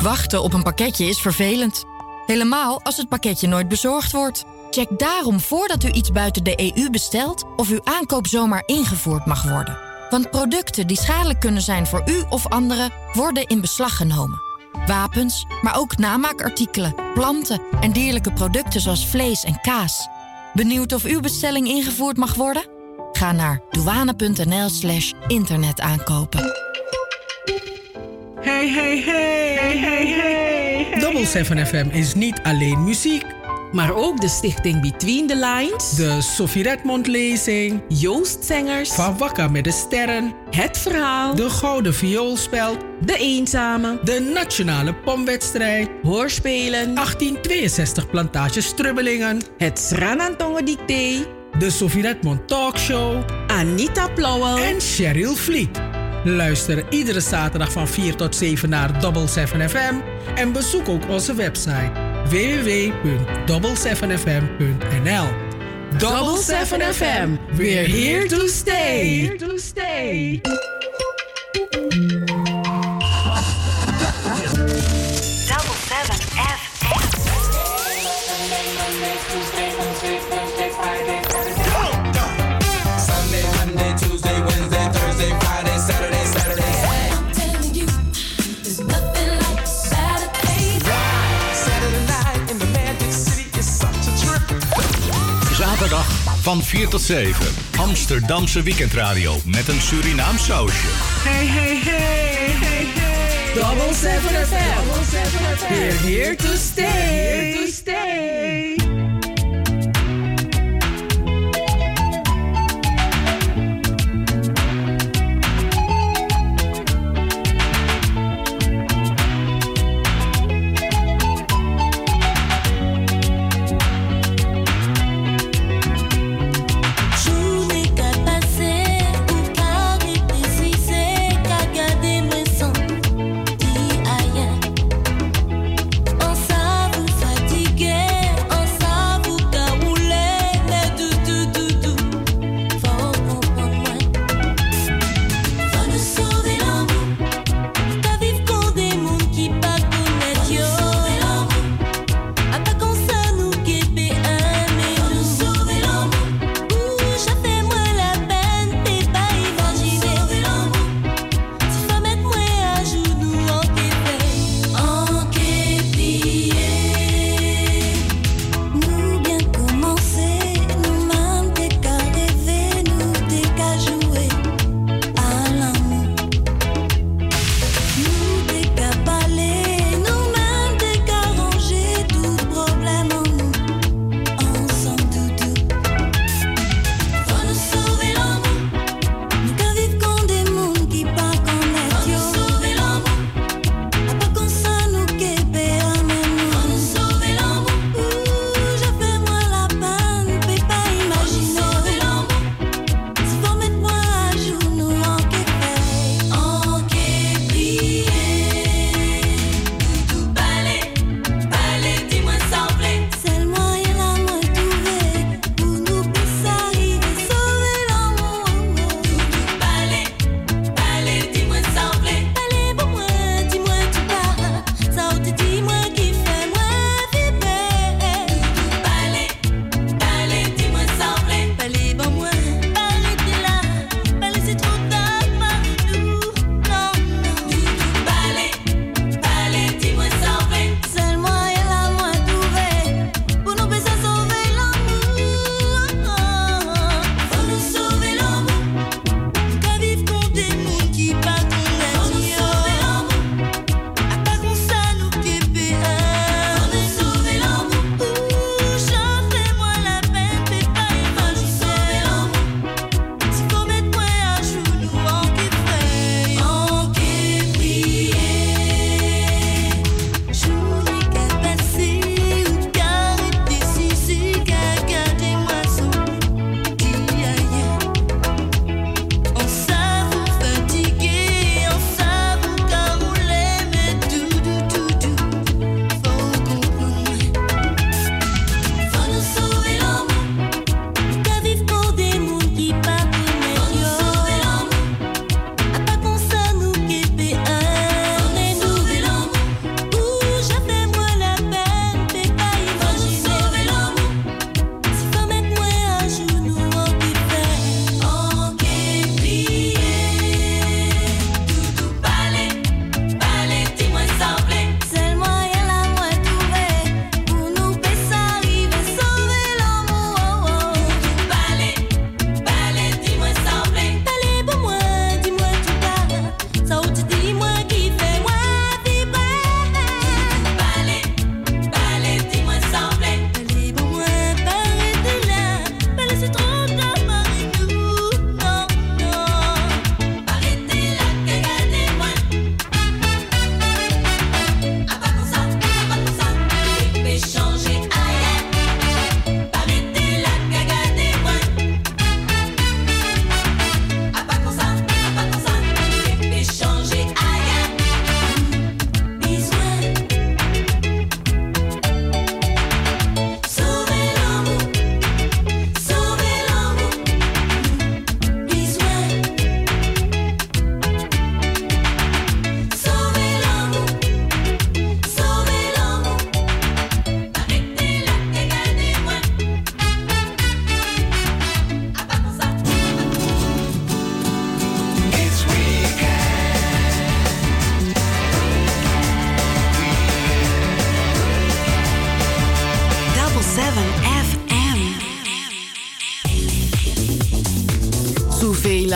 Wachten op een pakketje is vervelend. Helemaal als het pakketje nooit bezorgd wordt. Check daarom voordat u iets buiten de EU bestelt of uw aankoop zomaar ingevoerd mag worden. Want producten die schadelijk kunnen zijn voor u of anderen worden in beslag genomen. Wapens, maar ook namaakartikelen, planten en dierlijke producten zoals vlees en kaas. Benieuwd of uw bestelling ingevoerd mag worden? Ga naar douane.nl/internetaankopen. Hey, hey, hey, hey, hey, hey. Double 7 FM is niet alleen muziek, maar ook de stichting Between the Lines, de Sophie Redmond lezing, Joost Zengers, Van Wakka met de Sterren, Het Verhaal, de Gouden Vioolspeld, De Eenzame, de Nationale Pomwedstrijd, Hoorspelen, 1862 Plantage Strubbelingen, het Sranantongen Dicté, de Sophie Redmond Talkshow, Anita Plauwel en Cheryl Vliet. Luister iedere zaterdag van 4 tot 7 naar Double 7 FM en bezoek ook onze website www.double7fm.nl. Double 7 FM, we're here to stay. Here to stay. Double 7 FM. Sunday, Monday, Tuesday, Wednesday, Thursday, Friday, Saturday, Saturday. I'm telling you, there's nothing like Saturday. Saturday night in the Magic City is such a trip. Zaterdag van 4 tot 7. Amsterdamse weekendradio met een Surinaams sausje. Hey, hey, hey, hey, hey. Double 7 FM, We're here to stay. Here to stay. On s'avoue fatigué, on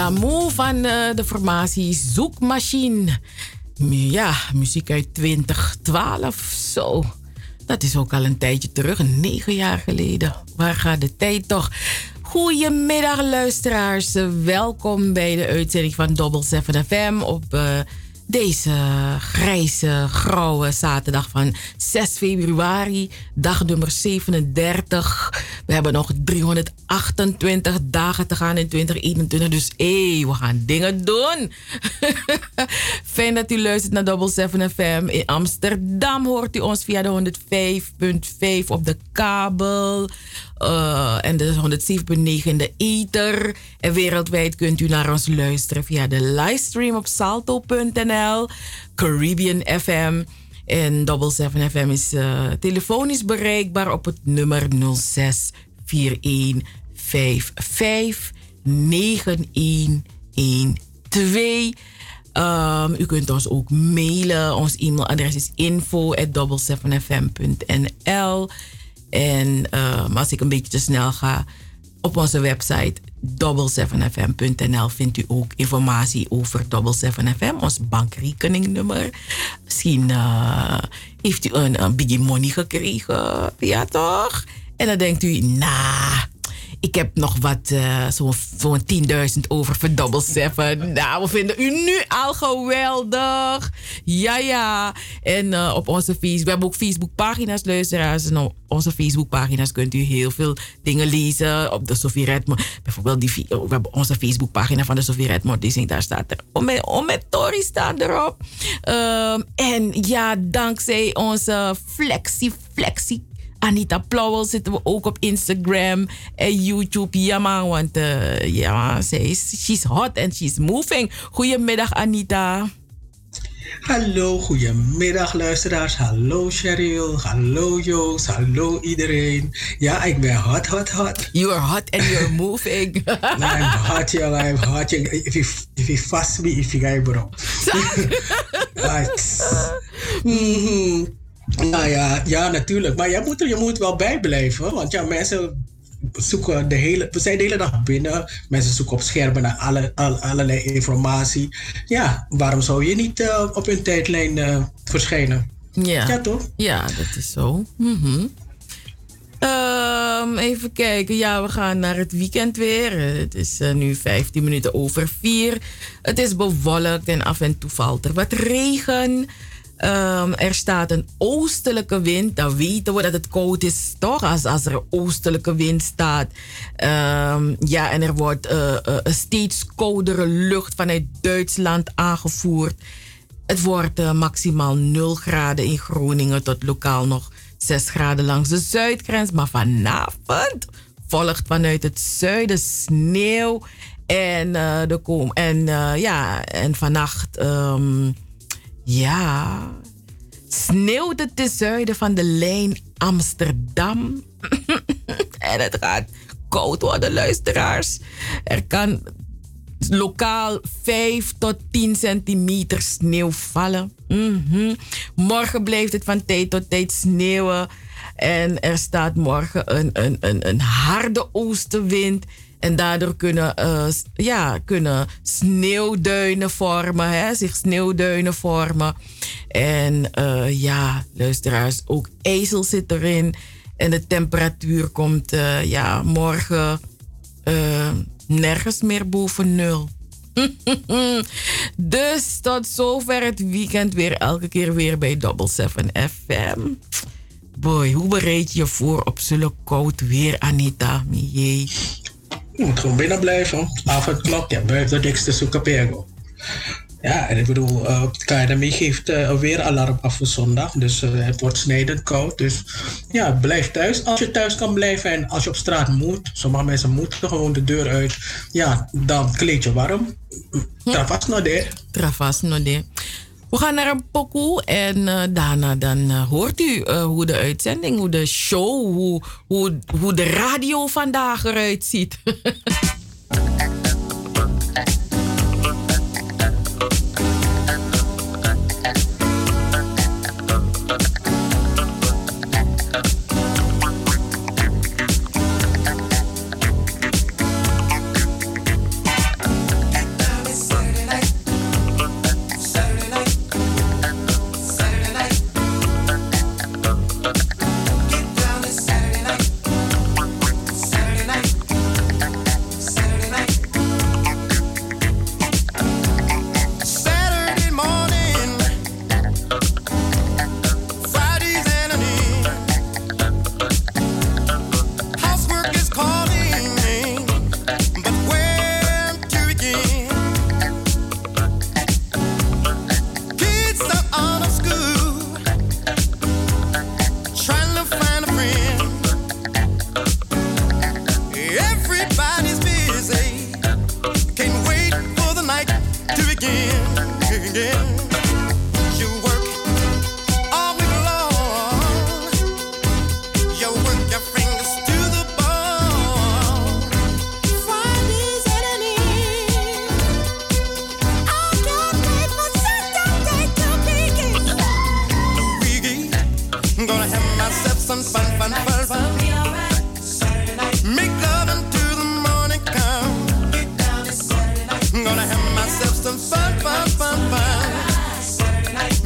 Moe van de formatie Zoekmachine. Ja, muziek uit 2012. Zo, dat is ook al een tijdje terug, 9 jaar geleden. Waar gaat de tijd toch? Goedemiddag luisteraars. Welkom bij de uitzending van Double 7 FM op deze grijze, grauwe zaterdag van 6 februari. Dag nummer 37. We hebben nog 328 dagen te gaan in 2021. Dus we gaan dingen doen. Fijn dat u luistert naar Double 7 FM. In Amsterdam hoort u ons via de 105.5 op de kabel. En de 107.9 in de ether. En wereldwijd kunt u naar ons luisteren via de livestream op salto.nl, Caribbean FM. En Double 7 FM is telefonisch bereikbaar op het nummer 06 41 55 9112. U kunt ons ook mailen. Ons e-mailadres is info@double7fm.nl. En als ik een beetje te snel ga, op onze website double7fm.nl vindt u ook informatie over Double 7 FM, ons bankrekeningnummer. Misschien heeft u een biggie money gekregen, ja toch? En dan denkt u, ik heb nog wat, zo'n 10.000 over voor Double 7. Nou, we vinden u nu al geweldig. Ja. En op onze Facebook, we hebben ook Facebookpagina's, luisteraars. En op onze Facebookpagina's kunt u heel veel dingen lezen. Op de Sophie Redmond, bijvoorbeeld, we hebben onze Facebookpagina van de Sophie Redmond. Daar staat er, Tori staat erop. En ja, dankzij onze flexie Anita Plauwel zitten we ook op Instagram en YouTube. Ja man, want she's hot and she's moving. Goedemiddag Anita. Hallo, goedemiddag luisteraars. Hallo Cheryl, hallo Joost, hallo iedereen. Ja, ik ben hot. You are hot and you're moving. I'm hot, jongen, I'm hot. If you fast me, if you guy bro. Nou ja, natuurlijk. Maar je moet wel bijblijven. Want ja, mensen zoeken we zijn de hele dag binnen. Mensen zoeken op schermen naar allerlei informatie. Ja, waarom zou je niet op hun tijdlijn verschijnen? Ja, toch? Ja, dat is zo. Even kijken. Ja, we gaan naar het weekend weer. Het is nu 15 minuten over 4. Het is bewolkt en af en toe valt er wat regen. Er staat een oostelijke wind. Dan weten we dat het koud is, toch? Als er een oostelijke wind staat. En er wordt een steeds koudere lucht vanuit Duitsland aangevoerd. Het wordt maximaal 0 graden in Groningen tot lokaal nog 6 graden langs de zuidgrens. Maar vanavond volgt vanuit het zuiden sneeuw. En vannacht... sneeuwt het ten zuiden van de lijn Amsterdam. En het gaat koud worden, luisteraars. Er kan lokaal 5 tot 10 centimeter sneeuw vallen. Morgen blijft het van tijd tot tijd sneeuwen. En er staat morgen een harde oostenwind. En daardoor kunnen sneeuwduinen vormen, zich sneeuwduinen vormen. En luisteraars, ook ijzel zit erin. En de temperatuur komt morgen nergens meer boven 0. Dus tot zover het weekend weer elke keer weer bij Double 7 FM. Boy, hoe bereid je je voor op zulke koud weer, Anita? Jee. Je moet gewoon binnen blijven. Avondklok, buiten de dikste zoeken. Ja, en ik bedoel, het KNMI geeft een weeralarm af voor zondag. Dus het wordt snijdend koud. Dus ja, blijf thuis. Als je thuis kan blijven en als je op straat moet. Sommige mensen moeten gewoon de deur uit. Ja, dan kleed je warm. Travas no de. We gaan naar een pokoe en daarna dan hoort u hoe de uitzending, hoe de show, hoe de radio vandaag eruit ziet.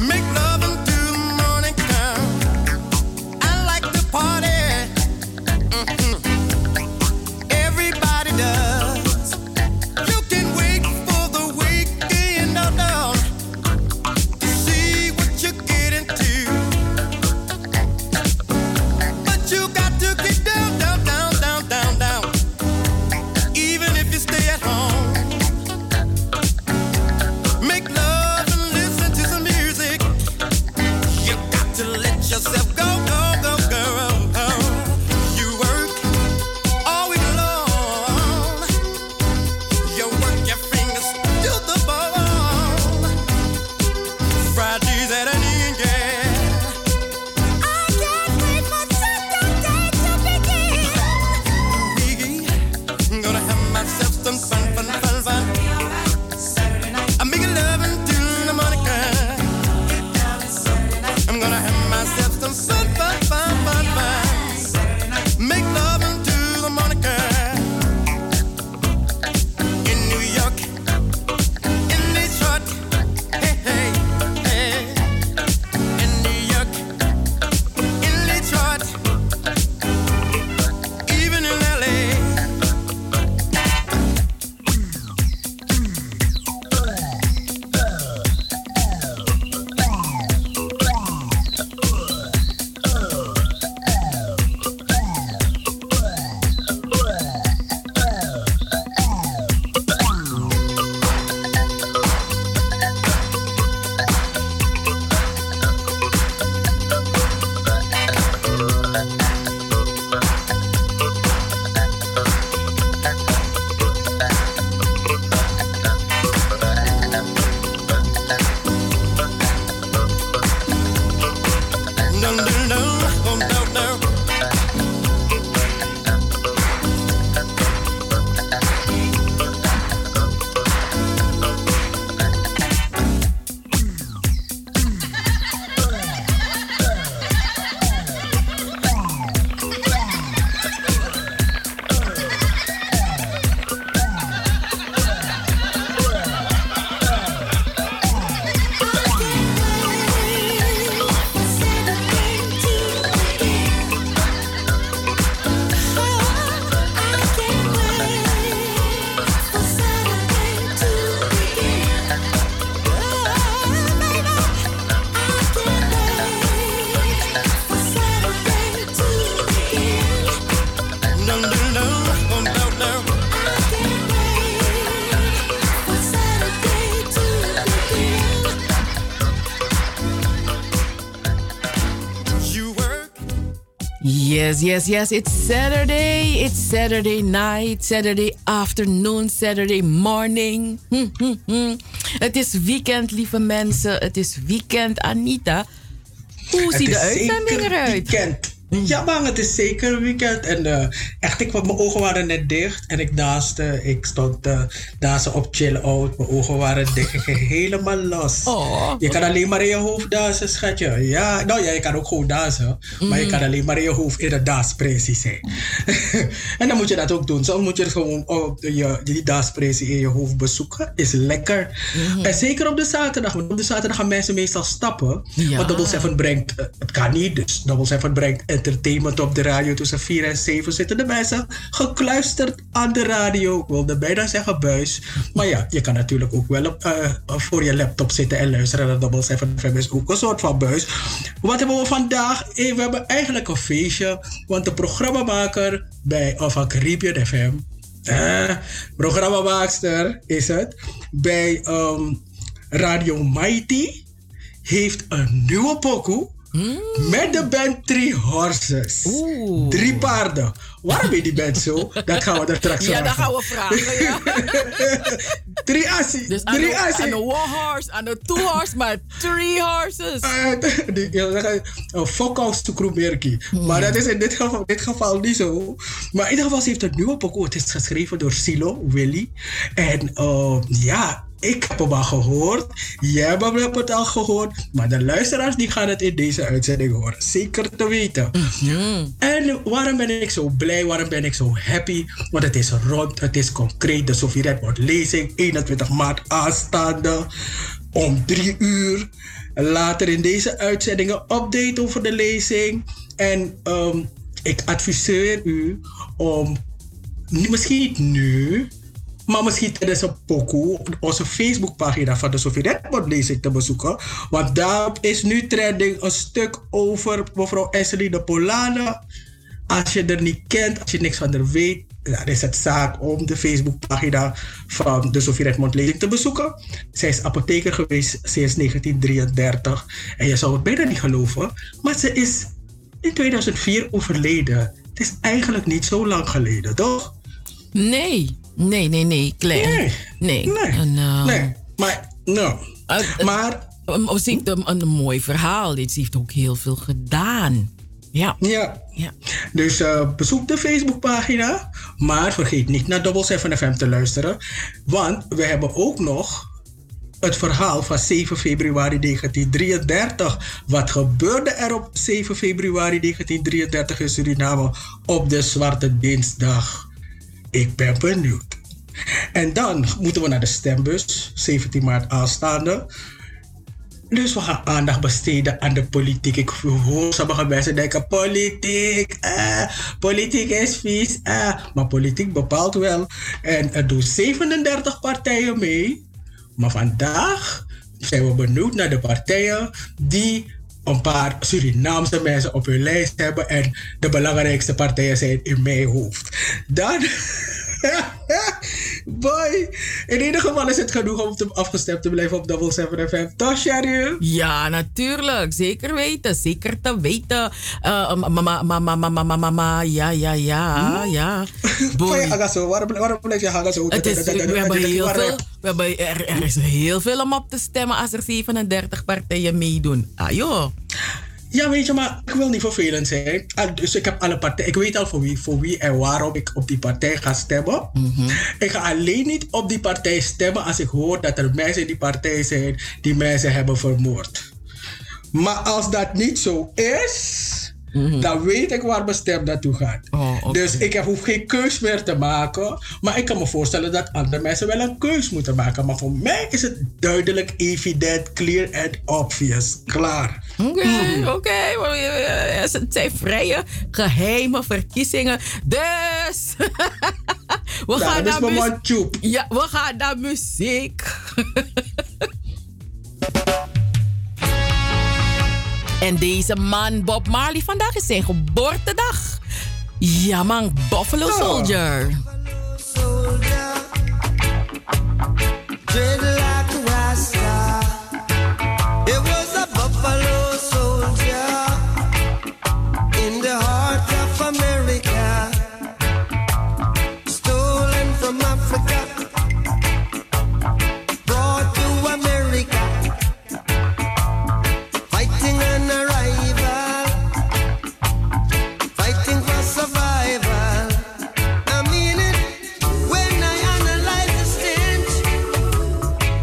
Make love until the morning come. I like to party. Everybody does. You can wait for the weekend down to see what you get into. But you got to get down, down, down, down, down, down. Even if you stay at home. Make love and listen to some music. You got to let yourself go, go, go, go. You work all week long. You work your fingers to the bone. Fridays at an end, yeah. I can't wait for Saturday to begin. Biggie, gonna have myself some fun, fun, fun, fun. I'm making love until the morning comes. I'm gonna have myself some fun, fun, fun, fun, fun. Make love until the morning comes. In New York, in Detroit, hey, hey, hey. In New York, in Detroit, even in LA. Dun, dun, dun, dun, dun, dun. Dun, dun, dun, dun, dun, dun. You work. Yes, yes, yes. It's Saturday. It's Saturday night, Saturday afternoon, Saturday morning. Het is weekend, lieve mensen. Het is weekend, Anita. Hoe ziet de uitzending eruit? Weekend. Ja, man, het is zeker weekend. En echt, mijn ogen waren net dicht. En ik danste. Ik stond dansen op chill out. Mijn ogen waren dicht. Ik ging helemaal los. Oh. Je kan alleen maar in je hoofd dansen, schatje. Ja, nou ja, je kan ook gewoon dansen. Maar je kan alleen maar in je hoofd in de danspressie zijn. En dan moet je dat ook doen. Soms moet je gewoon die danspressie in je hoofd bezoeken. Is lekker. En zeker op de zaterdag. Want op de zaterdag gaan mensen meestal stappen. Ja. Want Double 7 brengt, het kan niet dus. Double 7 brengt entertainment op de radio. Tussen 4 en 7 zitten de mensen gekluisterd aan de radio. Ik wilde bijna zeggen buis. Maar ja, je kan natuurlijk ook wel voor je laptop zitten en luisteren naar Double 7 FM. Is ook een soort van buis. Wat hebben we vandaag? We hebben eigenlijk een feestje. Want de programmamaker van Caribbean FM, programmamaakster is het, bij Radio Mighty, heeft een nieuwe pokoe. Met de band 3 Horses. 3 paarden. Waarom is die band zo? Dat gaan we er straks vragen. Ja, dat gaan we vragen. Ja. 3 assie. Dus 3 assie. aan de 1 horse, aan de 2 horse, maar 3 horses. Een fokhouse to Kroemerkie. Maar dat is in dit geval niet zo. Maar in ieder geval, ze heeft een nieuwe pokoe. Het is geschreven door Silo, Willy. En ja, ik heb hem al gehoord. Jij hebt het al gehoord. Maar de luisteraars die gaan het in deze uitzending horen. Zeker te weten. En waarom ben ik zo blij? Waarom ben ik zo happy? Want het is rond, het is concreet. De Sofie Redmond lezing, 21 maart aanstaande. om 3 uur. Later in deze uitzendingen update over de lezing. En ik adviseer u om, misschien niet nu, maar misschien tijdens een pokoe onze Facebookpagina van de Sophie Redmond lezing te bezoeken. Want daar is nu trending een stuk over mevrouw Esselie de Polane. Als je er niet kent, als je niks van haar weet, dan is het zaak om de Facebookpagina van de Sophie Redmond lezing te bezoeken. Zij is apotheker geweest sinds 1933. En je zou het bijna niet geloven, maar ze is in 2004 overleden. Het is eigenlijk niet zo lang geleden, toch? Nee, klein. Nee. Maar, no. Maar ze heeft een mooi verhaal. Ze heeft ook heel veel gedaan. Ja. Dus bezoek de Facebookpagina. Maar vergeet niet naar Double 7 FM te luisteren. Want we hebben ook nog het verhaal van 7 februari 1933. Wat gebeurde er op 7 februari 1933 in Suriname op de Zwarte Dinsdag? Ik ben benieuwd. En dan moeten we naar de stembus, 17 maart aanstaande. Dus we gaan aandacht besteden aan de politiek. Ik hoor sommige mensen denken, politiek is vies. Maar politiek bepaalt wel. En er doen 37 partijen mee. Maar vandaag zijn we benieuwd naar de partijen die een paar Surinaamse mensen op hun lijst hebben. En de belangrijkste partijen zijn in mijn hoofd. Dan... Boy, in ieder geval is het genoeg om afgestemd te blijven op Double 7 FM. Toch, Sherry? Ja, natuurlijk. Zeker weten. Zeker te weten. Ja. Boy. Waarom blijf je hangen zo? Er is heel veel om op te stemmen als er 37 partijen meedoen. Ah, joh. Ja, weet je, maar ik wil niet vervelend zijn. Dus ik heb alle partijen. Ik weet al voor wie en waarom ik op die partij ga stemmen. Mm-hmm. Ik ga alleen niet op die partij stemmen als ik hoor dat er mensen in die partij zijn die mensen hebben vermoord. Maar als dat niet zo is, dan weet ik waar mijn stem naartoe gaat. Oh, okay. Dus ik hoef geen keus meer te maken. Maar ik kan me voorstellen dat andere mensen wel een keus moeten maken. Maar voor mij is het duidelijk, evident, clear en obvious. Klaar. Oké. Het zijn vrije, geheime verkiezingen. Dus we gaan naar muziek. En deze man, Bob Marley, vandaag is zijn geboortedag. Ja man, Buffalo Soldier. It was a buffalo soldier in the heart of America, stolen from Africa, brought to America, fighting an arrival, fighting for survival. I mean it when I analyze the stench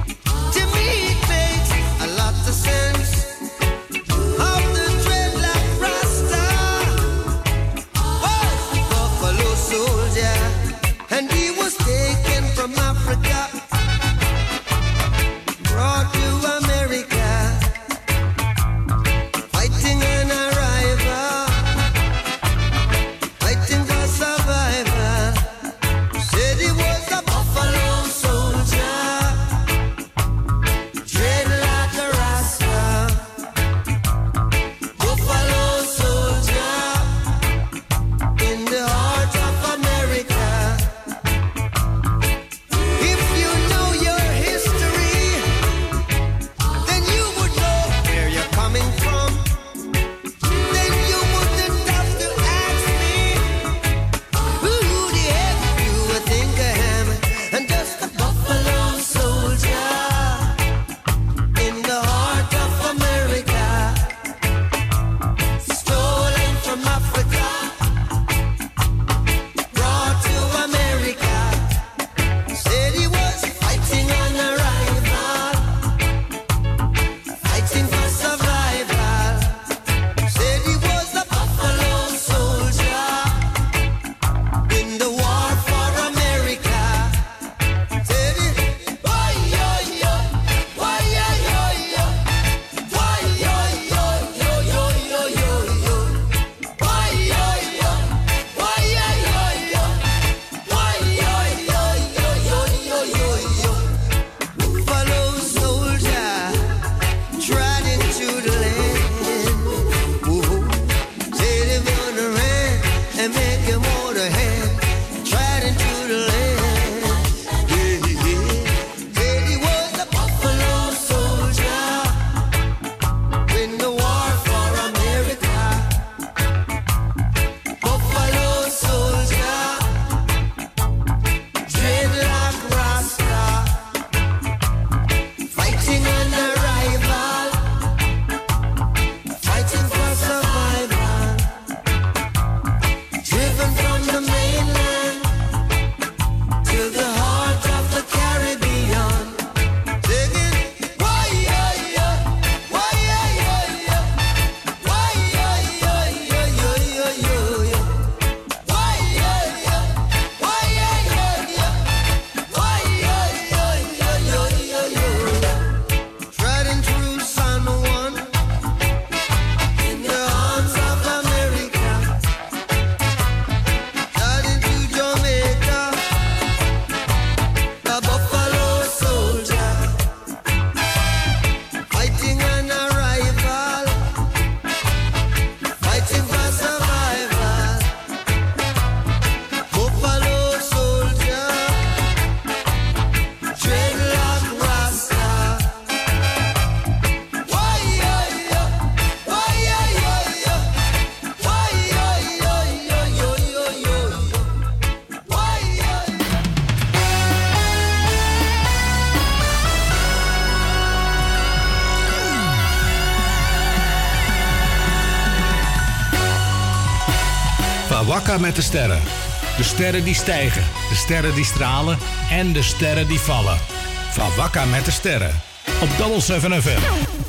Fa Wakka met de sterren. De sterren die stijgen, de sterren die stralen en de sterren die vallen. Fa Wakka met de sterren. Op Double 7 FM.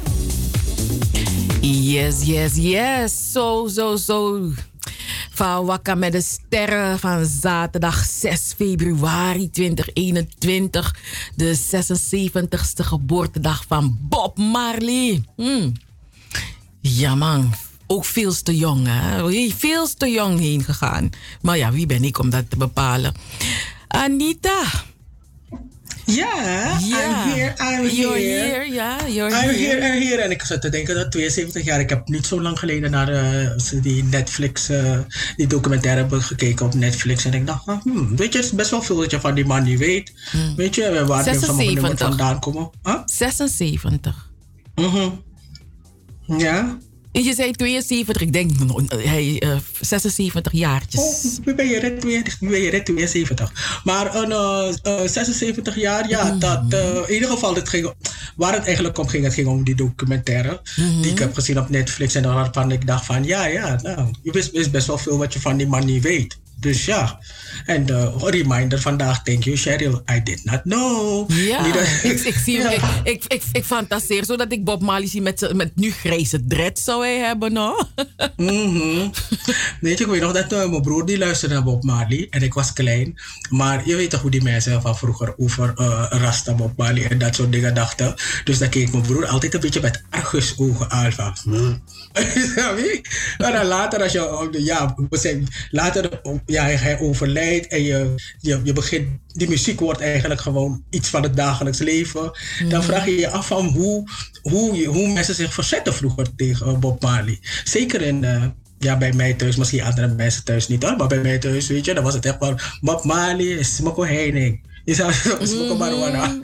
Yes. Zo. Fa Wakka met de sterren van zaterdag 6 februari 2021. De 76ste geboortedag van Bob Marley. Ja man, ook veel te jong hè. Veel te jong heen gegaan. Maar ja, wie ben ik om dat te bepalen? Anita. Ja, I'm here. You're here. En ik zat te denken dat 72 jaar, ik heb niet zo lang geleden naar die Netflix, die documentaire hebben gekeken op Netflix. En ik dacht, weet je, het is best wel veel dat je van die man niet weet. Weet je, waar sommige nummers vandaan komen. 76. Ja. Je zei 72, ik denk hij 76 jaartjes. Oh, ben je net 72. Maar 76 jaar, ja, dat in ieder geval, waar het eigenlijk om ging, het ging om die documentaire die ik heb gezien op Netflix. En waarvan ik dacht van, nou, je wist best wel veel wat je van die man niet weet. Dus ja, en een reminder vandaag, thank you Cheryl, I did not know. Ja, ik zie ik fantaseer zo dat ik Bob Marley zie met nu grijze dread zou hij hebben, no? Weet je, ik weet nog dat mijn broer die luisterde naar Bob Marley en ik was klein. Maar je weet toch hoe die mensen van vroeger over Rasta Bob Marley en dat soort dingen dachten. Dus dan keek mijn broer altijd een beetje met argusogen aan van. En dan later als hij overlijdt en je begint, die muziek wordt eigenlijk gewoon iets van het dagelijks leven. Dan vraag je je af van hoe mensen zich verzetten vroeger tegen Bob Marley. Zeker bij mij thuis, misschien andere mensen thuis niet hoor, maar bij mij thuis, weet je, dan was het echt van Bob Marley is Smoko Heining. Je zou Smoko Marijuana.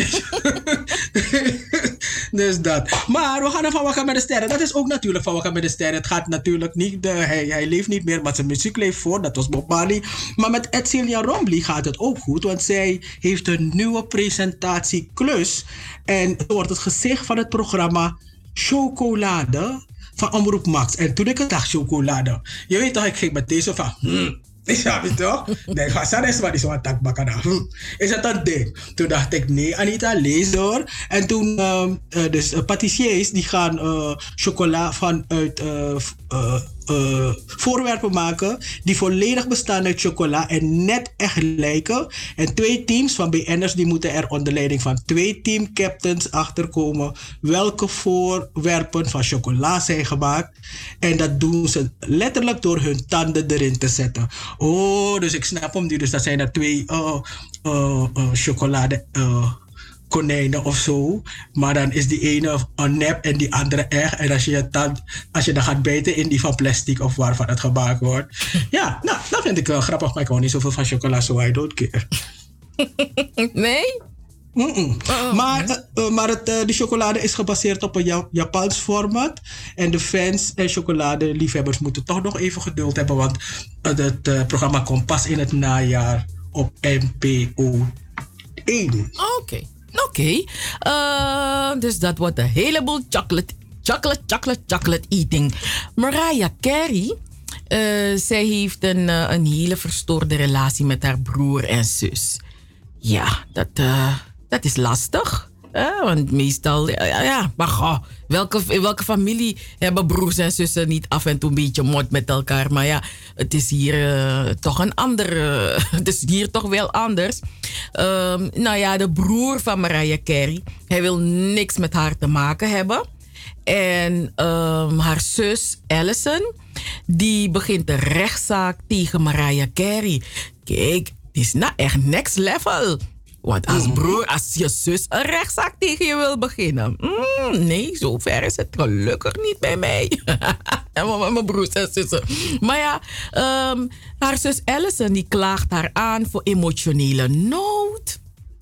Dus dat. Maar we gaan Van Wakka met de sterren. Dat is ook natuurlijk Van Wakka met de sterren. Het gaat natuurlijk niet, hij leeft niet meer, maar zijn muziek leeft voor. Dat was Bob Marley. Maar met Edcilia Rombly gaat het ook goed, want zij heeft een nieuwe presentatieklus. En het wordt het gezicht van het programma Chocolade van Omroep Max. En toen ik het dacht, chocolade. Je weet toch, ik ging met deze van... Ik snap het toch? Nee, Hassan is maar die zo'n takbakken. Is dat een ding? Toen dacht ik, nee, Anita, lees door. En toen, dus patissiers die gaan chocola vanuit voorwerpen maken die volledig bestaan uit chocola en net echt lijken. En 2 teams van BN'ers die moeten er onder leiding van 2 teamcaptains achterkomen welke voorwerpen van chocola zijn gemaakt. En dat doen ze letterlijk door hun tanden erin te zetten. Oh, dus ik snap hem nu. Dus dat zijn er 2 chocolade konijnen of zo. Maar dan is die ene een nep en die andere echt. En als je dan gaat bijten in die van plastic of waarvan het gemaakt wordt. Ja, nou, dat vind ik wel grappig. Maar ik hou niet zoveel van chocola, so I don't care. Nee? Maar de chocolade is gebaseerd op een Japans format. En de fans en chocoladeliefhebbers moeten toch nog even geduld hebben. Want het programma komt pas in het najaar op NPO 1. Oké. Dus dat wordt een heleboel chocolate eating. Mariah Carey, zij heeft een hele verstoorde relatie met haar broer en zus. Ja, dat is lastig. Want meestal, maar goh, welke familie hebben broers en zussen niet af en toe een beetje mot met elkaar? Maar ja, het is hier toch een ander. Het is hier toch wel anders. Nou ja, de broer van Mariah Carey, hij wil niks met haar te maken hebben. En haar zus Allison, die begint een rechtszaak tegen Mariah Carey. Kijk, dit is nou echt next level. Want als je zus een rechtszaak tegen je wil beginnen. Nee, zover is het gelukkig niet bij mij. En mijn broers en zussen. Maar ja, haar zus Allison die klaagt haar aan voor emotionele nood.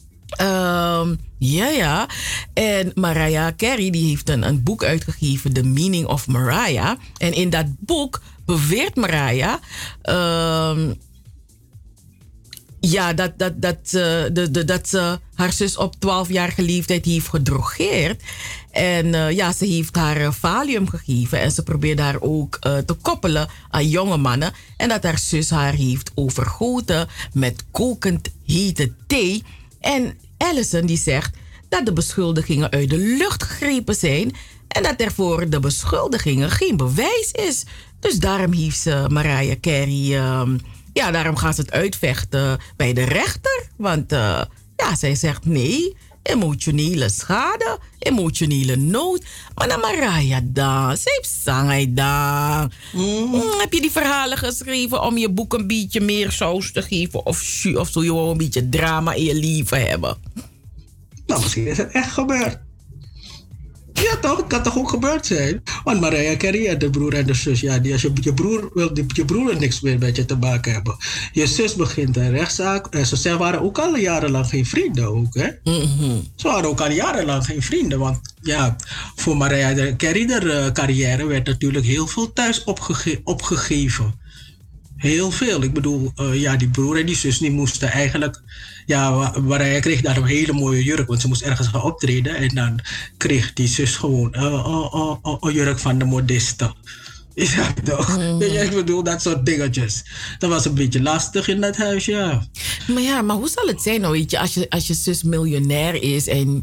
Ja. En Mariah Carey die heeft een boek uitgegeven, The Meaning of Mariah. En in dat boek beweert Mariah ja, dat ze haar zus op 12-jarige leeftijd heeft gedrogeerd. En ja, ze heeft haar valium gegeven. En ze probeerde haar ook te koppelen aan jonge mannen. En dat haar zus haar heeft overgoten met kokend hete thee. En Allison die zegt dat de beschuldigingen uit de lucht gegrepen zijn. En dat er voor de beschuldigingen geen bewijs is. Dus daarom heeft ze Mariah Carey... ja, daarom gaan ze het uitvechten bij de rechter. Want ja, zij zegt nee, emotionele schade, emotionele nood. Maar dan Mariah dan, ze heeft zang dan. Heb je die verhalen geschreven om je boek een beetje meer saus te geven? Of zo je wel een beetje drama in je leven hebben? Nou, misschien is het echt gebeurd. Ja toch, het kan toch ook gebeurd zijn? Want Mariah Carey en de broer en de zus, ja, als je broer wil je broer niks meer met je te maken hebben. Je zus begint een rechtszaak en ze waren ook al jarenlang geen vrienden ook, hè? Ze waren ook al jarenlang geen vrienden, want ja, voor Mariah Carey de carrière werd natuurlijk heel veel thuis opgegeven. Heel veel. Ik bedoel, ja, die broer en die zus die moesten eigenlijk... Ja, Mariah kreeg daar een hele mooie jurk, want ze moest ergens gaan optreden. En dan kreeg die zus gewoon een jurk van de modiste. Ja, toch? Ik bedoel, dat soort dingetjes. Dat was een beetje lastig in dat huis, ja. Maar hoe zal het zijn, nou, weet je, als je zus miljonair is en...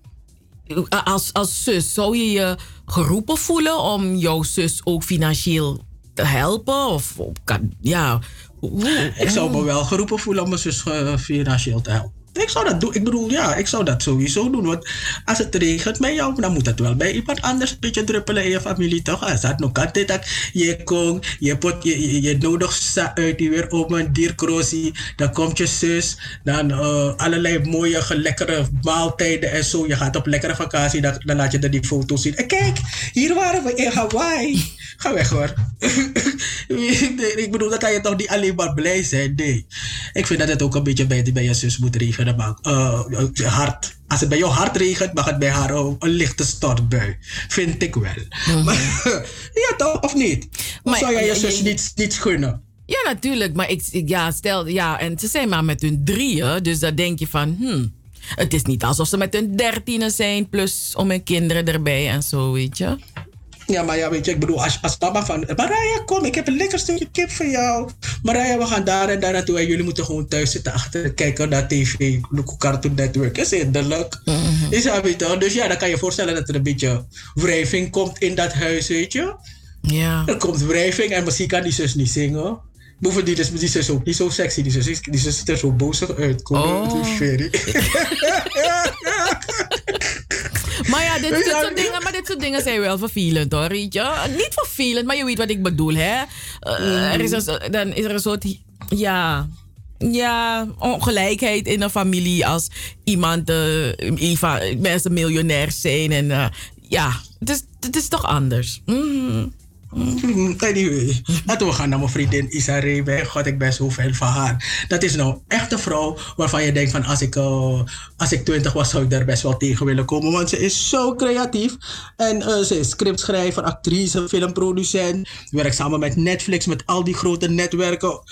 Als zus, zou je je geroepen voelen om jouw zus ook financieel te helpen? Of ja... Ik zou me wel geroepen voelen om mijn zus financieel te helpen. Ik zou dat doen. Ik bedoel, ja, ik zou dat sowieso doen. Want als het regent met jou, dan moet het wel bij iemand anders een beetje druppelen in je familie, toch? Als dat nog altijd dat je kon, je nodigt uit die weer om een dierkrosie, dan komt je zus, dan allerlei mooie, lekkere maaltijden en zo. Je gaat op lekkere vakantie, dan laat je er die foto's zien. En kijk, hier waren we in Hawaii. Ga weg hoor. Ik bedoel, dan kan je toch niet alleen maar blij zijn. Nee. Ik vind dat het ook een beetje bij je zus moet regenen. Hard. Als het bij jou hard regent, mag het bij haar een lichte stortbui. Vind ik wel. Maar, ja toch, of niet? Of zou jij je zus niet gunnen? Ja, natuurlijk. Maar en ze zijn maar met hun 3, dus dan denk je van... het is niet alsof ze met hun 13 zijn, plus om hun kinderen erbij en zo, weet je. Ja, maar ja, weet je, ik bedoel, als mama van... Mariah, kom, ik heb een lekker stukje kip voor jou. Mariah, we gaan daar en daar naartoe. En jullie moeten gewoon thuis zitten achter kijken naar tv. Cartoon Network. Is hinderlijk. Is dat, weet je? Dus ja, dan kan je voorstellen dat er een beetje wrijving komt in dat huis, weet je. Ja. Er komt wrijving en misschien kan die zus niet zingen. Bovendien is die zus ook niet zo sexy. Die zus ziet er zo bozig uit. Maar ja, dit soort dingen zijn wel vervelend, hoor, weet je. Niet vervelend, maar je weet wat ik bedoel, hè. Dan is er een soort, ongelijkheid in een familie als iemand, mensen miljonair zijn. En het is toch anders. Anyway, laten we gaan naar mijn vriendin Isa Rebe. God, ik ben zo fan van haar. Dat is nou echt een vrouw waarvan je denkt van als ik 20 was zou ik daar best wel tegen willen komen. Want ze is zo creatief. En ze is scriptschrijver, actrice, filmproducent. Werkt samen met Netflix, met al die grote netwerken.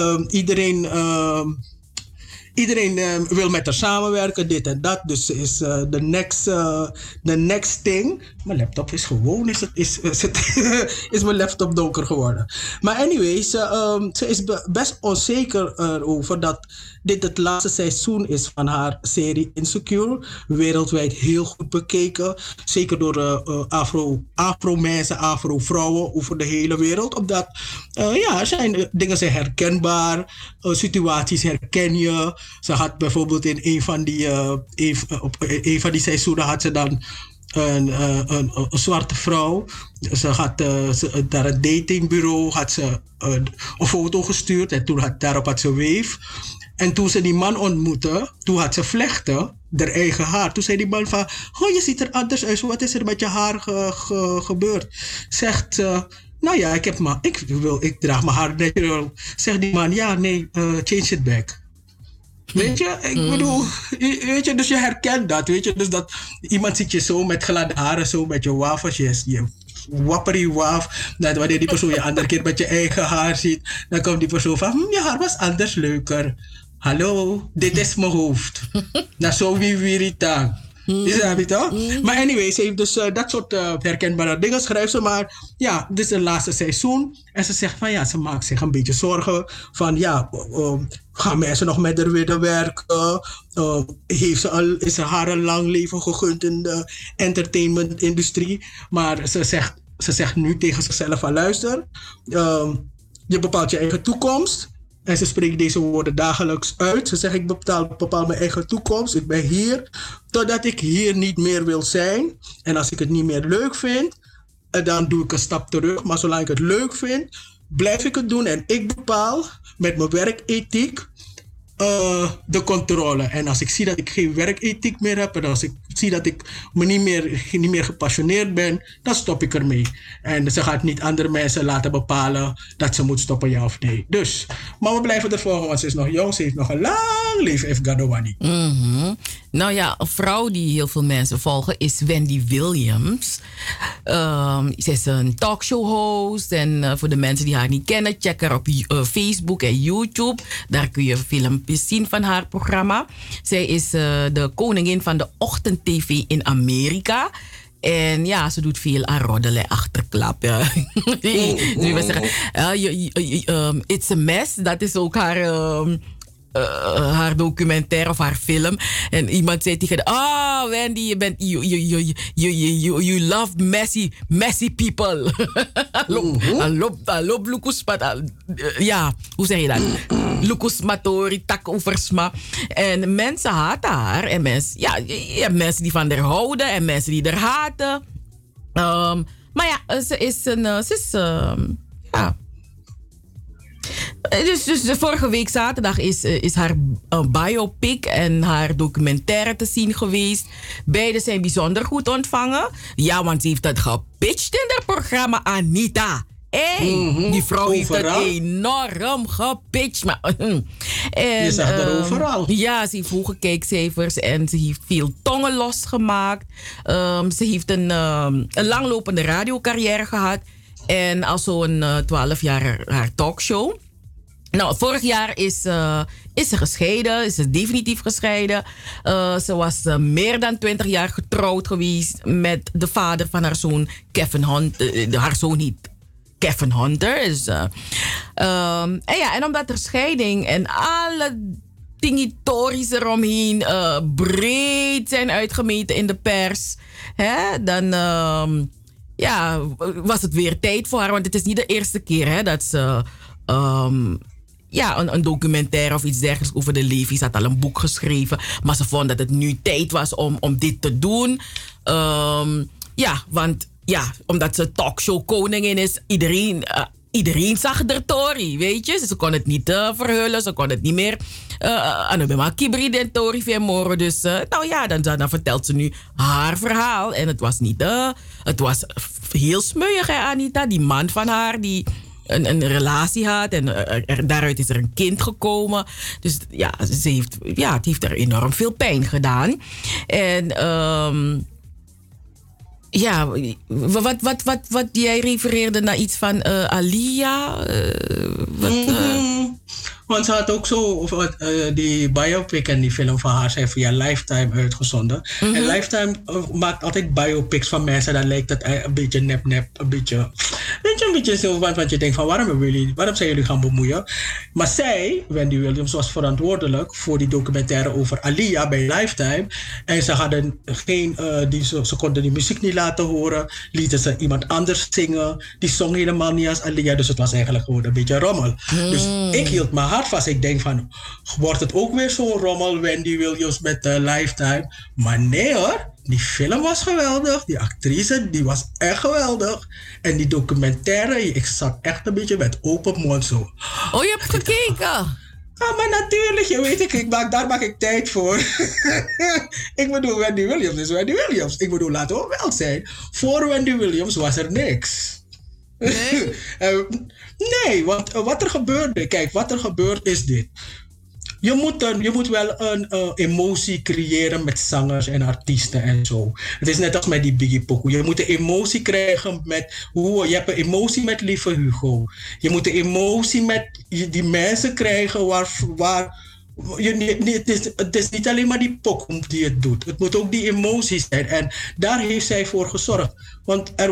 Iedereen wil met haar samenwerken, dit en dat. Dus ze is the next thing. Mijn laptop is gewoon... Is mijn laptop donker geworden. Maar anyway, ze is best onzeker over dat dit het laatste seizoen is van haar serie Insecure. Wereldwijd heel goed bekeken. Zeker door Afro-mensen, Afro-vrouwen over de hele wereld. Omdat dingen zijn herkenbaar. Situaties herken je. Ze had bijvoorbeeld in een van die seizoenen had ze dan een zwarte vrouw. Ze had naar een datingbureau had ze een foto gestuurd en daarop had ze weef. En toen ze die man ontmoette, toen had ze vlechten, haar eigen haar. Toen zei die man van, je ziet er anders uit. Wat is er met je haar gebeurd? Zegt ze, nou ja, ik draag mijn haar natural. Zegt die man, change it back. Weet je, ik bedoel, weet je, dus je herkent dat, weet je. Dus dat iemand ziet je zo met gladde haren, zo met je wafels, je wapperie waf. Dat wanneer die persoon je andere keer met je eigen haar ziet, dan komt die persoon van, je haar was anders leuker. hallo, dit is mijn hoofd. Nou, zo wie wirita. Is dat toch? Maar anyway, ze heeft dus dat soort herkenbare dingen schrijft ze. Maar ja, dit is het laatste seizoen. En ze zegt van ja, ze maakt zich een beetje zorgen. Van ja, gaan mensen nog met haar willen werken? Is ze haar een lang leven gegund in de entertainment-industrie? Maar ze zegt nu tegen zichzelf van luister, je bepaalt je eigen toekomst. En ze spreekt deze woorden dagelijks uit. Ze zegt, ik bepaal mijn eigen toekomst. Ik ben hier totdat ik hier niet meer wil zijn. En als ik het niet meer leuk vind, dan doe ik een stap terug. Maar zolang ik het leuk vind, blijf ik het doen. En ik bepaal met mijn werkethiek de controle. En als ik zie dat ik geen werkethiek meer heb... en als ik zie dat ik me niet meer gepassioneerd ben... dan stop ik ermee. En ze gaat niet andere mensen laten bepalen... dat ze moet stoppen, ja of nee. Dus, maar we blijven er volgen, want ze is nog jong. Ze heeft nog een lang leven, F. Gadowani. Nou ja, een vrouw die heel veel mensen volgen is Wendy Williams. Ze is een talkshow-host. En voor de mensen die haar niet kennen, check haar op Facebook en YouTube. Daar kun je filmpjes zien van haar programma. Zij is de koningin van de ochtend-tv in Amerika. En ja, ze doet veel aan roddelen en achterklap. Ja. We zeggen, It's a Mess, dat is ook haar documentaire of haar film. En iemand zei tegen haar, Wendy, je bent, you love messy people. Alop lukuspat. Ja, hoe zeg je dat? Lukusmatori, tak oversma. En mensen haten haar. En mensen, ja, je hebt mensen die van haar houden en mensen die haar haten. Maar ja, ze is ja. Dus de vorige week zaterdag is haar biopic en haar documentaire te zien geweest. Beide zijn bijzonder goed ontvangen. Ja, want ze heeft dat gepitcht in haar programma Anita. Die vrouw heeft het enorm gepitcht. En, je zag er overal. Ja, ze heeft hoge kijkcijfers en ze heeft veel tongen losgemaakt. Ze heeft een langlopende radiocarrière gehad. En al zo'n 12 jaar haar talkshow. Nou, vorig jaar is ze gescheiden. Is ze definitief gescheiden. Ze was meer dan 20 jaar getrouwd geweest met de vader van haar zoon Kevin Hunter. Haar zoon heet Kevin Hunter. Dus, en omdat er scheiding en alle dingitories eromheen breed zijn uitgemeten in de pers. Dan... was het weer tijd voor haar. Want het is niet de eerste keer dat ze een documentaire of iets dergelijks over de Levi's had al een boek geschreven. Maar ze vond dat het nu tijd was om dit te doen. Omdat ze talkshow koningin is, iedereen zag de Tori, weet je. Ze kon het niet verhullen, ze kon het niet meer. Maar Kibri den Tori vermoren. Dus dan vertelt ze nu haar verhaal. En het was niet het was heel smeuig, hè, Anita. Die man van haar die een relatie had. En daaruit is er een kind gekomen. Dus ja, het heeft er enorm veel pijn gedaan. En... wat jij refereerde naar iets van Alia. Want ze had ook zo die biopic en die film van haar zijn via Lifetime uitgezonden. En Lifetime maakt altijd biopics van mensen. Dan lijkt het een beetje nep, een beetje zo. Want je denkt van waarom zijn jullie gaan bemoeien? Maar zij, Wendy Williams, was verantwoordelijk voor die documentaire over Alia bij Lifetime. En ze hadden ze konden die muziek niet laten horen. Lieten ze iemand anders zingen. Die zong helemaal niet als Alia. Dus het was eigenlijk gewoon een beetje rommel. Dus ik hield mijn hart vast. Ik denk van, wordt het ook weer zo'n rommel, Wendy Williams met Lifetime? Maar nee hoor, die film was geweldig. Die actrice, die was echt geweldig. En die documentaire, ik zat echt een beetje met open mond zo. Oh, je hebt gekeken? Ah, maar natuurlijk, daar maak ik tijd voor. Ik bedoel, Wendy Williams is Wendy Williams. Ik bedoel, laten we wel zijn. Voor Wendy Williams was er niks. Nee? Nee, want wat er gebeurt is dit. Je moet wel een emotie creëren met zangers en artiesten en zo. Het is net als met die Biggie Pokoe. Je moet een emotie krijgen je hebt een emotie met Lieve Hugo. Je moet een emotie met die mensen krijgen Het is niet alleen maar die pokoe die het doet. Het moet ook die emoties zijn. En daar heeft zij voor gezorgd. Want er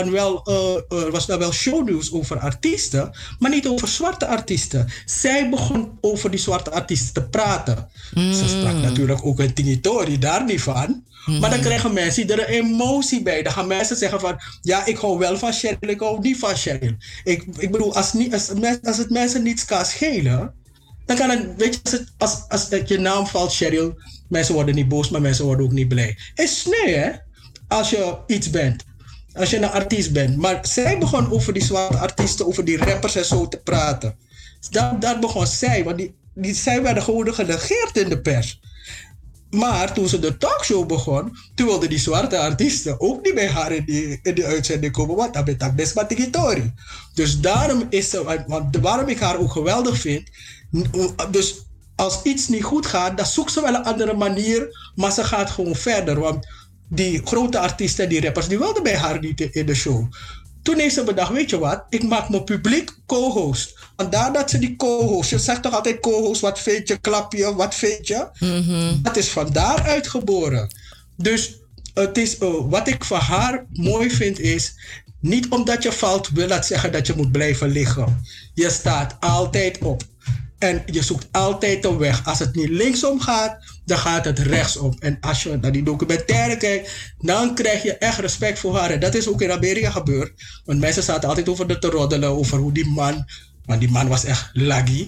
was dan wel shownieuws over artiesten, maar niet over zwarte artiesten. Zij begon over die zwarte artiesten te praten. Ze sprak natuurlijk ook een Tinitori, daar niet van. Maar dan krijgen mensen er een emotie bij. Dan gaan mensen zeggen van, ja, ik hou wel van Cheryl, ik hou niet van Cheryl. Ik bedoel, als het mensen niets kan schelen, dan kan het, weet je, als je naam valt Cheryl, mensen worden niet boos, maar mensen worden ook niet blij. Is nee, hè? Als je iets bent. Als je een artiest bent. Maar zij begon over die zwarte artiesten, over die rappers en zo te praten. Daar begon zij, want zij werden gewoon genegeerd in de pers. Maar toen ze de talkshow begon, toen wilden die zwarte artiesten ook niet bij haar in die uitzending komen. Want dat is best maar tigitori. Dus daarom waarom ik haar ook geweldig vind. Dus als iets niet goed gaat, dan zoekt ze wel een andere manier. Maar ze gaat gewoon verder. Want die grote artiesten en die rappers, die wilden bij haar niet in de show. Toen heeft ze bedacht, weet je wat, ik maak mijn publiek co-host. Vandaar dat ze die co-host, je zegt toch altijd co-host, wat vind je, klapje, wat vind je? Dat is van daaruit geboren. Dus het is, wat ik van haar mooi vind is, niet omdat je valt wil dat zeggen dat je moet blijven liggen. Je staat altijd op. En je zoekt altijd een weg. Als het niet linksom gaat, dan gaat het rechtsom. En als je naar die documentaire kijkt, dan krijg je echt respect voor haar. En dat is ook in Amerika gebeurd. Want mensen zaten altijd over de te roddelen, over hoe die man... Want die man was echt laggy.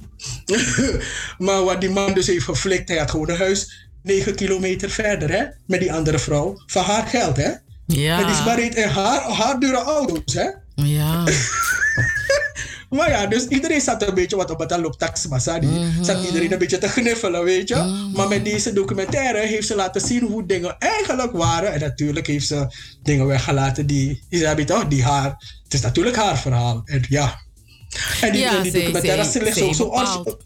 Maar wat die man dus heeft geflikt, hij had gewoon een huis 9 kilometer verder, hè? Met die andere vrouw. Van haar geld, hè? Ja. En die is maar in haar dure auto's, hè? Ja. Maar ja, dus iedereen zat een beetje wat op het looptax Masadi. Zat iedereen een beetje te gniffelen, weet je. Maar met deze documentaire heeft ze laten zien hoe dingen eigenlijk waren. En natuurlijk heeft ze dingen weggelaten die haar... Het is natuurlijk haar verhaal. En ja... En die documentaire ligt ze ook zo...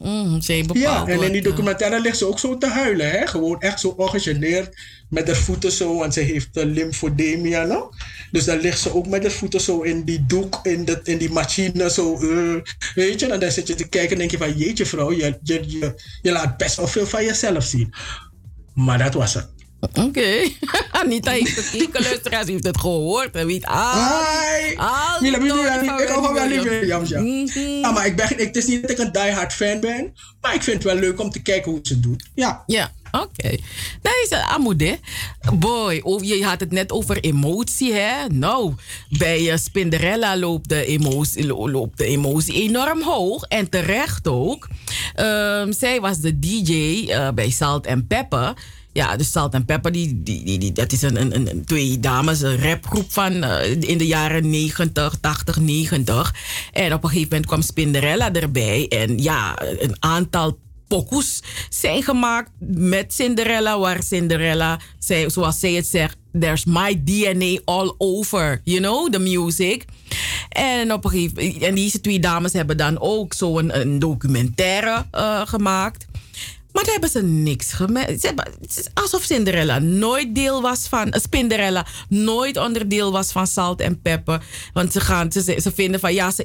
en in die documentaire ligt ze ook zo te huilen, hè. Gewoon echt zo ongegeneerd met haar voeten zo. Want ze heeft lymfodemia, no? Dus dan ligt ze ook met haar voeten zo in die doek, in die machine zo. Weet je, en dan zit je te kijken en denk je van... Jeetje vrouw, je laat best wel veel van jezelf zien. Maar dat was het. Oké. Anita heeft het gekeken, luisteraars heeft het gehoord. En weet ik hou van wel liever Jamja. Maar het is niet dat ik een diehard fan ben. Maar ik vind het wel leuk om te kijken hoe ze het doet. Ja. Ja, oké. Dat is Amoede. Boy, je had het net over emotie, hè? Nou, bij Spinderella loopt de emotie enorm hoog. En terecht ook. Zij was de DJ bij Salt & Pepper. Ja, dus Salt & Pepper, dat is een twee dames, een rapgroep van in de jaren 80, 90. En op een gegeven moment kwam Spinderella erbij. En ja, een aantal pokoes zijn gemaakt met Cinderella, waar Cinderella, zoals zij het zegt, there's my DNA all over, you know, the music. En op een gegeven moment, en deze twee dames hebben dan ook zo'n documentaire gemaakt. Maar daar hebben ze niks gemerkt. Het is alsof Cinderella nooit deel was van... Spinderella nooit onderdeel was van Salt & Pepper. Want ze vinden van ja,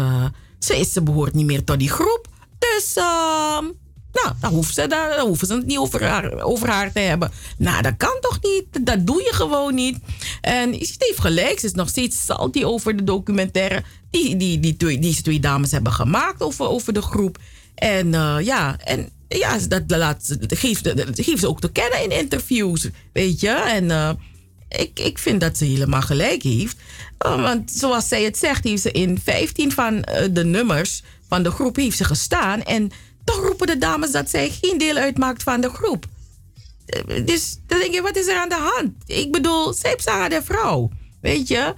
ze behoort niet meer tot die groep. Dus dan hoeven ze het niet over haar te hebben. Nou, dat kan toch niet? Dat doe je gewoon niet. En ze heeft gelijk. Ze is nog steeds salty over de documentaire... die twee dames hebben gemaakt over de groep. En ja, dat geeft ze ook te kennen in interviews, weet je. En ik vind dat ze helemaal gelijk heeft. Want zoals zij het zegt, heeft ze in 15 van de nummers van de groep heeft ze gestaan. En toch roepen de dames dat zij geen deel uitmaakt van de groep. Dus dan denk je, wat is er aan de hand? Ik bedoel, zij is haar vrouw, weet je.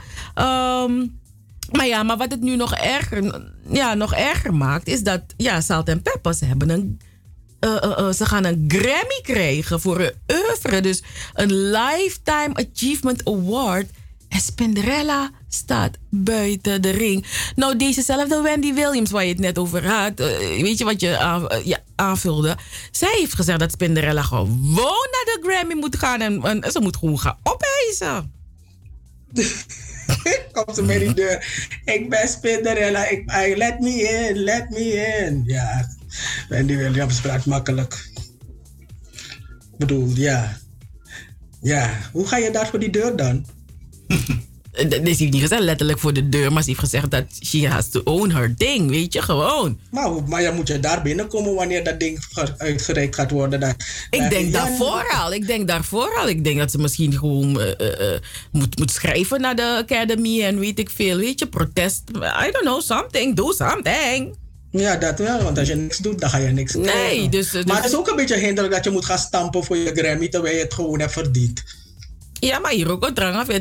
Maar wat het nu nog erger maakt, is dat Salt & Pepper, ze gaan een Grammy krijgen voor hun oeuvre. Dus een Lifetime Achievement Award. En Spinderella staat buiten de ring. Nou, dezezelfde Wendy Williams, waar je het net over had. Weet je wat je aanvulde? Zij heeft gezegd dat Spinderella gewoon naar de Grammy moet gaan. En ze moet gewoon gaan opeisen. Komt ze bij die deur. Ik ben Spinderella. Let me in. Ja. Wendy Williams praat makkelijk. Ik bedoel, ja. Ja, hoe ga je daar voor die deur dan? Dat is niet gezegd letterlijk voor de deur, maar ze heeft gezegd dat she has to own her ding, weet je, gewoon. Maar dan moet je daar binnenkomen wanneer dat ding uitgereikt gaat worden. Ik denk daarvoor al. Ik denk dat ze misschien gewoon moet schrijven naar de academy en weet ik veel, weet je, protest. I don't know, something, do something. Ja, dat wel, want als je niks doet, dan ga je niks krijgen. Nee, dus... Maar het is ook een beetje hinderlijk dat je moet gaan stampen voor je Grammy, terwijl je het gewoon hebt verdiend. Ja, maar hier ook een drang af.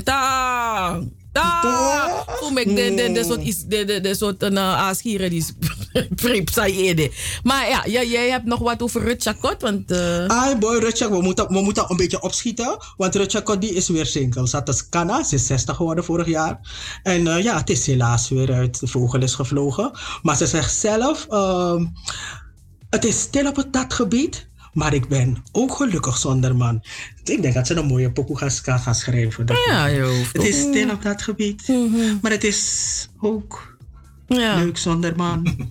Hoe ik de soort aasgieren die preep zei. Maar ja, jij hebt nog wat over Rutschakot, want... boy, Rutschakot, we moeten een beetje opschieten, want Rutschakot die is weer single. Ze had een Scana, ze is 60 geworden vorig jaar. En ja, het is helaas weer uit de vogel is gevlogen. Maar ze zegt zelf, het is stil op het datgebied. Maar ik ben ook gelukkig zonder man. Ik denk dat ze een mooie pokoe gaan schrijven. Ja, joh. Het is stil op dat gebied. Maar het is ook leuk zonder man.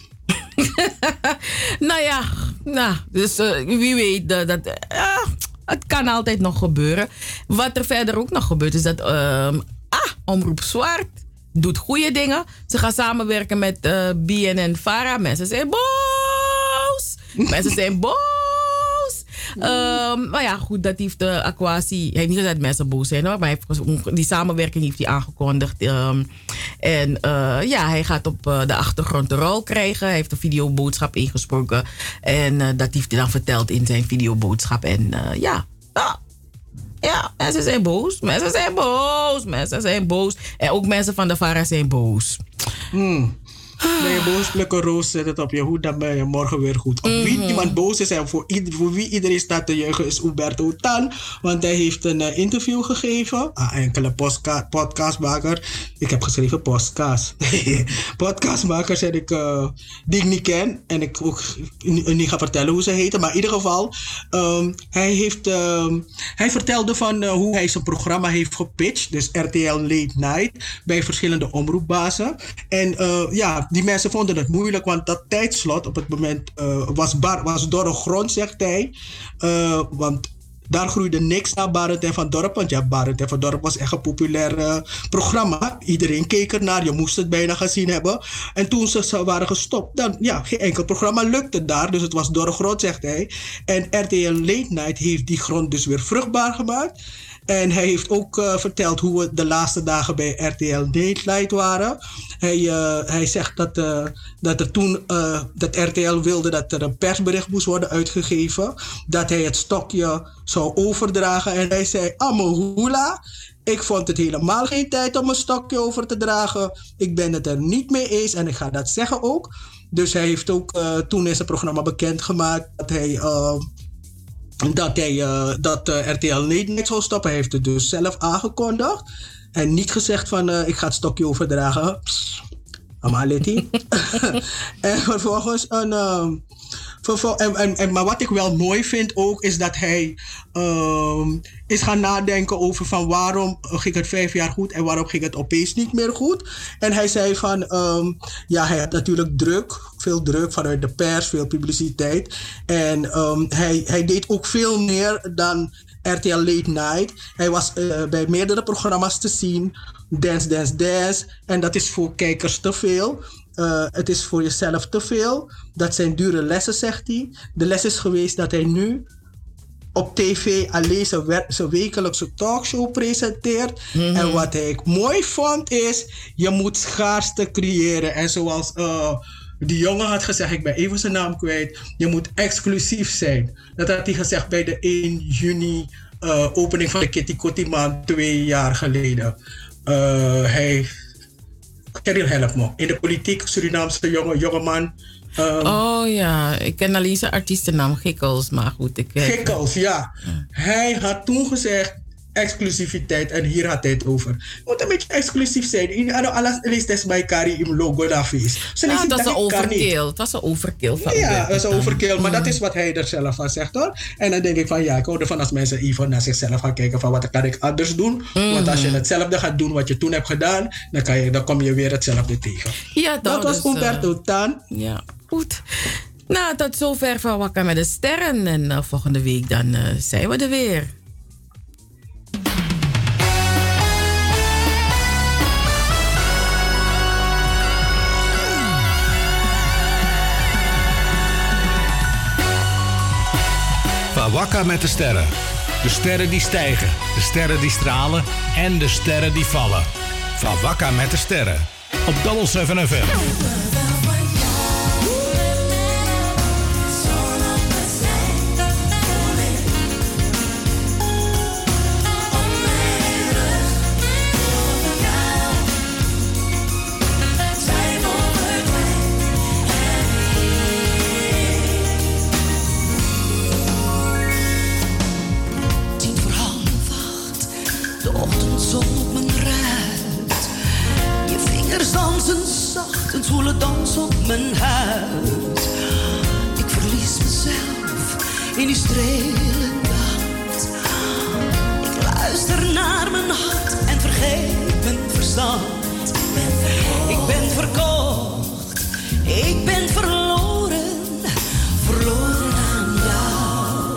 Dus wie weet dat het kan altijd nog gebeuren. Wat er verder ook nog gebeurt is dat Omroep Zwart doet goede dingen. Ze gaan samenwerken met BNN-Vara. Mensen zijn boos. Maar ja, goed, dat heeft de Aquasi... Hij heeft niet gezegd dat mensen boos zijn, hoor. Maar die samenwerking heeft hij aangekondigd. Hij gaat op de achtergrond de rol krijgen. Hij heeft een videoboodschap ingesproken. En dat heeft hij dan verteld in zijn videoboodschap. En mensen zijn boos. En ook mensen van de VARA zijn boos. Ben je boos, plukken roos, zet het op je hoed, dan ben je morgen weer goed. Op wie iemand boos is en voor wie iedereen staat te juichen is Huberto Tan. Want hij heeft een interview gegeven aan enkele podcastmaker. Ik heb geschreven podcast. Podcastmakers die ik niet ken en ik ook niet ga vertellen hoe ze heten. Maar in ieder geval, hij vertelde van hoe hij zijn programma heeft gepitcht. Dus RTL Late Night bij verschillende omroepbazen. En die mensen vonden het moeilijk, want dat tijdslot op het moment was door een grond, zegt hij. Want daar groeide niks naar Barend en Van Dorp. Want ja, Barend en Van Dorp was echt een populair programma. Iedereen keek ernaar, je moest het bijna gezien hebben. En toen ze waren gestopt, dan geen enkel programma lukte daar. Dus het was door een grond, zegt hij. En RTL Late Night heeft die grond dus weer vruchtbaar gemaakt. En hij heeft ook verteld hoe het de laatste dagen bij RTL Late Night waren. Hij zegt dat er toen dat RTL wilde dat er een persbericht moest worden uitgegeven. Dat hij het stokje zou overdragen. En hij zei, Amohula, ik vond het helemaal geen tijd om een stokje over te dragen. Ik ben het er niet mee eens en ik ga dat zeggen ook. Dus hij heeft ook toen in zijn programma bekendgemaakt dat RTL Late Night zou stoppen. Hij heeft het dus zelf aangekondigd. En niet gezegd van ik ga het stokje overdragen. Amaleti. En vervolgens maar wat ik wel mooi vind ook is dat hij is gaan nadenken over van waarom ging het 5 jaar goed en waarom ging het opeens niet meer goed. En hij zei van hij had natuurlijk veel druk vanuit de pers, veel publiciteit. En hij deed ook veel meer dan RTL Late Night. Hij was bij meerdere programma's te zien. Dance. En dat is voor kijkers te veel. Het is voor jezelf te veel. Dat zijn dure lessen, zegt hij. De les is geweest dat hij nu op tv alleen zijn wekelijkse talkshow presenteert. En wat hij mooi vond is, je moet schaarste creëren. En zoals die jongen had gezegd, ik ben even zijn naam kwijt, je moet exclusief zijn. Dat had hij gezegd bij de 1 juni opening van de Kitty Kotiman 2 jaar geleden. Kirill, help me. In de politiek, Surinaamse jongeman. Ik ken alleen zijn artiestennaam, Gikkels, maar goed. Gikkels, ja. Hij had toen gezegd, exclusiviteit, en hier had hij het over. Je moet een beetje exclusief zijn. Alles is bij Kari im logo daarvis. Het was een overkill. Het was een overkill. Ja, dat is een overkill. Maar dat is wat hij er zelf van zegt, hoor. En dan denk ik van, ik hou ervan als mensen even naar zichzelf gaan kijken van wat kan ik anders doen. Want als je hetzelfde gaat doen wat je toen hebt gedaan, dan kom je weer hetzelfde tegen. Ja, dat was Huberto Tan. Ja, goed. Nou, tot zover van Wakker met de Sterren. En volgende week dan zijn we er weer. Van Wakker met de Sterren. De sterren die stijgen, de sterren die stralen en de sterren die vallen. Van Wakker met de Sterren. Op Double 7 FM. Dansen zacht, een zwoele dans op mijn huid. Ik verlies mezelf in die strelende hand. Ik luister naar mijn hart en vergeet mijn verstand. Ik ben verkocht, ik ben verloren, verloren aan jou.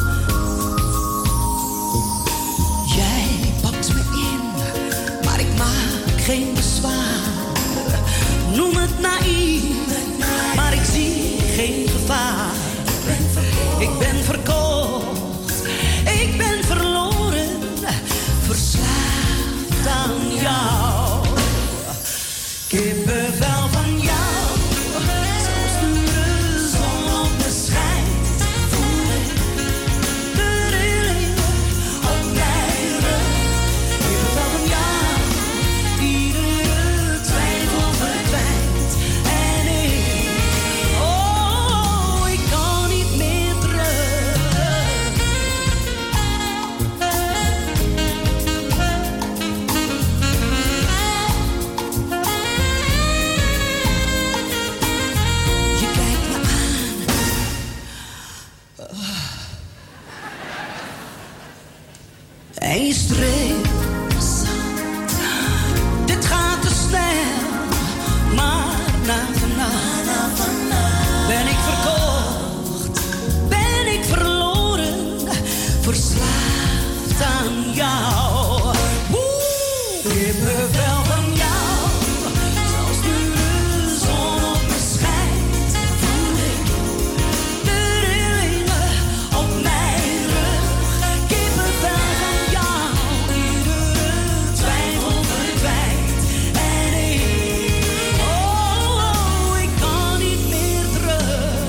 Jij pakt me in, maar ik maak geen bezwaar. Noem het naïef, maar ik zie geen gevaar. Ik ben verkocht, ik ben verloren, verslaafd aan jou. Kippenvel van jou, zoals de zon op me schijnt. Voel ik de rillingen op mijn rug. Kippenvel van jou, iedere twijfel verdwijnt. En ik kan niet meer terug. Je kijkt me aan. En je streelt me zacht. Dit gaat te snel, maar na vannacht ben ik verkocht, ben ik verloren, verslaafd aan jou. Kippenvel van jou, zoals nu de zon op me schijnt. Voel ik de rillingen op mijn rug. Kippenvel van jou, iedere twijfel verdwijnt. En ik kan niet meer terug.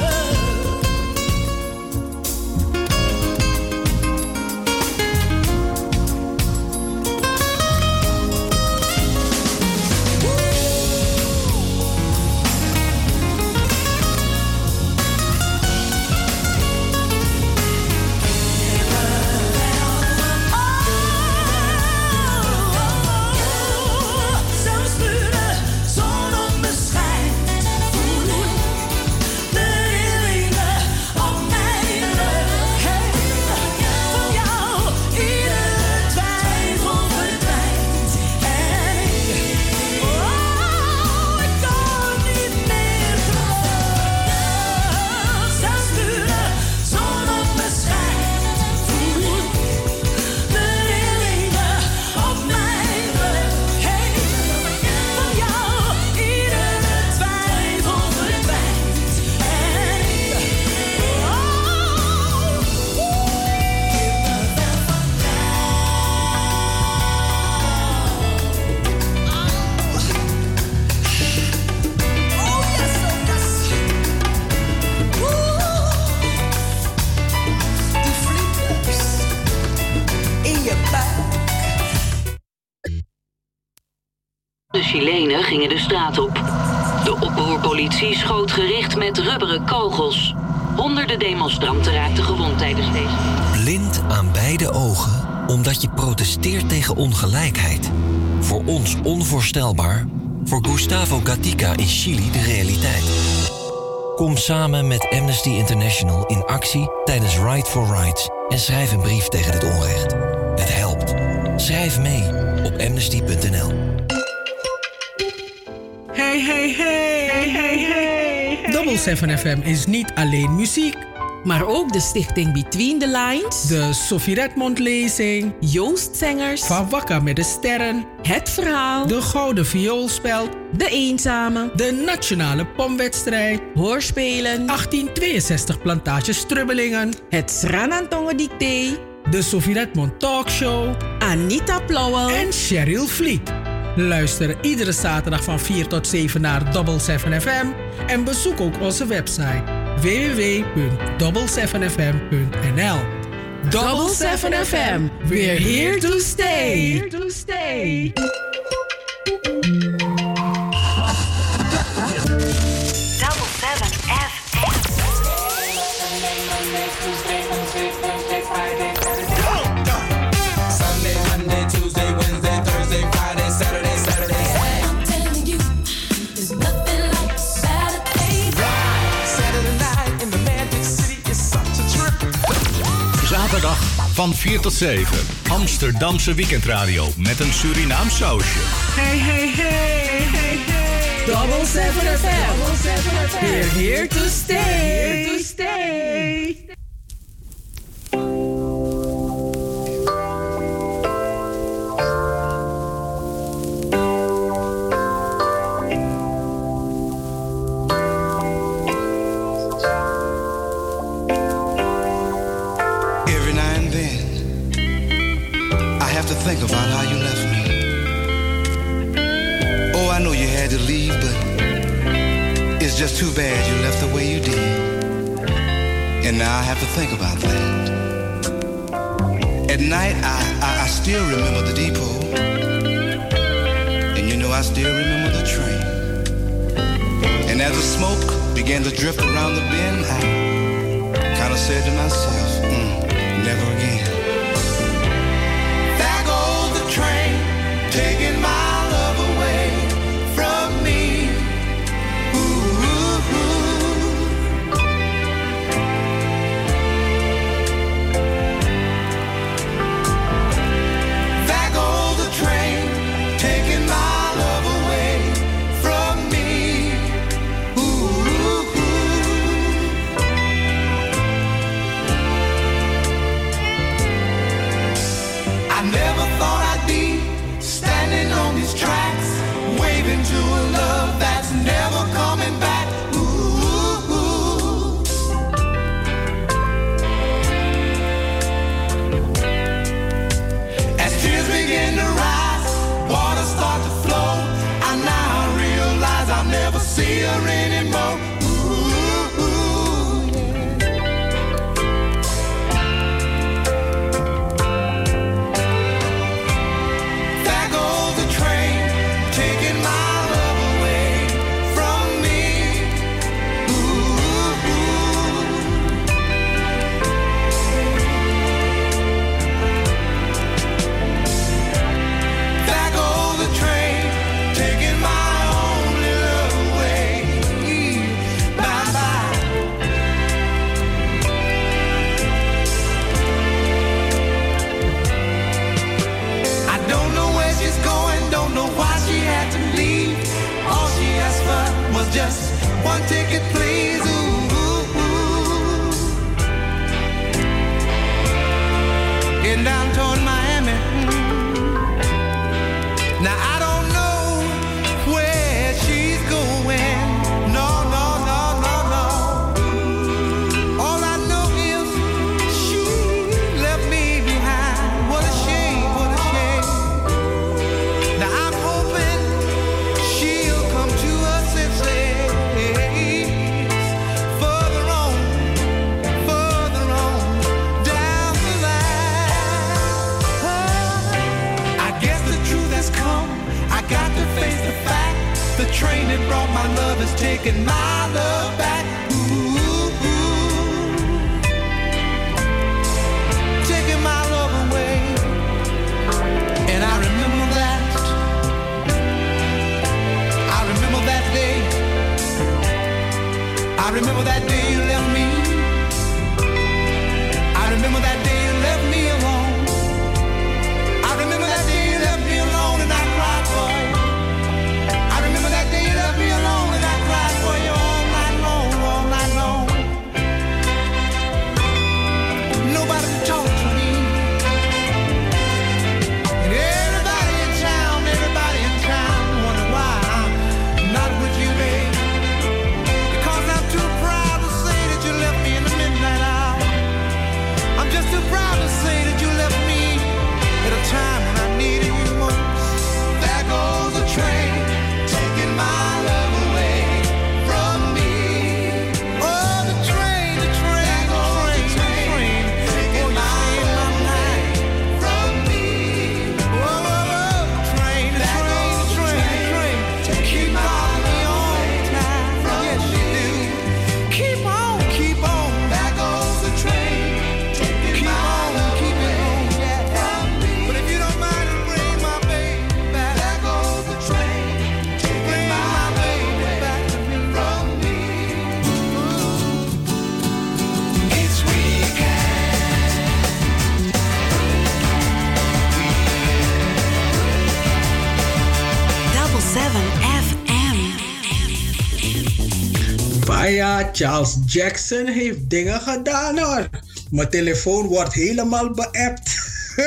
Zelfs nu de zon op me schijnt, voel ik de rillingen op mijn rug. Van jou, iedere twijfel verdwijnt. En ik kan niet meer terug. Zelfs nu de zon op me schijnt, voel ik de rillingen op mijn rug. Van jou, iedere twijfel verdwijnt. En die vliegers in je buik. De Chilenen gingen de straat op. De oproerpolitie schoot gericht met rubberen kogels. Honderden demonstranten raakten gewond tijdens deze. Blind aan beide ogen, omdat je protesteert tegen ongelijkheid. Voor ons onvoorstelbaar, voor Gustavo Gatica in Chili de realiteit. Kom samen met Amnesty International in actie tijdens Right for Rights en schrijf een brief tegen dit onrecht. Het helpt. Schrijf mee op amnesty.nl. Hey, hey, hey, hey, hey, hey. Double 7 FM is niet alleen muziek, maar ook de stichting Between the Lines, de Sophie Redmond lezing, Joost Zengers, Van Wakka met de Sterren, Het Verhaal, de Gouden Vioolspeld, De Eenzame, de Nationale Pomwedstrijd, Hoorspelen, 1862 Plantage Strubbelingen, het Sranantongen Dicté, de Sophie Redmond Talkshow, Anita Plauwel en Cheryl Vliet. Luister iedere zaterdag van 4 tot 7 naar Double 7 FM en bezoek ook onze website www.double7fm.nl. Double 7 FM, we're here to stay. Here to stay. Double 7 FM. Sunday, Monday, Tuesday, Wednesday, Thursday, Friday, Saturday, Saturday. I'm telling you, there's nothing like Saturday. Saturday night in the Magic City is such a trip. Zaterdag van 4 tot 7. Amsterdamse weekendradio met een Surinaams sausje. Hey, hey, hey, hey, hey. Double 7 FM, we're here to stay. Here to stay. Every now and then, I have to think about how you left me. Oh, I know you had to leave, but it's just too bad you left the way you did. And now I have to think about that. At night, I still remember the depot. And you know I still remember the train. And as the smoke began to drift around the bend, I kind of said to myself, never again. There goes the train, taking my love away from me. Ooh, ooh, ooh. There goes the train, taking my love away from me. Ooh, ooh, ooh. I never thought I'd be standing on these tracks, waving to a love that's never coming back. Ooh, ooh. As tears begin to rise, water start to flow, I now realize I'll never see her anymore. Ooh, ooh. There goes the train, taking my love away from me. Ooh, ooh. There goes the train, taking my only love away. Bye bye. I don't know where she's going, don't know why she had to leave. All she asked for was just one ticket, please. Ooh, ooh, ooh. Getting down toward Miami. Now I don't know where she's going. No, no, no, no, no. All I know is she left me behind. What a shame, what a shame. Now I'm hoping she'll come to her senses further on down the line. I guess the truth has come. I got to face the fact. The train that brought my love is taking my love back. Ooh, ooh. Taking my love away. And I remember that. I remember that day. I remember that day you left me. I remember that day you left me alone. I remember that day you left me alone and I cried for you. I remember that day you left me alone and I cried for you all night long. Ah ja, Charles Jackson heeft dingen gedaan hoor. Mijn telefoon wordt helemaal beappt.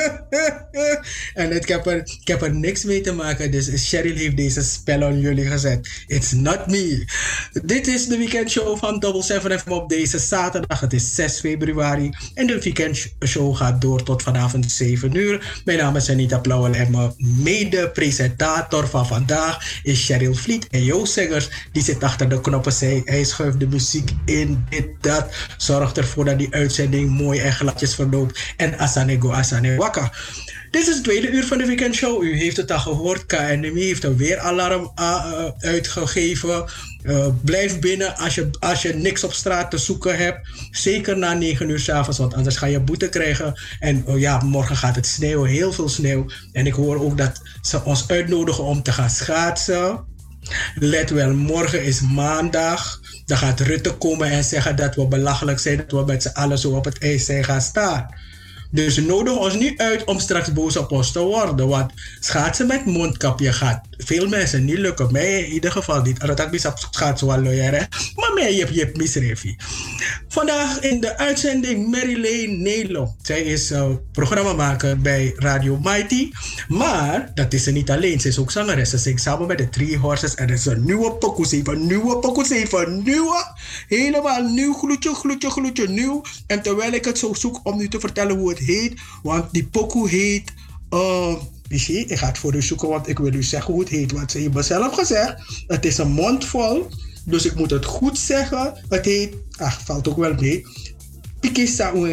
En ik heb er niks mee te maken. Dus Cheryl heeft deze spel aan jullie gezet. It's not me. Dit is de weekendshow van Double 7 FM op deze zaterdag. Het is 6 februari. En de weekendshow gaat door tot vanavond 7 uur. Mijn naam is Anita Plauwel en mijn mede-presentator van vandaag is Cheryl Vliet. En Joost Zeggers, die zit achter de knoppen. Hij schuift de muziek in, dit, dat. Zorgt ervoor dat die uitzending mooi en gladjes verloopt. En Asane Waka. Dit is het tweede uur van de weekendshow. U heeft het al gehoord. KNMI heeft een weeralarm uitgegeven. Blijf binnen als je niks op straat te zoeken hebt. Zeker na 9 uur 's avonds, want anders ga je boete krijgen. En morgen gaat het sneeuwen, heel veel sneeuw. En ik hoor ook dat ze ons uitnodigen om te gaan schaatsen. Let wel, morgen is maandag. Dan gaat Rutte komen en zeggen dat we belachelijk zijn, dat we met z'n allen zo op het ijs zijn gaan staan. Dus nodig ons niet uit om straks boos op ons te worden. Want schaatsen met mondkapje gaat veel mensen niet lukken. Mij in ieder geval niet. Dat ik schaatsen wel loyaal, hè. Maar mij je hebt misrefi. Vandaag in de uitzending Marilyn Nelo. Zij is programmamaker bij Radio Mighty. Maar dat is ze niet alleen. Ze is ook zangeres. Ze zingt samen met de Three Horses. En het is een nieuwe pokoe. Nieuwe. Helemaal nieuw. Gloedje, nieuw. En terwijl ik het zo zoek om nu te vertellen hoe het heet. Want die pokoe heet... ik ga het voor u zoeken, want ik wil u zeggen hoe het heet. Want ze hebben zelf gezegd, het is een mond vol. Dus ik moet het goed zeggen. Het heet, valt ook wel mee. Piking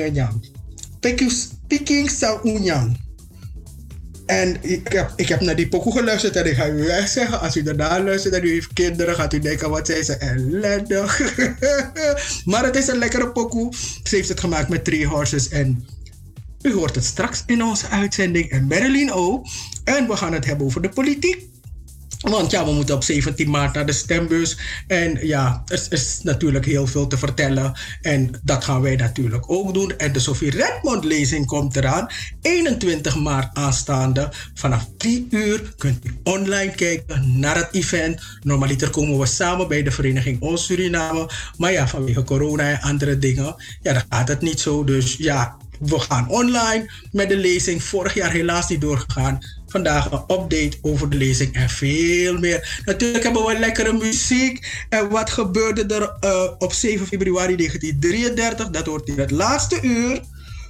Sa Unyang. En ik heb naar die pokoe geluisterd en ik ga u echt zeggen, als u daarna luistert en u heeft kinderen, gaat u denken, wat zijn ze ellendig. Maar het is een lekkere pokoe. Ze heeft het gemaakt met Three Horses en u hoort het straks in onze uitzending en Marilyn ook. En we gaan het hebben over de politiek. Want we moeten op 17 maart naar de stembus. En er is natuurlijk heel veel te vertellen. En dat gaan wij natuurlijk ook doen. En de Sophie Redmond lezing komt eraan. 21 maart aanstaande. Vanaf 3 uur kunt u online kijken naar het event. Normaliter komen we samen bij de vereniging Ons Suriname. Maar vanwege corona en andere dingen, dan gaat het niet zo. Dus we gaan online met de lezing. Vorig jaar helaas niet doorgegaan. Vandaag een update over de lezing en veel meer. Natuurlijk hebben we lekkere muziek. En wat gebeurde er op 7 februari 1933? Dat hoort in het laatste uur.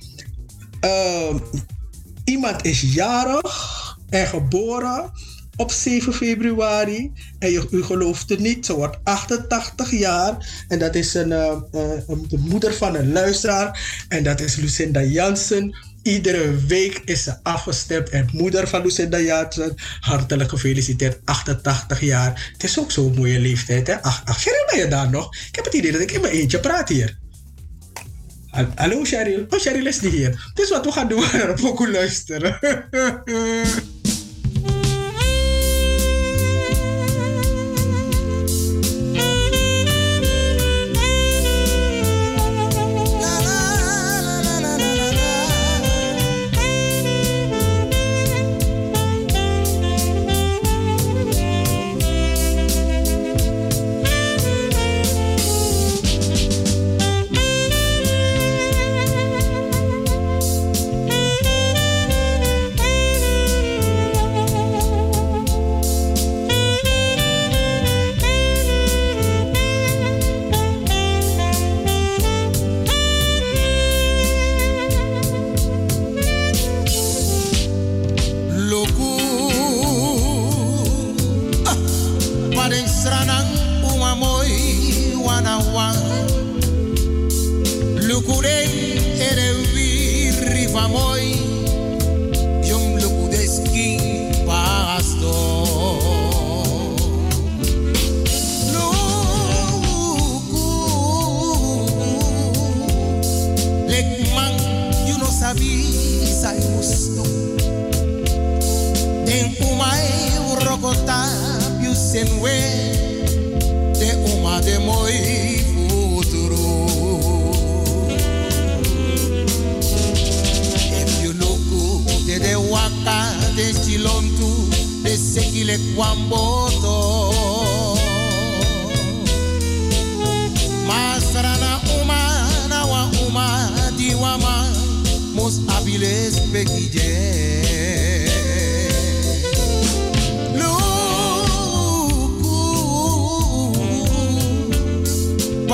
Iemand is jarig en geboren op 7 februari. En u gelooft het niet, ze wordt 88 jaar. En dat is de moeder van een luisteraar. En dat is Lucinda Jansen. Iedere week is ze afgestemd. En moeder van Lucinda Jansen, hartelijk gefeliciteerd, 88 jaar. Het is ook zo'n mooie leeftijd, hè? Cheryl, ben je daar nog? Ik heb het idee dat ik in mijn eentje praat hier. Hallo Cheryl. Oh, Cheryl is niet hier. Dus wat we gaan doen, we gaan naar een pokoe luisteren.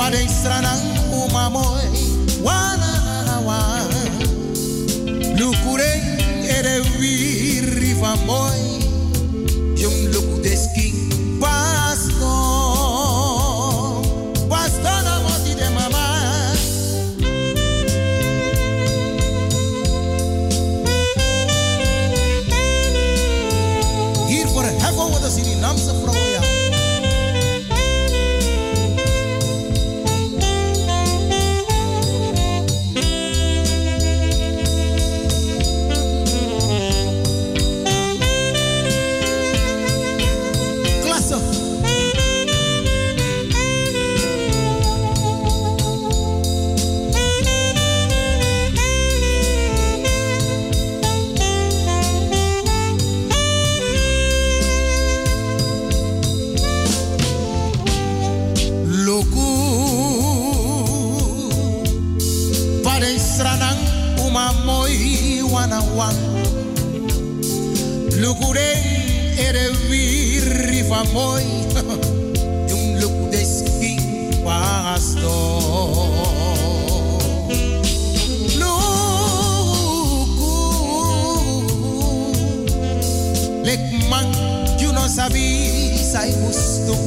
Padeng stranang umamoy wana wan. Lukureng ere wiri famoy. Jum luku deski pasto. Pasto na moti de mama. Hier voor het heffen wat de Surinamse vrouw ja. Lukure ere wiri famoy Yung luku deski pasto Luku Lekman you no sabi say gusto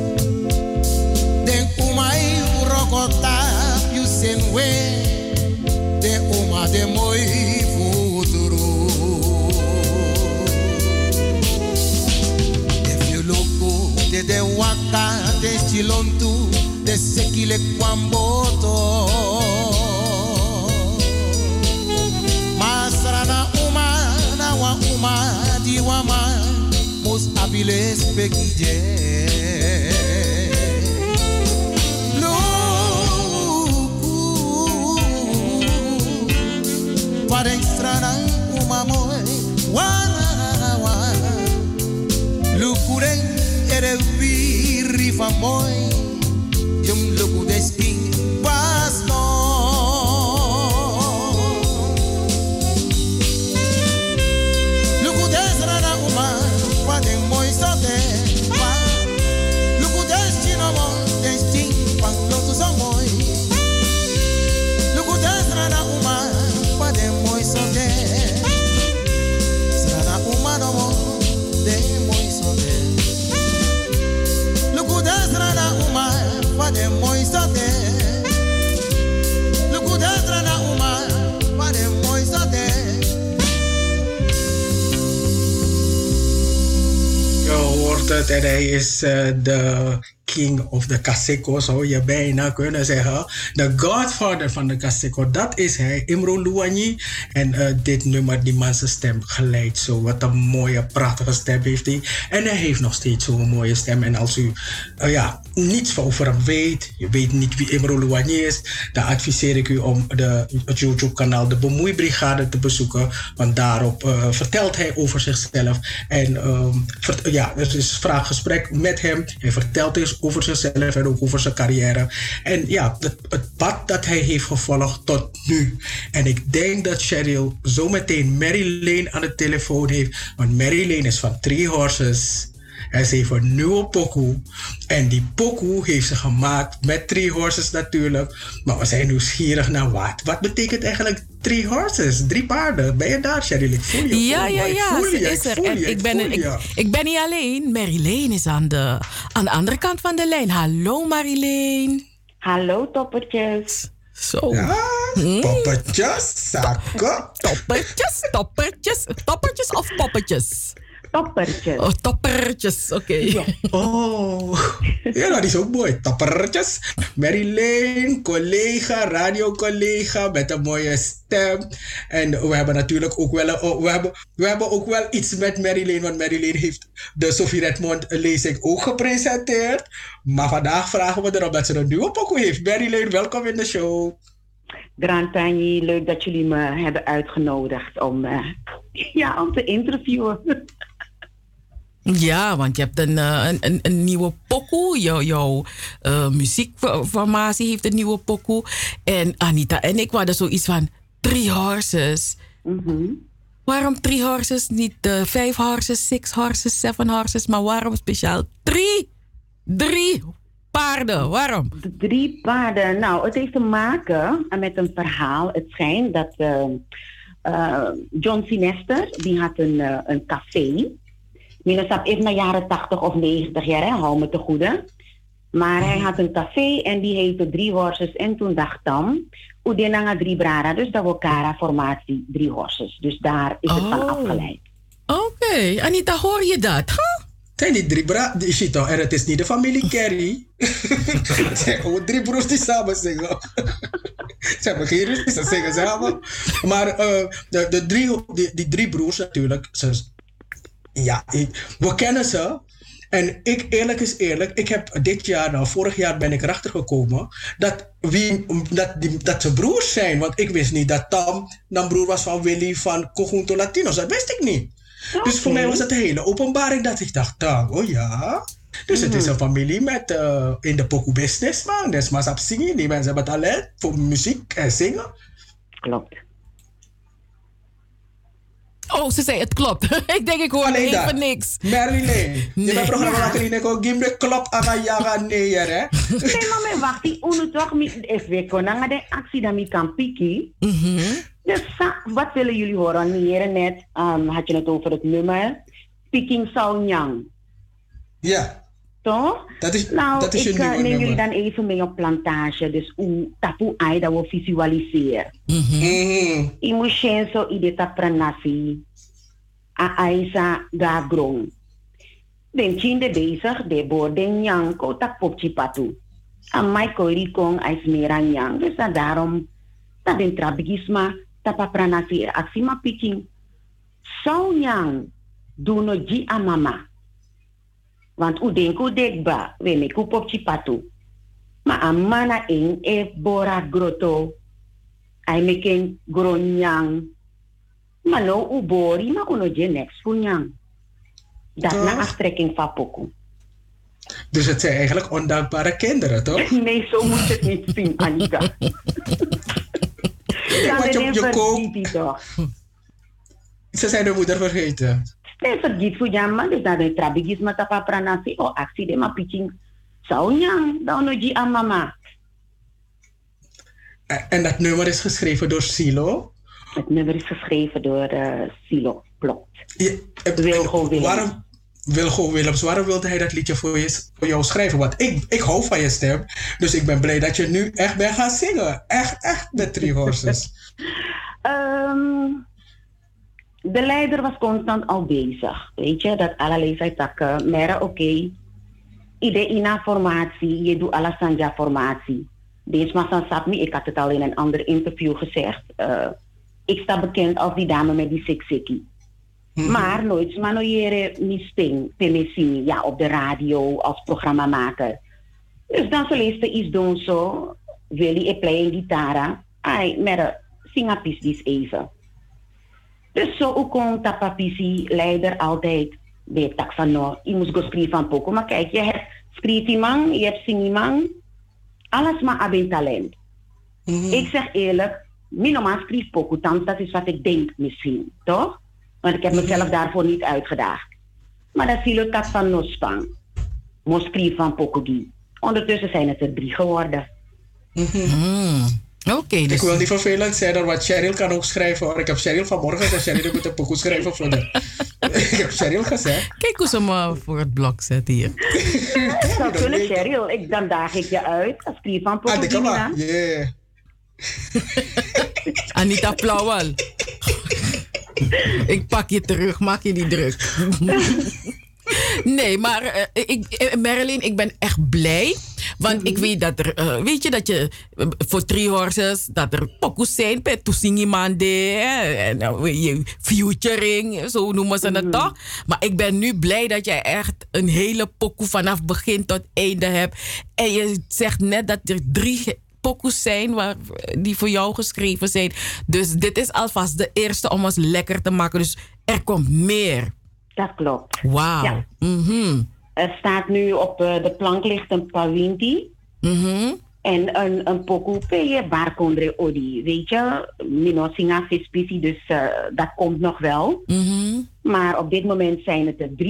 Den umay urokota you senwe De uma de moy de waka de chilontu de sekile kwamboto masrana umana wa umadi wa ma mus abiles pekije luku para extrana umamoy wana wa lukuren ere wiri famoy Yung luku deski pasto Luku desra na uma Wadeng moy sote Luku deski no mo Deski pang lotu sa moy Luku desra na uma Wadeng moy sote Sra na uma no mo Deng moy sote Lukudastrana uma pade moisate Lukudastrana uma pade moisate Je hoort het en hij is de king of the Kaseko, zou je bijna kunnen zeggen. De godfather van de Kaseko, dat is hij, Imro Luanyi. En dit nummer, die man zijn stem glijdt zo. Wat een mooie, prachtige stem heeft hij. En hij heeft nog steeds zo'n mooie stem. En als u niets over hem weet, je weet niet wie Imro Luanyi is, dan adviseer ik u om het YouTube-kanaal De Bemoeibrigade te bezoeken. Want daarop vertelt hij over zichzelf. En er is vraaggesprek met hem. Hij vertelt dus over zichzelf en ook over zijn carrière. En ja, het pad dat hij heeft gevolgd tot nu. En ik denk dat Cheryl zometeen Mary Lane aan de telefoon heeft. Want Mary Lane is van Three Horses. Hij heeft een nieuwe pokoe. En die pokoe heeft ze gemaakt met Three Horses natuurlijk. Maar we zijn nieuwsgierig naar wat. Wat betekent eigenlijk Three Horses? 3 paarden. Ben je daar, Cheryl? Ik voel je. Ja. Ze is er. Ik ben niet alleen. Marilene is aan de andere kant van de lijn. Hallo, Marilene. Hallo, toppertjes. Zo. Ja, toppertjes, zakken. Toppertjes of poppetjes? Toppertjes. Oh, toppertjes, oké. Ja. Oh, ja, dat is ook mooi. Toppertjes. Mary Lane, collega, radiocollega met een mooie stem. En we hebben natuurlijk ook wel, we hebben ook wel iets met Mary Lane, want Mary Lane heeft de Sophie Redmond lezing ook gepresenteerd. Maar vandaag vragen we erop dat ze een nieuwe pokoe heeft. Mary Lane, welkom in de show. Grand Tanji, leuk dat jullie me hebben uitgenodigd om te interviewen. Ja, want je hebt een nieuwe pokoe. Jouw muziekformatie heeft een nieuwe pokoe. En Anita en ik hadden zoiets van 3 horses. Mm-hmm. Waarom 3 horses? Niet 5 horses, 6 horses, 7 horses. Maar waarom speciaal 3? 3 paarden. Waarom? De 3 paarden. Nou, het heeft te maken met een verhaal. Het schijnt dat John Sinester, die had een café. Minstens in de jaren 80 of 90 jaar, hou me te goede. Maar hij had een café en die heette 3 Horses. En toen dacht dan, Udenanga 3 Brara, dus dat we Kara formatie 3 Horses. Dus daar is het van afgeleid. Oké, Anita, hoor je dat? Huh? Zijn die 3 Brara, en het is niet de familie Kerry. Het zijn gewoon 3 broers die samen zingen. Ze hebben geen rust, ze zingen samen. Maar die 3 broers natuurlijk, we kennen ze. En eerlijk is eerlijk, ik heb dit jaar, vorig jaar ben ik erachter gekomen dat ze broers zijn. Want ik wist niet dat Tam dan broer was van Willy van Conjunto Latinos. Dat wist ik niet. Okay. Dus voor mij was het een hele openbaring dat ik dacht, oh ja. Dus het is een familie met in de pokoe business, man. Dus maar op zingen, die mensen hebben talent voor muziek en zingen. Klopt. Oh, ze zei het klopt. Ik denk ik hoor alleen even dat. Niks. Marilyn, je bent programma laten zien. Gimbe klopt aan jaga nee, hè? Nee, maar wacht, die unu toch if we kunnen de actie dan niet kan pikken. Dus wat willen jullie horen? Heren net had je het over het nummer Picking Saunyang. Ja. Toch? Dat is ik je neem nummer. jullie dan even mee op plantage. Dus hoe tapu ai dat we visualiseren. I moet zo ideta pranasi. A aisa gagrong. Den chinde bezig de borden yang ko tak popchi patu. A mai koiri kong ais meran yang. Dus daarom dat den trabigisma tapa pranasi aksima piking. Sau yang do no ji a mama. Want u denk u dekba, we me ku popchi patu. Ma amana in e bora groto. Ai meken gronyang. Maar no u bori, maar uno je next funyang. Dat na aftrekking van poku. Dus het zijn eigenlijk ondankbare kinderen, toch? Nee, zo moet je het niet zien, Anita. Want je kookt. Ze zijn de moeder vergeten. Nee, vergiet voor jammer. Dus dat een trabigisme tapa pranasi. O actie de ma pitching. Saunyang, dan no ji aan mama. En dat nummer is geschreven door Silo? Het nummer is geschreven door Silo, klopt. Wilgo Willems, waarom wilde hij dat liedje voor jou schrijven? Want ik hou van je stem, dus ik ben blij dat je nu echt bent gaan zingen. Echt met 3 Horses. De leider was constant al bezig. Weet je, dat allerlei zei takken. Maar oké, idee ina formatie, je doet alle sanja formatie. Deze masan sapmi, ik had het al in een ander interview gezegd. Ik sta bekend als die dame met die siksikkie. Maar nooit manoyere misting, telesini, ja, op de radio als programmamaker. Dus dan zal je iets doen zo, wil je playing gitara, ai, maar singapis dis even. Dus zo ook komt tapapisi leider altijd bij tak van no, je moet go schrijven van poko, maar kijk, je hebt schrijfimang, je hebt singimang, alles maar abin talent. Ik zeg eerlijk, minimaal schrijf poko, dat is wat ik denk misschien, toch? Want ik heb mezelf daarvoor niet uitgedaagd. Maar dat zie je tak van Nospang. Moskrief van Pokogi. Ondertussen zijn het er 3 geworden. Oké, dus... Ik wil niet vervelend zijn, want Cheryl kan ook schrijven. Hoor. Ik heb Cheryl vanmorgen gezegd, Cheryl moet een pokoe schrijven voor de... Ik heb Cheryl gezegd. Kijk hoe ze me voor het blok zet hier. Dat zou kunnen, Cheryl. Dan daag ik je uit. Als schrijf van Pokogi. Yeah. Anita Plauwel. Ik pak je terug, maak je niet druk. Nee, maar Marilyn, ik ben echt blij. Want ik weet dat er, weet je, dat je voor 3 Horses, dat er pokus zijn, per toesingimande, en featuring, zo noemen ze het toch. Maar ik ben nu blij dat jij echt een hele pokoe vanaf begin tot einde hebt. En je zegt net dat er 3 pokoes zijn die voor jou geschreven zijn. Dus dit is alvast de eerste om ons lekker te maken. Dus er komt meer. Dat klopt. Wauw. Ja. Er staat nu op de plank ligt een Pawinti. En een pokoe per barkondre odi. Weet je, Mino singa vispisi, dus dat komt nog wel. Maar op dit moment zijn het er 3.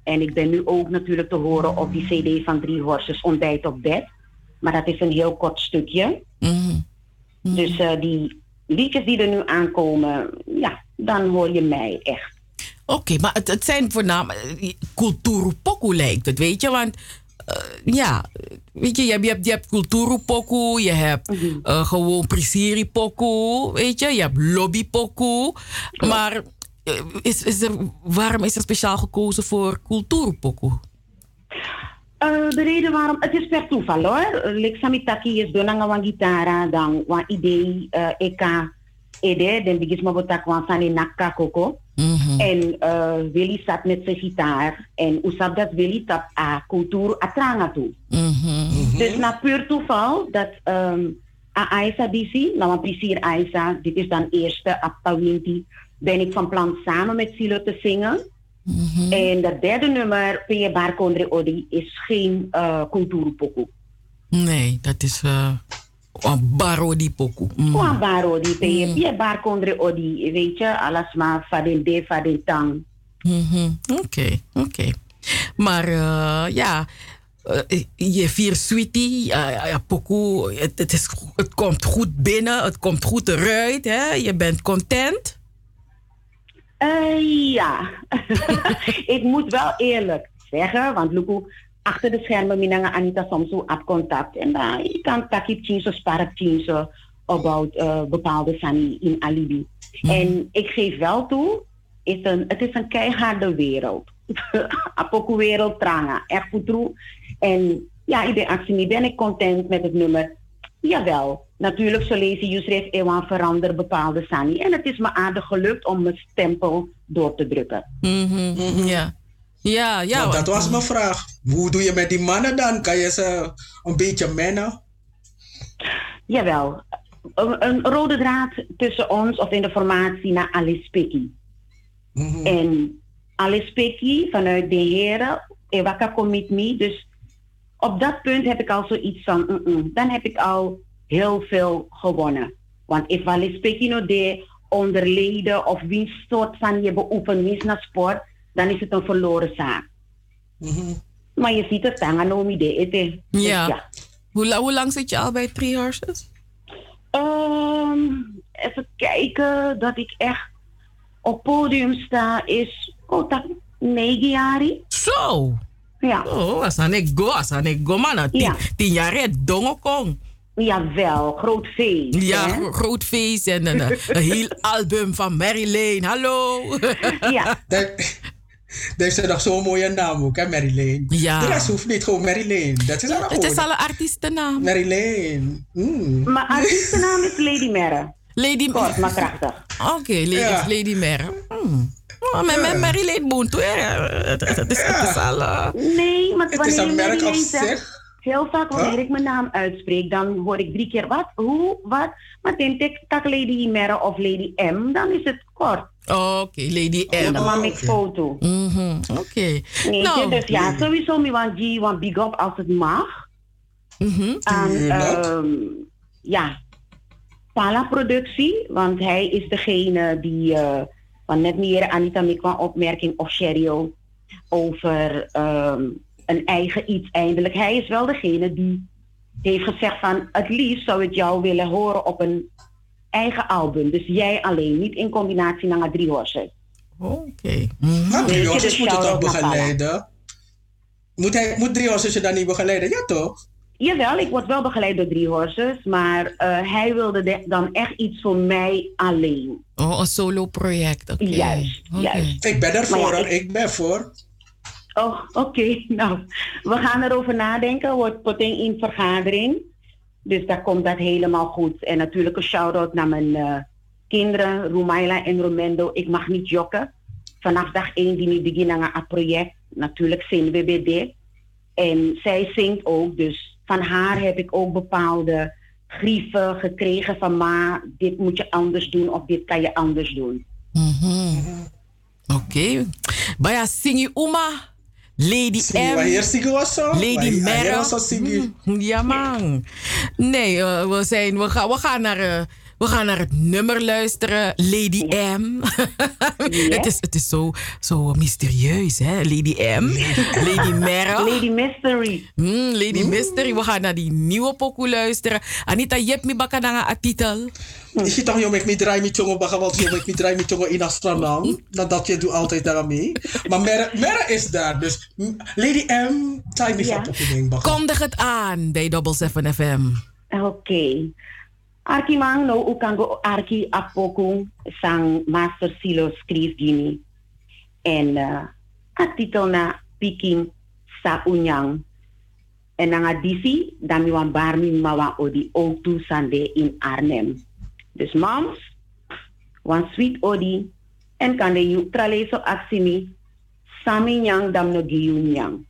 En ik ben nu ook natuurlijk te horen op die CD van Drie Horses, Ontbijt op bed. Maar dat is een heel kort stukje. Dus die liedjes die er nu aankomen, ja, dan hoor je mij echt. Oké, maar het zijn voornamelijk cultuurpokoe lijkt het, weet je? Want ja, weet je, je hebt cultuurpokoe, je hebt gewoon priseripokoe, weet je? Je hebt lobbypokoe. Maar waarom is er speciaal gekozen voor cultuurpokoe? De reden waarom, het is per toeval hoor. Lexamitaki is donanga wan gitara, dan wan idee, eka, ede, den bigis mabotak wan sani nakka koko. En Willy zat met zijn gitaar en usap dat Willy tap a cultuur atranga toe. Dus na puur toeval dat Aisa Disi, nou een plezier Aisa, dit is dan eerste Aptawinti, ben ik van plan samen met Silo te zingen. En dat derde nummer, Peye Bar Kondre Odi, is geen cultuurpokoe. Nee, dat is Barodi pokoe. Barodi, Peye Bar Kondre Odi, weet je, alles maar vaden de, vaden tang. Oké. Maar ja, je vier sweetie, pokoe, het komt goed binnen, het komt goed eruit, hè? Je bent content? Ja, ik moet wel eerlijk zeggen, want Luku, achter de schermen minanga Anita soms zo op contact. En dan je kan takip chinso, sparak chinso about bepaalde sani in alibi. En ik geef wel toe, het is een keiharde wereld. Apoku wereld tranga, echt goed toe. En ja, ik ben actie, ben ik content met het nummer. Jawel, natuurlijk zo lezen Yusref Ewan verander bepaalde sani. En het is me aardig gelukt om mijn stempel door te drukken. Ja. Nou, dat was mijn vraag. Hoe doe je met die mannen dan? Kan je ze een beetje mannen? Jawel. Een rode draad tussen ons of in de formatie naar Alice Pekki. En Alice Pekki vanuit de heren, Ewaka commit me. Dus op dat punt heb ik al zoiets van, dan heb ik al heel veel gewonnen. Want if Alice Pekki no de onderleden of wie soort van je beoefent, wie naar sport, dan is het een verloren zaak. Maar je ziet het, Tanganomi de. Ja. Hoe lang zit je al bij Three Horses? Even kijken, dat ik echt op podium sta is 9 jaar. Zo! Ja. Oh, als ik go, man. 10 jaar dongokong. Jawel, groot feest. Ja, hè? Groot feest en een heel album van Mary Lane. Hallo! Ja. Dat is nog zo'n mooie naam ook, hè, Mary Lane. Ja. De rest hoeft niet, gewoon Mary Lane. Dat is het is al een artiestennaam. Mary Lane. Maar artiestennaam is Lady Merre. Kort, maar krachtig. Oké, Lady Merre. Met Mary Lane woont toe, het is al... Nee, maar het is een merk op zich. Heel vaak wanneer ik mijn naam uitspreek, dan hoor ik 3 keer wat, hoe, wat. Maar denk ik, tak Lady Merre of Lady M, dan is het kort. Oké, Lady M. Dan maak ik foto. Oké. Nee, dus ja, sowieso me want big up als het mag. Ja, Pala-productie, want hij is degene die, van net meer Anita Mikwa opmerking of Sherio over een eigen iets eindelijk. Hij is wel degene die heeft gezegd van het liefst zou ik jou willen horen op een eigen album. Dus jij alleen, niet in combinatie naar Drie Horses. Oké. Maar Drie Horses moet het ook begeleiden. Moet Drie Horses je dan niet begeleiden? Ja toch? Jawel, ik word wel begeleid door Drie Horses, maar hij wilde dan echt iets voor mij alleen. Oh, een solo project. Okay. Juist. Ik ben ervoor, ik ben voor. Oh, oké. Nou, we gaan erover nadenken. Wordt poting in vergadering. Dus daar komt dat helemaal goed. En natuurlijk een shout-out naar mijn kinderen, Rumaila en Romendo. Ik mag niet jokken. Vanaf dag 1 die nu beginnen aan het project. Natuurlijk CNWBD. En zij zingt ook. Dus van haar heb ik ook bepaalde grieven gekregen van ma, dit moet je anders doen of dit kan je anders doen. Oké. Baya singi Uma. Lady M. Lady Merre. Ja man. Nee, we gaan We gaan naar het nummer luisteren. Lady M. Het is zo mysterieus, hè? Lady M. Lady Mera. Lady Mystery. Lady Mystery. We gaan naar die nieuwe pokoe luisteren. Anita, je hebt me bakka een titel. Is je toch, je maakt me draai met jongen bagga, want je maakt me draai met jongen in Amsterdam. Dat je doet altijd daar mee. Maar Mera is daar, dus Lady M, tijd me van pokoe bagga. Kondig het aan bij Double 7 FM. Oké. Arki man no ukango arki apoku sang Master Silos Chris Gini. En a titel na Piking sa unyang. En nanga disi dami wan barmi mawa odi O2 Sande in Arnhem. Dus moms, wan sweet odi en kan de yu traleso aksimi sami nyang dam no giyu nyang.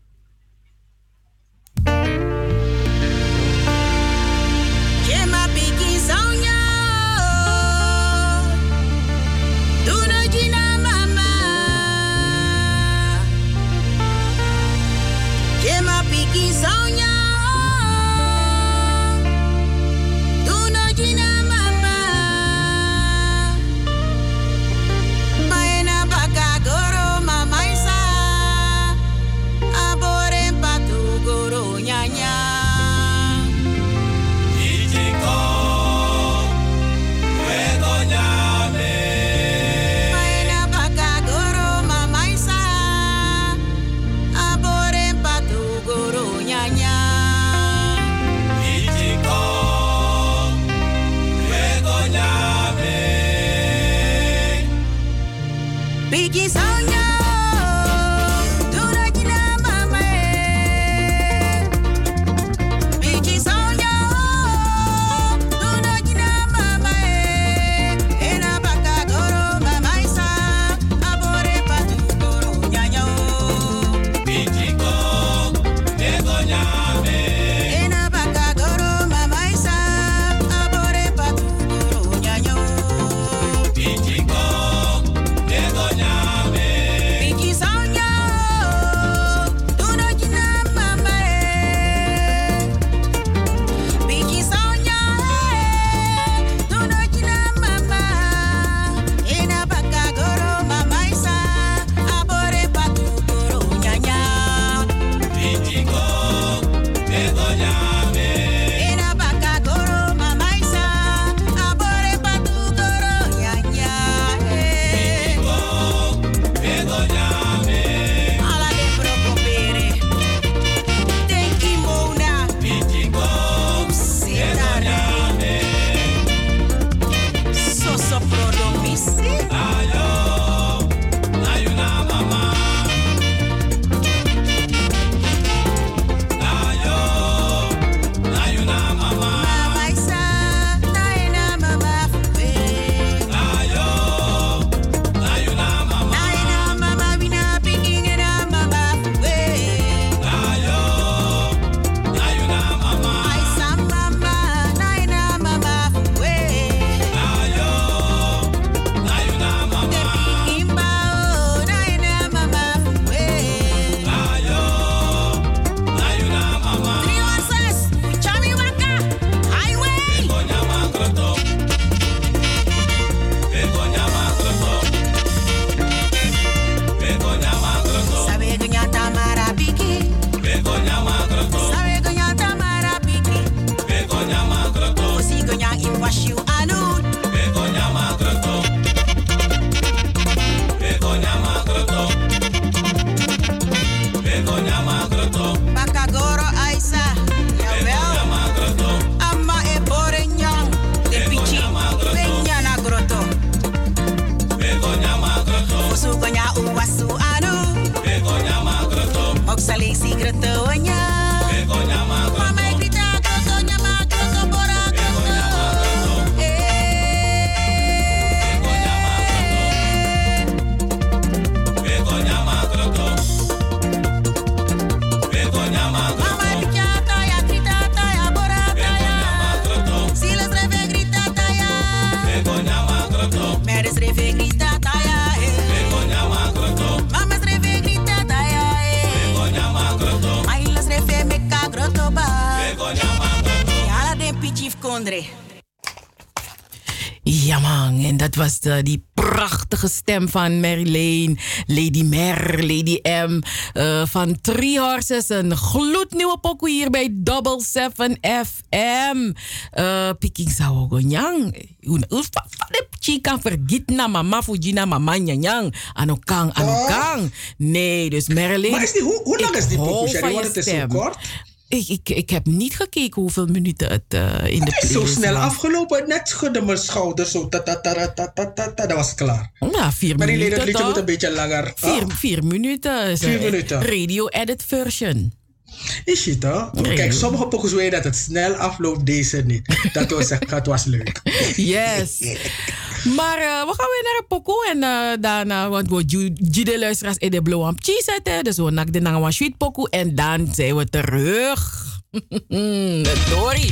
Ja man, en dat was die prachtige stem van Marilyn, Lady Mer, Lady M van Three Horses. Een gloednieuwe pokoe hier bij Double 7 FM. Piking sao gonyang. Chica vergit na mama fujina mama nyanyang. Anokang. Nee, dus Marilyn. Maar hoe lang is die pokoe, Sherry? Want het is zo kort. Ik heb niet gekeken hoeveel minuten het in de Het is zo playlist snel was. afgelopen. Net schudden mijn schouders. Zo, dat was klaar. Ja, 4 maar minuten. het liedje toch? moet een beetje langer. 4 minuten. 4 minuten. Radio edit version. Is het toch? Kijk, sommige pokoes weten dat het snel afloopt, deze niet. Dat wil zeggen, het was leuk. Yes. Maar we gaan weer naar een pokoe. En daarna, want we de luisteraars in de blow up cheese zetten. Dus we nak de naar een sweet pokoe. En dan zijn we terug. Dory.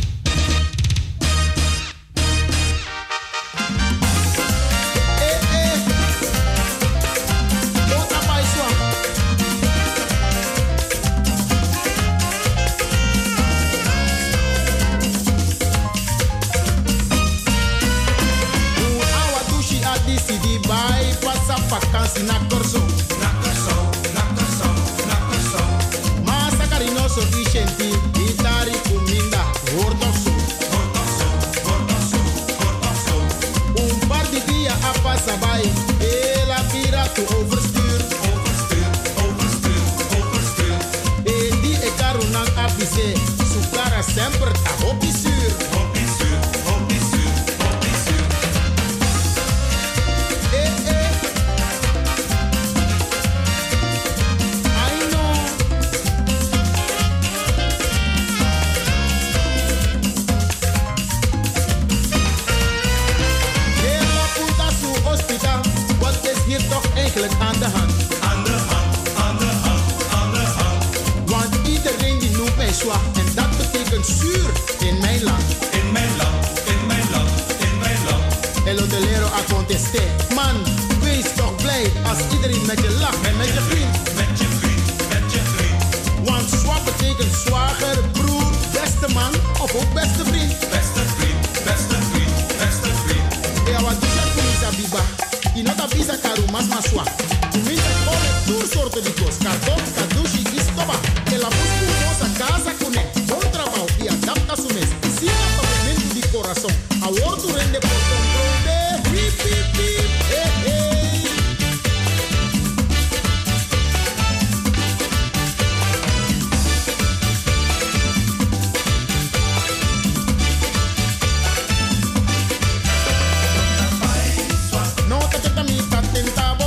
Vakantie na Corso. Masa carinoso Vicenti, Itari Kuminda, Gordoso. Un par de días a pasabai, la pira tu overstuur. E di e carunan apise, su cara sempre a hopisur. Aan de hand. Want iedereen die noemt mij zwak. En dat betekent zuur in mijn land. El hotelero a contesté. Man, wees toch blij als iedereen met je lacht en met je vriend. Want zwak betekent zwager, broer, beste man of ook beste vriend. Ja, wat is dat voor iets, Abiba? Y no te pisa caro más masua. Tu minta come tu sorte de cos. Cartón, cadushi y estoba. Que la musculosa casa con él. Buen trabajo y adapta su mes. Sin apartamento de corazón. Ahora tu rende por control de hip hip hip. Hey hey. No te quita mi patentavo.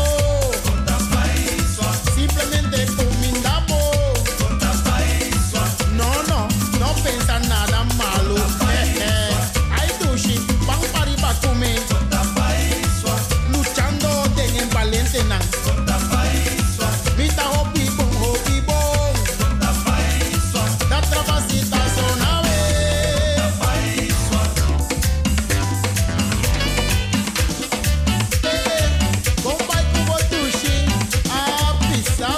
Simplemente comindavo. No pensa nada malo. Ay, dushi, van para ir pa' comer. Luchando en valiente nan. Mita hopi bon. Da trabacita sonave. Compa y cubo dushi. Pisa.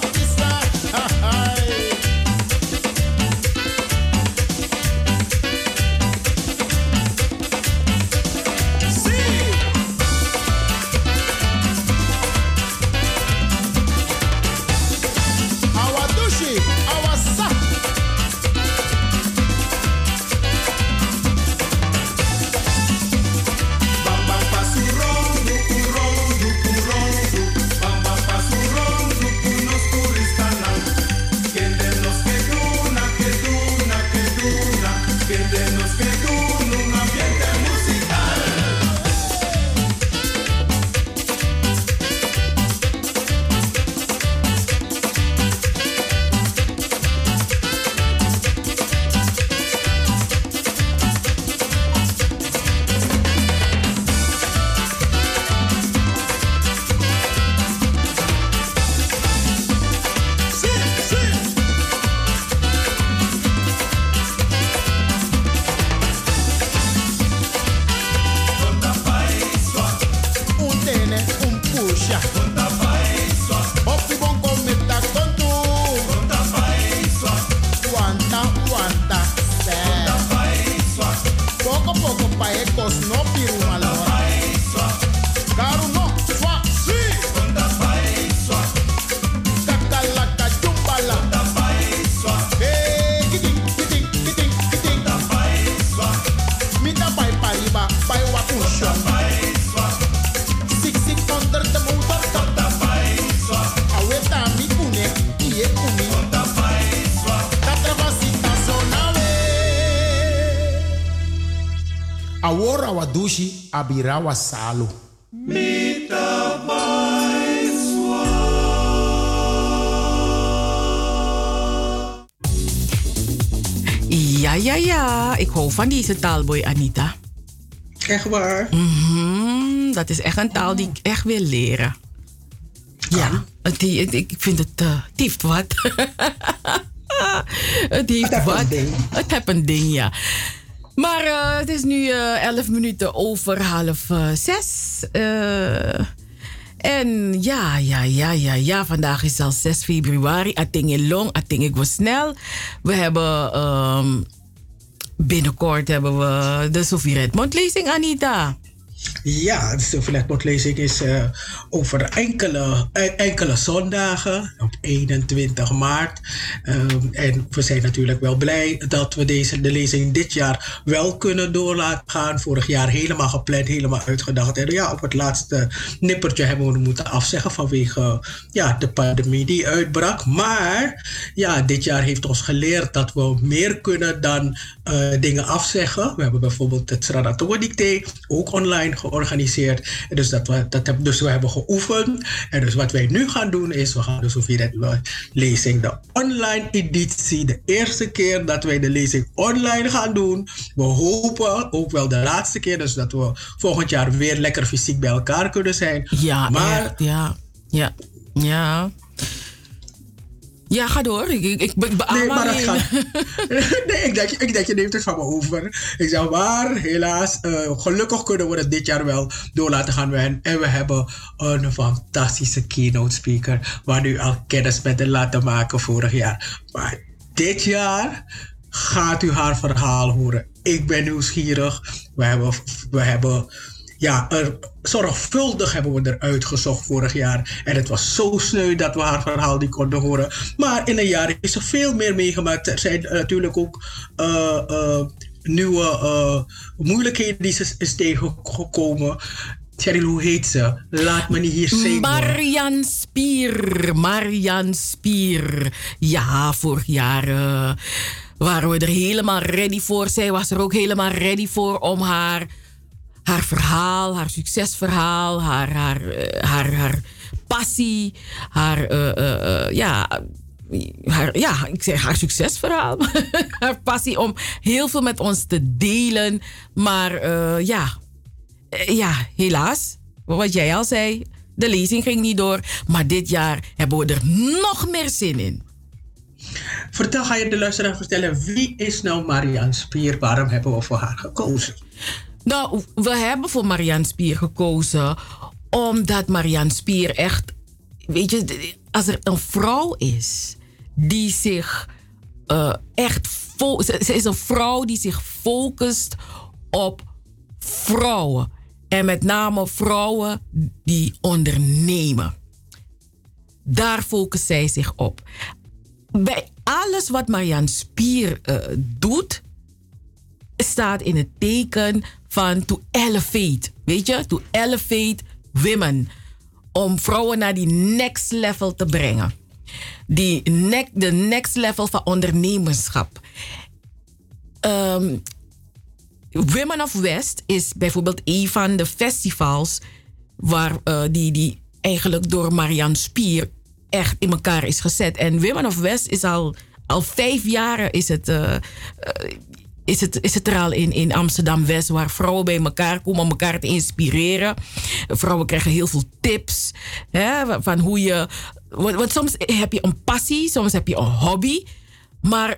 Poco a poco pa' ecos no piru malora. Awora wa dushi abira wa salo. Ja. Ik hou van deze taalboy, Anita. Echt waar? Dat is echt een taal die ik echt wil leren. Ja, ik vind het heeft wat. Het heeft wat. Het heeft een ding, ja. Maar het is nu 11 minuten over 5:30. En ja. Vandaag is al 6 februari. Ating long, ating was snel. We hebben binnenkort hebben we de Sophie Redmond lezing, Anita. Ja, de Sophie Redmond lezing is over enkele zondagen op 21 maart. En we zijn natuurlijk wel blij dat we de lezing dit jaar wel kunnen door laten gaan. Vorig jaar helemaal gepland, helemaal uitgedacht. En ja, op het laatste nippertje hebben we moeten afzeggen vanwege de pandemie die uitbrak. Maar ja, dit jaar heeft ons geleerd dat we meer kunnen dan dingen afzeggen. We hebben bijvoorbeeld het Sranator-dicté ook online georganiseerd. En dus we hebben geoefend. En dus wat wij nu gaan doen is, we gaan de Sophie Redmond lezing, de online editie, de eerste keer dat wij de lezing online gaan doen. We hopen ook wel de laatste keer, dus dat we volgend jaar weer lekker fysiek bij elkaar kunnen zijn. Ja, maar echt, ja. Ja, ga door. Ik beaam nee, maar dat gaat. Nee, ik denk je neemt het van me over. Ik zeg maar, helaas, gelukkig kunnen we het dit jaar wel door laten gaan. En we hebben een fantastische keynote speaker, waar u al kennis met laten maken vorig jaar. Maar dit jaar gaat u haar verhaal horen. Ik ben nieuwsgierig. We hebben zorgvuldig hebben we eruit gezocht vorig jaar. En het was zo sneu dat we haar verhaal niet konden horen. Maar in een jaar is er veel meer meegemaakt. Er zijn natuurlijk ook nieuwe moeilijkheden die ze is tegengekomen. Cheryl, hoe heet ze? Laat me niet hier zingen. Marian Spier. Ja, vorig jaar waren we er helemaal ready voor. Zij was er ook helemaal ready voor om haar verhaal, haar succesverhaal, haar passie, haar succesverhaal. Haar passie om heel veel met ons te delen. Maar helaas, wat jij al zei, de lezing ging niet door. Maar dit jaar hebben we er nog meer zin in. Vertel, ga je de luisteraar vertellen, wie is nou Marian Spier? Waarom hebben we voor haar gekozen? Nou, we hebben voor Marian Spier gekozen omdat Marian Spier echt, weet je, als er een vrouw is die zich ze is een vrouw die zich focust op vrouwen. En met name vrouwen die ondernemen. Daar focust zij zich op. Bij alles wat Marian Spier doet, staat in het teken van to elevate. Weet je? To elevate women. Om vrouwen naar die next level te brengen. De next level van ondernemerschap. Women of West is bijvoorbeeld een van de festivals waar die eigenlijk door Marian Spier echt in elkaar is gezet. En Women of West is al 5 jaar is het er al in Amsterdam-West, waar vrouwen bij elkaar komen om elkaar te inspireren. Vrouwen krijgen heel veel tips. Hè, van hoe je... Want soms heb je een passie, soms heb je een hobby. Maar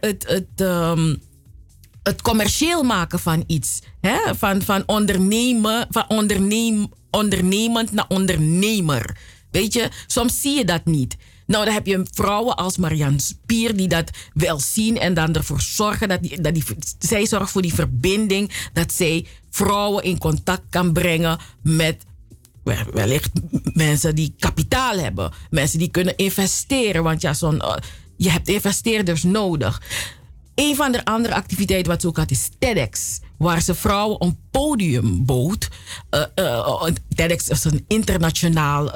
het commercieel maken van iets. Hè, van ondernemen, ondernemend naar ondernemer. Weet je, soms zie je dat niet. Nou, dan heb je vrouwen als Marian Spier die dat wel zien en dan ervoor zorgen zij zorgt voor die verbinding, dat zij vrouwen in contact kan brengen met wellicht mensen die kapitaal hebben, mensen die kunnen investeren, want je hebt investeerders nodig. Een van de andere activiteiten wat ze ook had is TEDx, waar ze vrouwen een podium bood. TEDx is een internationaal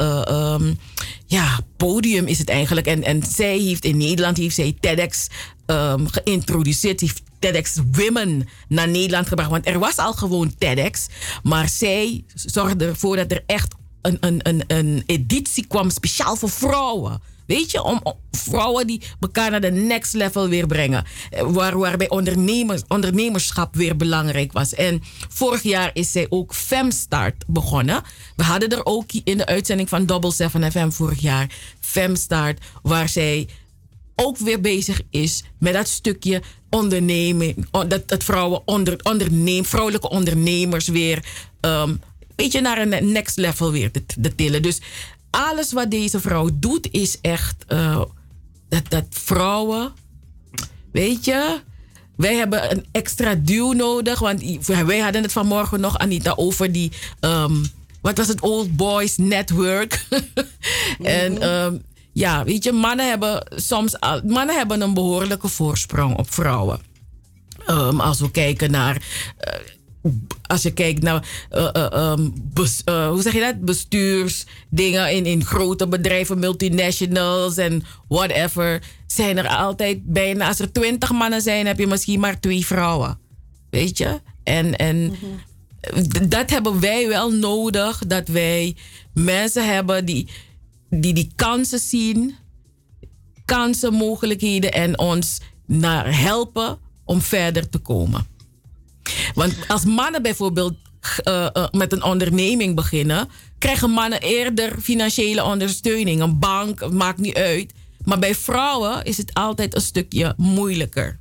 podium is het eigenlijk. En zij heeft in Nederland TEDx geïntroduceerd. Heeft TEDx Women naar Nederland gebracht. Want er was al gewoon TEDx. Maar zij zorgde ervoor dat er echt een editie kwam speciaal voor vrouwen. Weet je, om vrouwen die elkaar naar de next level weer brengen. Waarbij ondernemerschap weer belangrijk was. En vorig jaar is zij ook Femstart begonnen. We hadden er ook in de uitzending van Double 7 FM vorig jaar Femstart, waar zij ook weer bezig is met dat stukje onderneming. Dat vrouwen vrouwelijke ondernemers weer beetje naar een next level weer te tillen. Dus alles wat deze vrouw doet is echt dat vrouwen, weet je, wij hebben een extra duw nodig. Want wij hadden het vanmorgen nog, Anita, over die, wat was het, Old Boys Network. En ja, weet je, mannen hebben een behoorlijke voorsprong op vrouwen. Als we kijken naar als je kijkt naar hoe zeg je dat? Bestuursdingen in grote bedrijven, multinationals en whatever, zijn er altijd bijna, als er 20 mannen zijn, heb je misschien maar 2 vrouwen. Weet je? En dat hebben wij wel nodig, dat wij mensen hebben die kansen zien, kansen, mogelijkheden en ons naar helpen om verder te komen. Want als mannen bijvoorbeeld met een onderneming beginnen, krijgen mannen eerder financiële ondersteuning. Een bank, maakt niet uit. Maar bij vrouwen is het altijd een stukje moeilijker.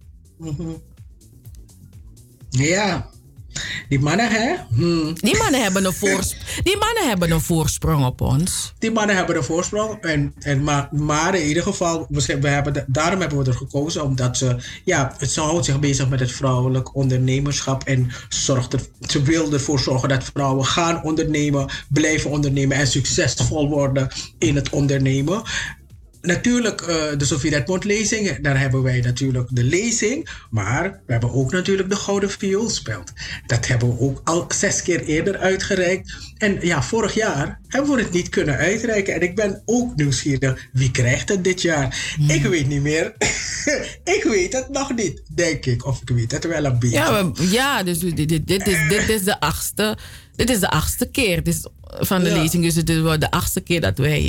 Ja. Die mannen, hè? Die mannen hebben een voorsprong op ons. Die mannen hebben een voorsprong. Maar in ieder geval, daarom hebben we er gekozen. Omdat ze houdt zich bezig met het vrouwelijk ondernemerschap. En ze wil ervoor zorgen dat vrouwen gaan ondernemen, blijven ondernemen en succesvol worden in het ondernemen. Natuurlijk, de Sophie Redmond lezing, daar hebben wij natuurlijk de lezing. Maar we hebben ook natuurlijk de Gouden Vioolspeld. Dat hebben we ook al 6 keer eerder uitgereikt. En ja, vorig jaar hebben we het niet kunnen uitreiken. En ik ben ook nieuwsgierig, wie krijgt het dit jaar? Ik weet niet meer. Ik weet het nog niet, denk ik. Of ik weet het wel een beetje. Ja, dus dit is de 8e. Dit is de 8e keer van de lezing. Dus het is wel de 8e keer dat wij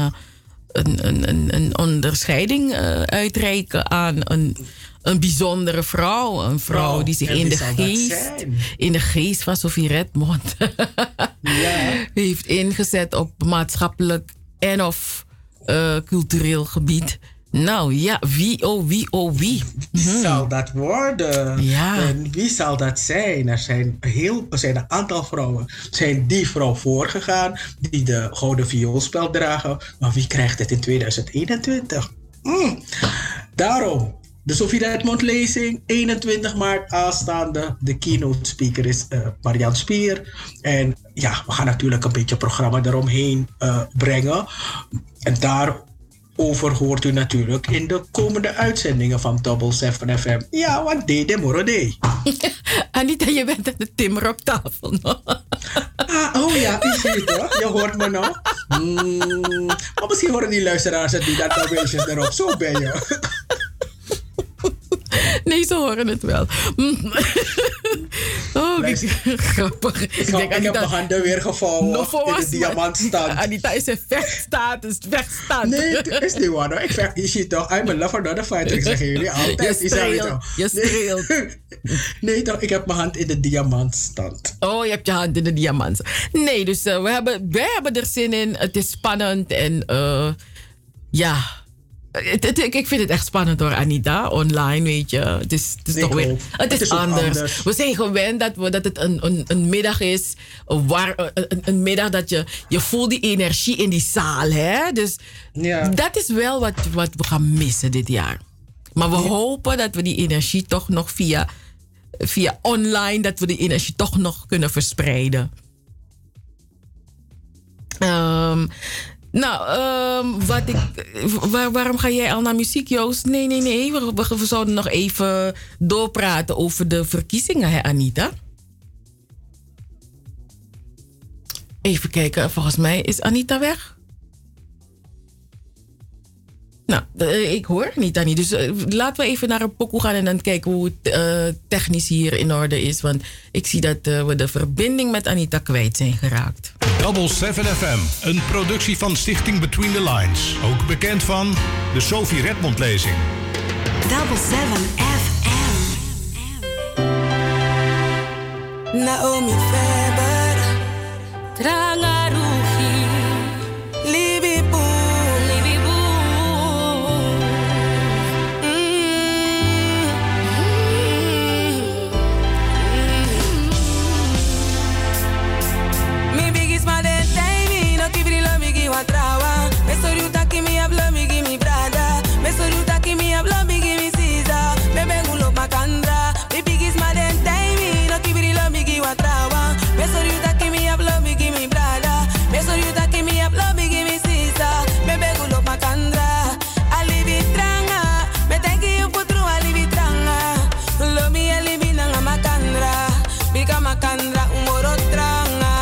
een onderscheiding uitreiken aan een bijzondere vrouw. Een vrouw die zich in de geest van Sophie Redmond heeft ingezet op maatschappelijk en of cultureel gebied. Nou ja, wie? Wie zal dat worden? Ja. En wie zal dat zijn? Er zijn een aantal vrouwen. Zijn die vrouw voorgegaan die de Gouden Vioolspeld dragen. Maar wie krijgt het in 2021? Daarom, de Sophie Redmond lezing, 21 maart aanstaande. De keynote speaker is Marianne Spier. En ja, we gaan natuurlijk een beetje programma eromheen brengen. En daarover hoort u natuurlijk in de komende uitzendingen van Double 7 FM. Ja, wat deed de morode? Anita, je bent aan de timmer op tafel nog. Oh ja, ik zie het hoor. Je hoort me nog. Maar misschien horen die luisteraars het niet, dat beestjes erop. Zo ben je. Nee, ze horen het wel. Grappig. Ik heb mijn handen weer gevouwen in de diamantstand. Anita is in vechtstand. Nee, dat is niet waar. Ik vecht, je ziet toch, I'm a lover, not a fighter. Ik zeg jullie altijd. Je streelt. Nee toch, ik heb mijn hand in de diamantstand. Oh, je hebt je hand in de diamant. Nee, dus wij hebben er zin in. Het is spannend en ja... Ik vind het echt spannend hoor, Anita. Online, weet je. Het is toch weer... Het is anders. We zijn gewend dat het een middag is. Een middag dat je voelt die energie in die zaal. Hè? Dus dat is wel wat we gaan missen dit jaar. Maar we hopen dat we die energie toch nog via online... dat we die energie toch nog kunnen verspreiden. Waarom ga jij al naar muziek, Joost? Nee. We zouden nog even doorpraten over de verkiezingen, hè, Anita? Even kijken, volgens mij is Anita weg. Nou, ik hoor niet, Annie. Dus laten we even naar een pokoe gaan en dan kijken hoe het technisch hier in orde is. Want ik zie dat we de verbinding met Anita kwijt zijn geraakt. Double 7 FM, een productie van Stichting Between the Lines. Ook bekend van de Sophie Redmond lezing. Double 7 FM. Naomi Faber, Trangaruhi, Libi Boo. Trawa, me soruta que me habla, me give me brada, me soruta que me habla, me give me sisa, me bengulo macandra, me bigis maden time, no kibrilo me give trawa, me soruta que me habla, me give me brada, me soruta que me habla, me give me sisa, me bengulo macandra, alibi tranga, me tengi un putru alibi tranga, lo mi alibi nanga macandra, biga macandra umoro tranga.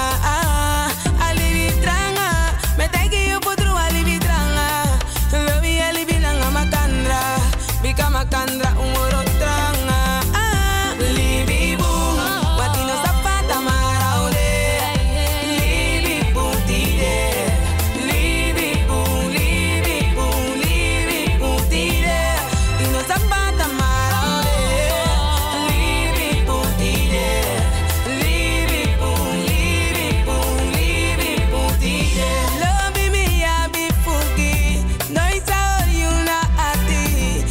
Makandra umoro tranga libi boom watino sapata maraule libi boom tide libi boom tide tino sapata maraule libi boom tide libi boom tide lobi mi ya bi fuki noi sao yuna ati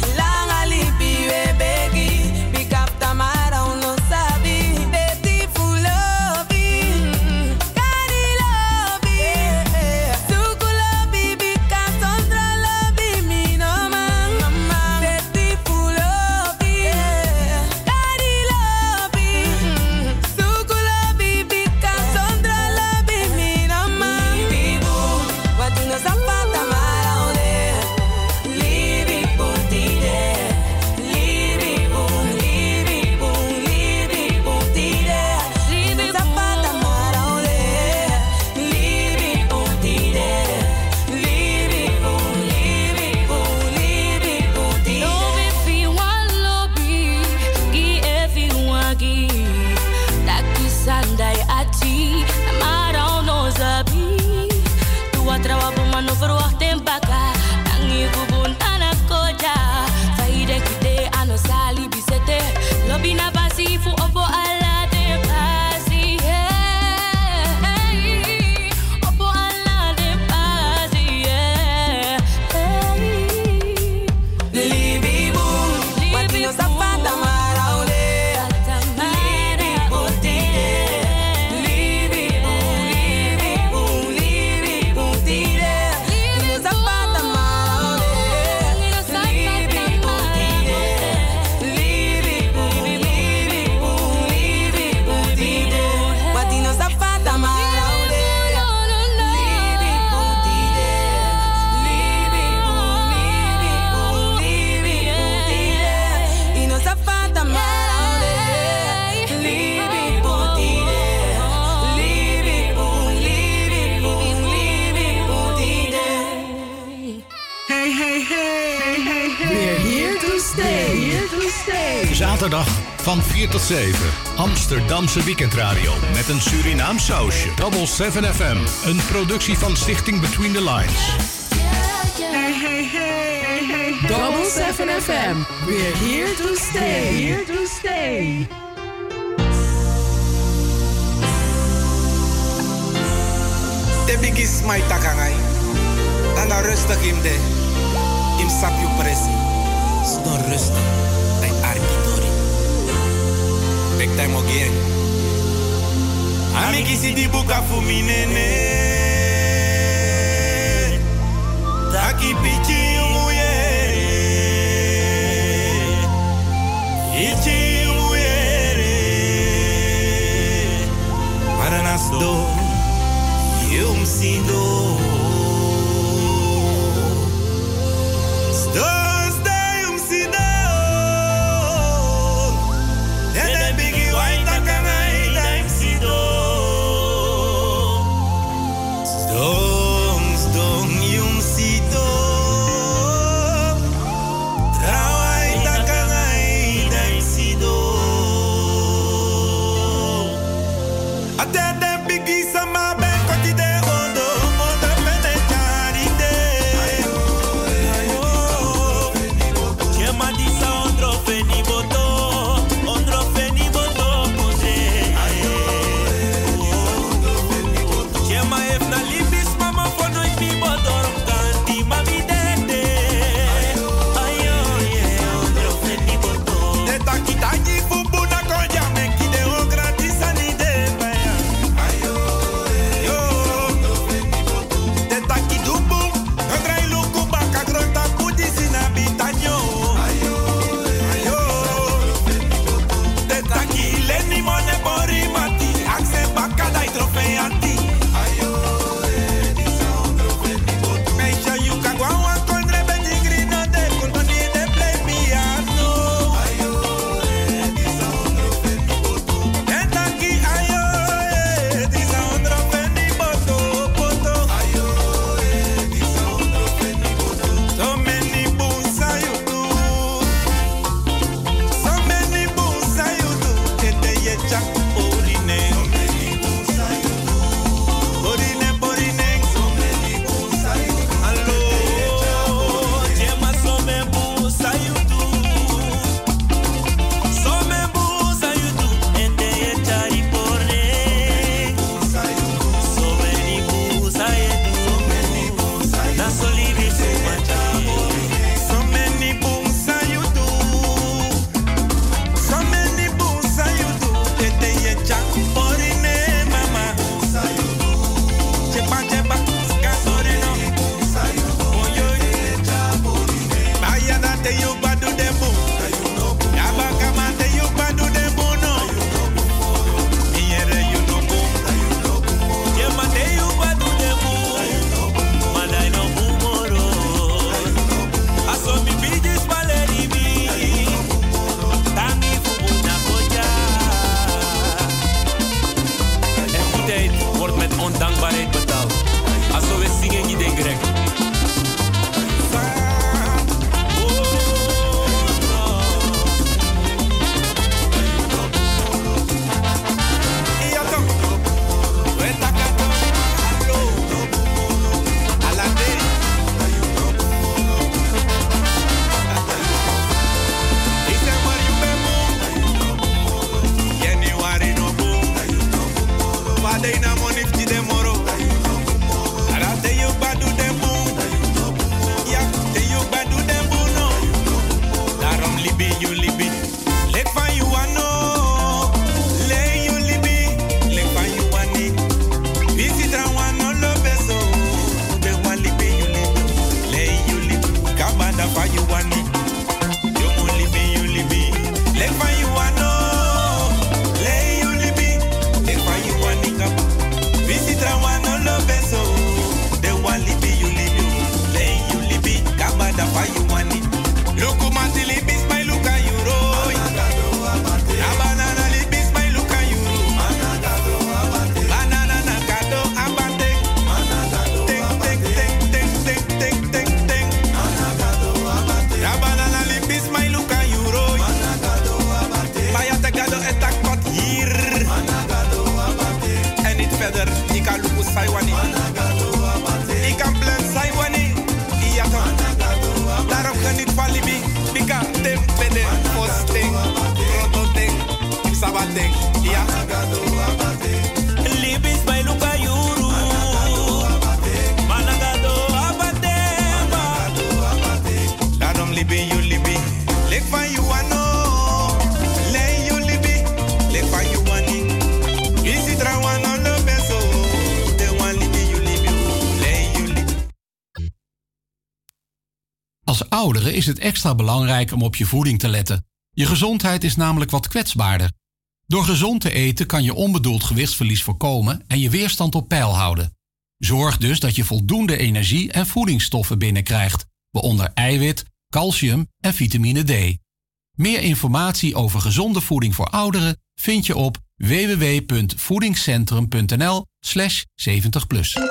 Zaterdag van 4 tot 7. Amsterdamse weekendradio met een Surinaams sausje. Double 7 FM, een productie van Stichting Between the Lines. Hey. Double 7 FM, we're here to stay. Here to stay. De bigis mai takangai. Anga rustig im de. Im sapju presi. Sto rustig. Dai arkitori. Bek time again. Amiki si di buka fuminene. Taki pichi umuye. Ichi umuyere. Paranas do. Yum sido. Saiwani. Ik kan blend Saiwani. Ja toch. Daarom geniet van Libi. Bika tem pede. Posting. Prototing. Sabating. Ja. Libis bij Luka Yuru. Managado abate. Daarom Libi you Libi. Lek van you ano. Le you Libi. Lek van you ani. Isi trawan on the beso. De wan Libi you Libi. Le you Libi. Als ouderen is het extra belangrijk om op je voeding te letten. Je gezondheid is namelijk wat kwetsbaarder. Door gezond te eten kan je onbedoeld gewichtsverlies voorkomen en je weerstand op peil houden. Zorg dus dat je voldoende energie en voedingsstoffen binnenkrijgt, waaronder eiwit, calcium en vitamine D. Meer informatie over gezonde voeding voor ouderen vind je op www.voedingscentrum.nl/70+.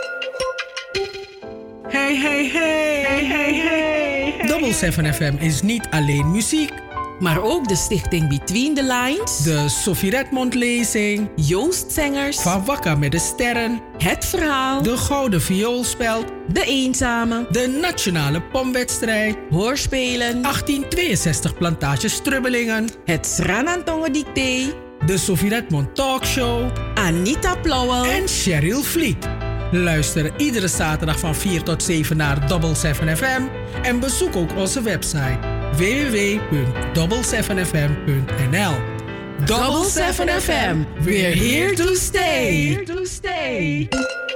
Hey, hey, hey, hey, hey, hey. Double 7 FM is niet alleen muziek, maar ook de stichting Between the Lines, de Sophie Redmond lezing, Joost Zengers, Van Wakka met de Sterren, Het Verhaal, de Gouden Vioolspeld, De Eenzame, de Nationale Pomwedstrijd, Hoorspelen, 1862 Plantage Strubbelingen, het Sranantongen Dicté, de Sophie Redmond Talkshow, Anita Plauwel en Cheryl Vliet. Luister iedere zaterdag van 4 tot 7 naar Double 7 FM en bezoek ook onze website www.double7fm.nl. Double 7 FM, we're here to stay. Here to stay.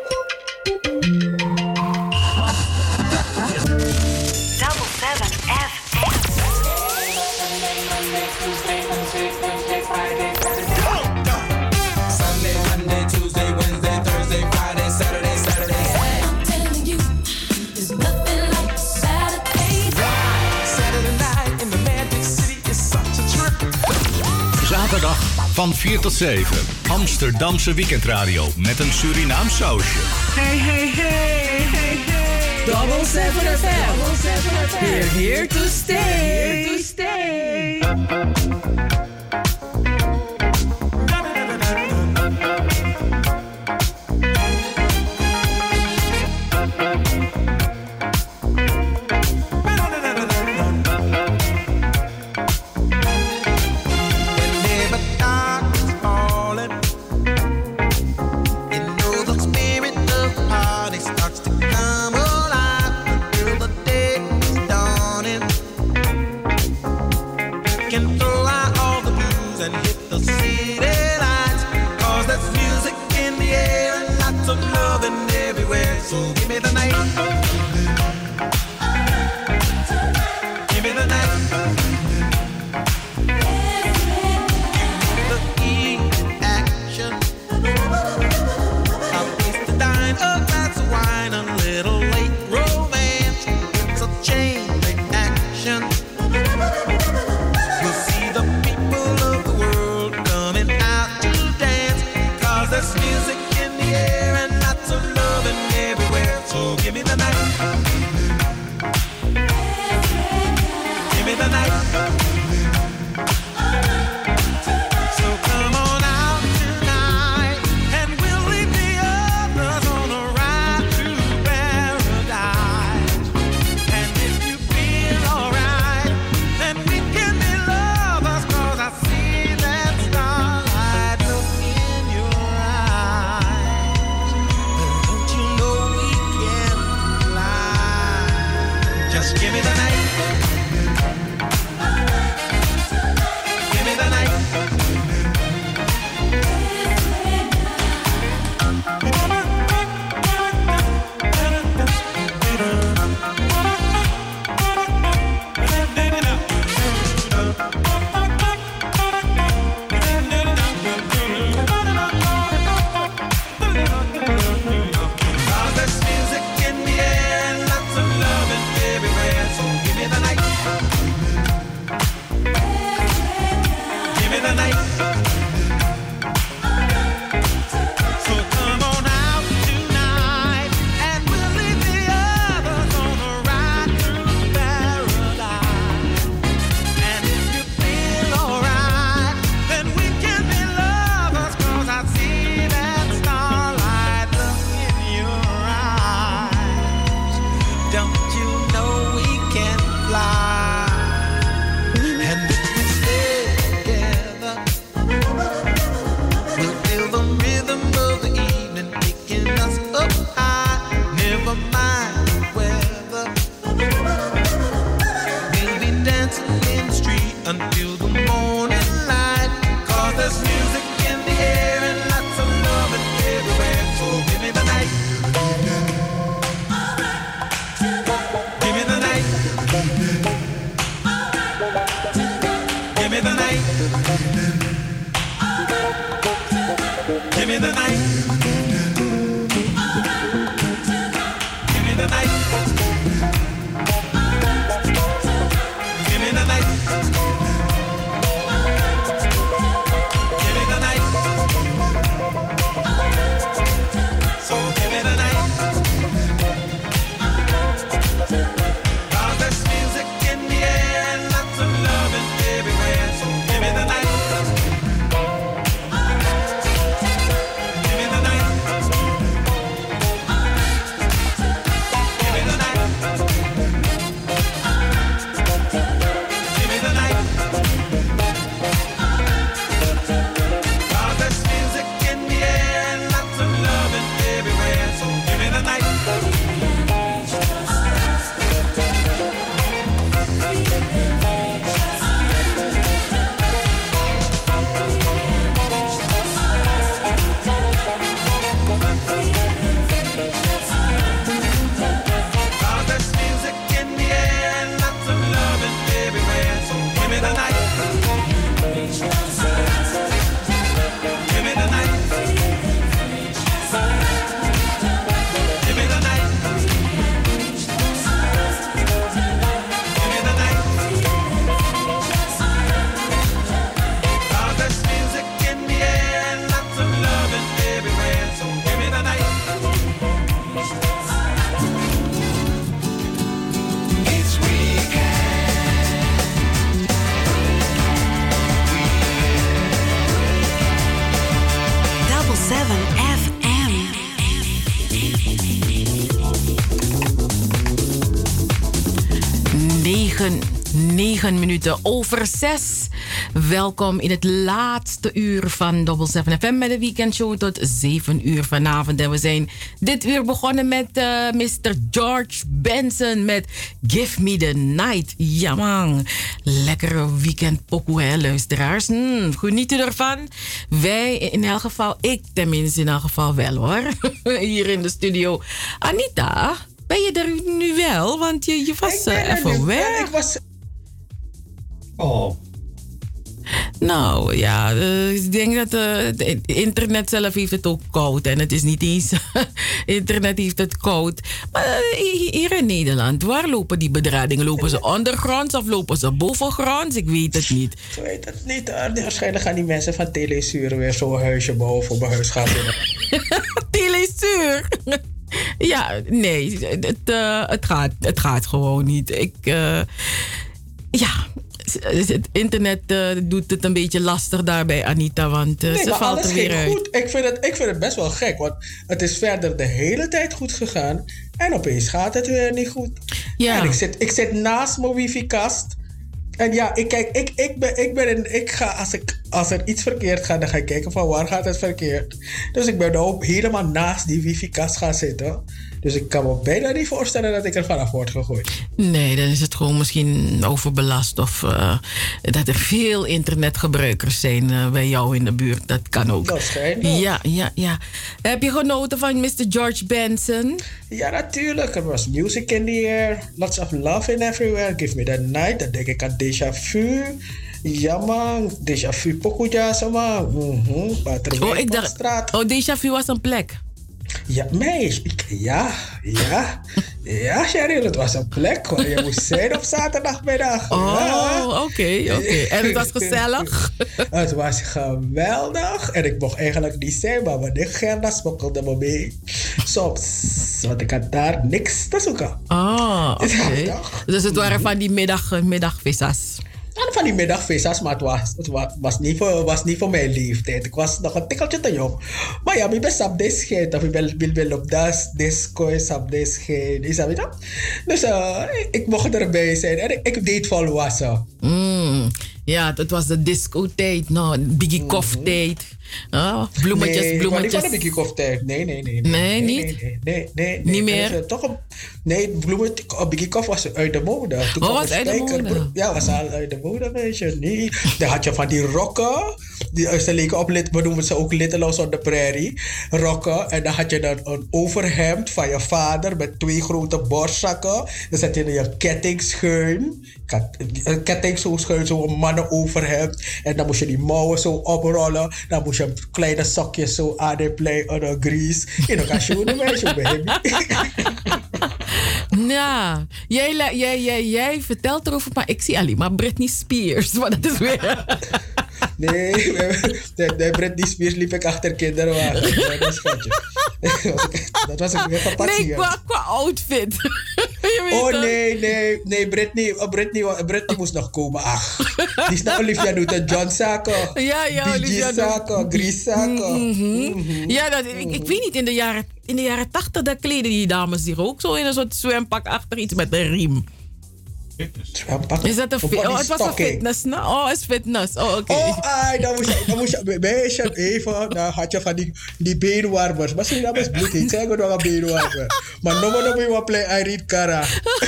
Double 7 FM. Sunday, Monday, Tuesday, Wednesday, Thursday, Friday, Saturday, Saturday. I'm telling you, there's nothing like Saturday. Saturday night in the Magic City is such a trip. Zaterdag van 4 tot 7. Amsterdamse weekendradio met een Surinaams sausje. Hey, hey, hey, hey, hey. Double 7 FM. We're here to stay. Here to stay. Whenever darkness falling, you know the spirit of the party starts to come alive until the day is dawning. We can throw out all me the night. Give me the night. Give me the night. Give me the night. So give me the night. 'Cause there's music in the air and lots of loving everywhere. So give me the night. Give me the night. Give me the night. Give me the night. 'Cause there's music in the air and lots of loving everywhere. So give me the night. Cause there's music in the air and lots of loving everywhere. So give me the night. Give me the night. Give me the night. Give me the night. Cause there's music in the air and lots of loving everywhere. So give me the night. It's Double 7 FM. 9 minuten over 6. Welkom in het laatste uur van Double 7 FM met de weekendshow tot 7 uur vanavond. En we zijn dit uur begonnen met Mr. George Benson met Give Me The Night. Ja man, lekkere weekendpokoe hè luisteraars. Geniet u ervan? Wij in elk geval, ik tenminste in elk geval wel hoor. Hier in de studio. Anita, ben je er nu wel? Want je was even weg. Ik was... Oh. Nou ja, ik denk dat het internet zelf heeft het ook koud. En het is niet eens internet heeft het koud. Maar hier in Nederland, waar lopen die bedradingen? Lopen ze ondergronds of lopen ze bovengronds? Ik weet het niet. Ik weet het niet. Waarschijnlijk gaan die mensen van Telesuur weer zo'n huisje boven op mijn huis gaan zitten. Telesuur? Ja, nee, het gaat gewoon niet. Het internet doet het een beetje lastig daarbij, Anita, want nee, ze maar valt alles er weer ging uit. goed. Ik vind het best wel gek, want het is verder de hele tijd goed gegaan. En opeens gaat het weer niet goed. Ja. En ik zit naast mijn wifi-kast. En ja, ik ga als er iets verkeerd gaat, dan ga ik kijken van waar gaat het verkeerd. Dus ik ben nou helemaal naast die wifi-kast gaan zitten. Dus ik kan me bijna niet voorstellen dat ik er vanaf word gegooid. Nee, dan is het gewoon misschien overbelast of dat er veel internetgebruikers zijn bij jou in de buurt. Dat kan ook. Dat schijnt wel. Ja. Heb je genoten van Mr. George Benson? Ja, natuurlijk. Er was music in the air. Lots of love in everywhere. Give me the night. Dan denk ik aan Deja Vu. Ja man, Deja Vu pokoe zo man. Ik dacht, Deja Vu was een plek. Ja, meisje. Ja, Cheryl, het was een plek hoor. Je moest zijn op zaterdagmiddag. Oh, oké. En het was gezellig? Het was geweldig. En ik mocht eigenlijk niet zijn, maar mijn nicht Gerda smokkelde me mee. Soms, want ik had daar niks te zoeken. Oh, oké. Dus het waren van die middagvissers. Van die middagvissers, maar het was niet voor mijn leeftijd. Ik was nog een tikkeltje te jong. Maar ja, ik ben sap des schijnt. Of ik ben op das disco, sap des schijnt. Is dat niet? Dus ik mocht erbij zijn. En ik deed volwassen. Ja, dat was de disco-tijd. Nou, Biggie Koff-tijd. Bloemetjes. Nee, maar niet van de Biggie Koff-tijd. Nee. Nee, niet? Nee. Niet meer? Biggie Koff was uit de mode. Was uit de mode? Ja, was al uit de mode, weet je. Nee. Dan had je van die rokken. Ze leken op, we noemen ze ook Little House on the Prairie, rokken. En dan had je dan een overhemd van je vader met 2 grote borstzakken. Dan zet je je ketting schuin. Een ketting zo schuin, zo'n mannenoverhemd. En dan moest je die mouwen zo oprollen. Dan moest je kleine sokjes zo aan de grease. In elkaar schoenen, meisje, baby. Ja, jij vertelt erover, maar ik zie alleen maar Britney Spears. Maar dat is weer... Nee, bij Britney Spears liep ik achter kinderwagen. Dat schatje. Dat was ik weer van Patsy. Nee, qua outfit. Nee, Britney moest nog komen. Ach, die is naar Olivia Newton-John zaken. Ja, Olivia zaken, Grease zaken. Ja, ik weet niet, in de jaren 80 dat kleden die dames zich ook zo in een soort zwempak achter iets met een riem. Is dat een het was een fitness, nou? Oh, is fitness. Oh, oké. Dan moest je meisje even, dan had je van die beenwarmers. Misschien dat is bloed, ik zeg nog een beenwarmer. Maar nog moet je play Irene Cara.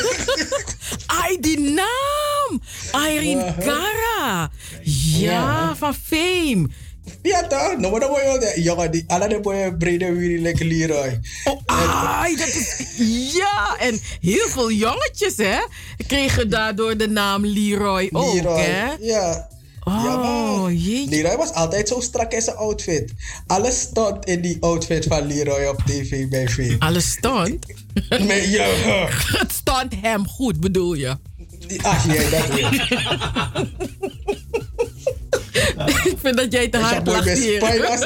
Die naam! Irene Cara. Ja, van Fame. Ja, toch? Nou, maar dan moet je... Jongen, die alle mooie brede wierie lekker Leroy. Dat is... Ja, en heel veel jongetjes, hè? Kregen daardoor de naam Leroy ook, hè? Ja. Jeetje. Leroy was altijd zo strak in zijn outfit. Alles stond in die outfit van Leroy op tv bij Fame. Alles stond? Het stond hem goed, bedoel je? Ach, jij dat weet. Ik vind dat jij te hard lacht hier.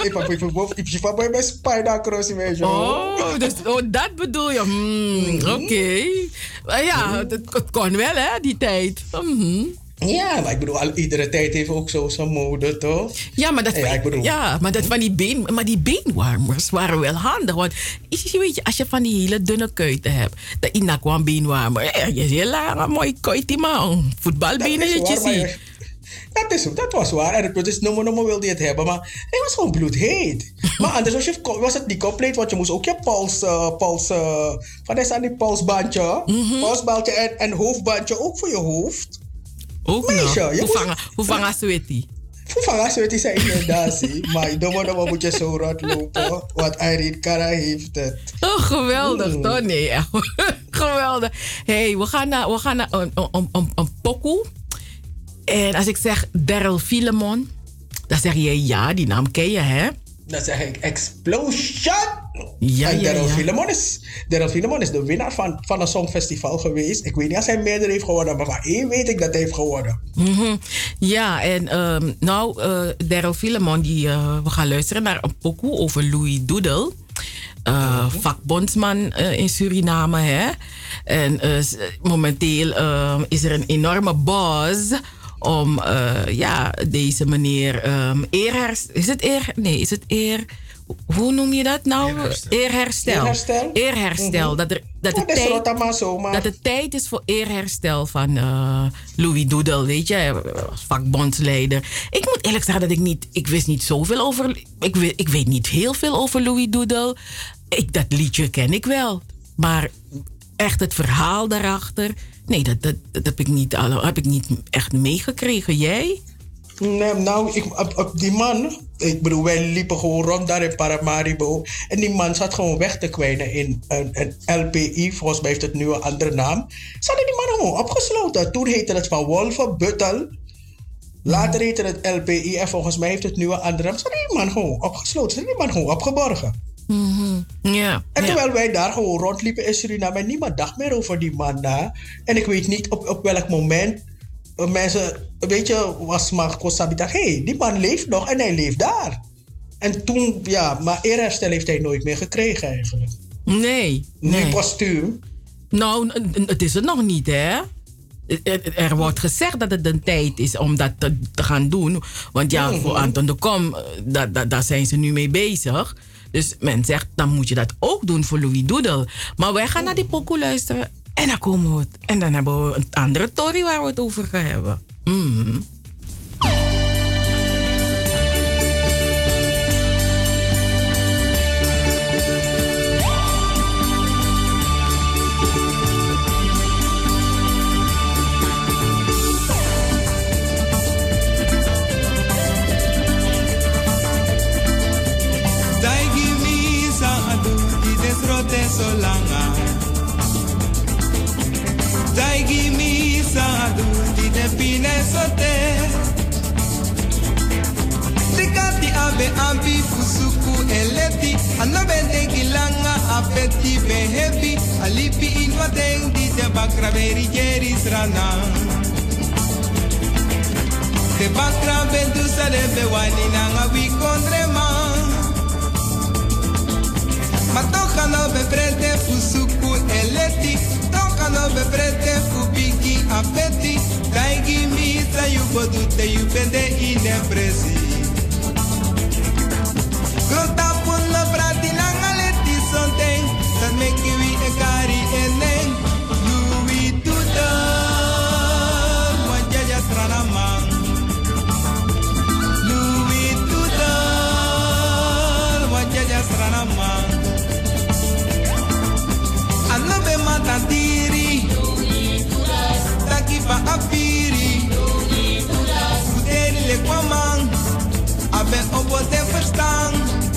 Dat bedoel je. Oké. Ja, het kon wel, hè, die tijd. Ja, maar ik bedoel, iedere tijd heeft ook zo zijn mode, toch? Ja, maar dat van die beenwarmers waren wel handig. Want weet je, als je van die hele dunne kuiten hebt, dat in kwam beenwarmer. Je ziet een mooi kuitje, man. Voetbalbenen je ziet. Dat was waar. En het is nomo wilde het hebben, maar hij was gewoon bloedheet. Maar anders was het niet compleet, want je moest ook je polsbandje, polsbandje en hoofdbandje ook voor je hoofd. Ook meisje, hoe vangen sweetie? Hoe vangen sweetie zijn inderdaad, maar nomo moet je zo rondlopen, want Irene Cara heeft het. Oh, geweldig, toch? Nee, echt. Geweldig. Hey, we gaan naar een pokoe. En als ik zeg Daryl Filemon, dan zeg je ja, die naam ken je, hè? Dan zeg ik Explosion. Ja. Daryl Filemon is de winnaar van een songfestival geweest. Ik weet niet als hij meerdere heeft gewonnen, maar van één weet ik dat hij heeft gewonnen. Ja, en Daryl Filemon, we gaan luisteren naar een pokoe over Louis Doodle. Vakbondsman in Suriname, hè? En momenteel is er een enorme buzz om deze meneer hoe noem je dat nou? Eerherstel. Dat de tijd is voor eerherstel van Louis Doodle, weet je, als vakbondsleider. Ik moet eerlijk zeggen dat ik wist niet zoveel over. Ik weet niet heel veel over Louis Doodle. Dat liedje ken ik wel, maar echt het verhaal daarachter, nee, dat heb ik niet echt meegekregen. Jij? Nee, die man, ik bedoel, wij liepen gewoon rond daar in Paramaribo. En die man zat gewoon weg te kwijnen in een LPI. Volgens mij heeft het nu een andere naam. Ze hadden die man gewoon opgesloten. Toen heette het van Wolvenbuttel. Later heette het LPI. En volgens mij heeft het nu een andere naam. Ze hadden die man gewoon opgesloten. Ze hadden die man gewoon opgeborgen. En terwijl wij daar gewoon rondliepen in Suriname, en niemand dacht meer over die man daar. En ik weet niet op welk moment mensen, weet je, was Sabi dacht, die man leeft nog en hij leeft daar. En toen, maar eerherstel heeft hij nooit meer gekregen eigenlijk. Nee. Nu postuum. Nou, het is het nog niet, hè? Er wordt gezegd dat het een tijd is om dat te gaan doen. Want voor Anton de Kom, daar zijn ze nu mee bezig. Dus men zegt, dan moet je dat ook doen voor Louis Doodle. Maar wij gaan naar die pokoe luisteren. En dan komen we en dan hebben we een andere story waar we het over gaan hebben. solanga. Taigi mi sadu di de pine sote. Tikati abe ambi fusuku eleti. Anabe dengi langa apeti be happy. Alipi in wateng di de bakra beri jeri srana. De bakra bendu sa de bewani nanga wi kondrema. Ma toka no be prete fusuku eleti. Toka no be prete fubiki apeti. Taigi mi sa you bodu te you bende in empresi. Grota pun la prati nanga leti sonteng. Dat make you a kari eneng. Louis Duda. Wanjaja stranamang. Louis Duda. Wanjaja stranamang. Anobe matantiri. Taki pa apiri. Kuderi le kwamang. Abe obo te verstaan.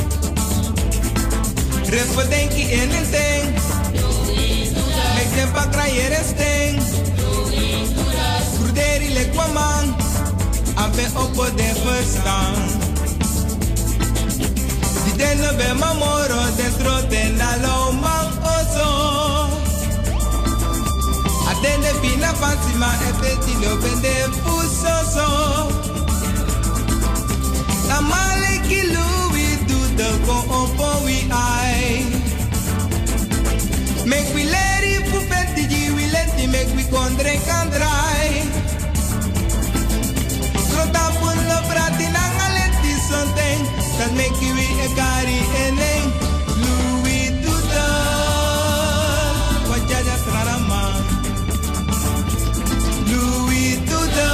Repo denki in een ding. Mek den bakra jere sting. Kuderi le kwamang. Abe obo te verstaan. Di deno be mamoro dentro den alo mang ozo. Adende bina fansima efeti no bende fusoso. La maleki Louis Duda go opo we ai. Make we let it pupeti we let it make we kondre kan dry. Grota pun lo prati nanga leti sonteng. Dat make you a kari eneng. Louis Duda. Wajaja srarama. Louis Duda.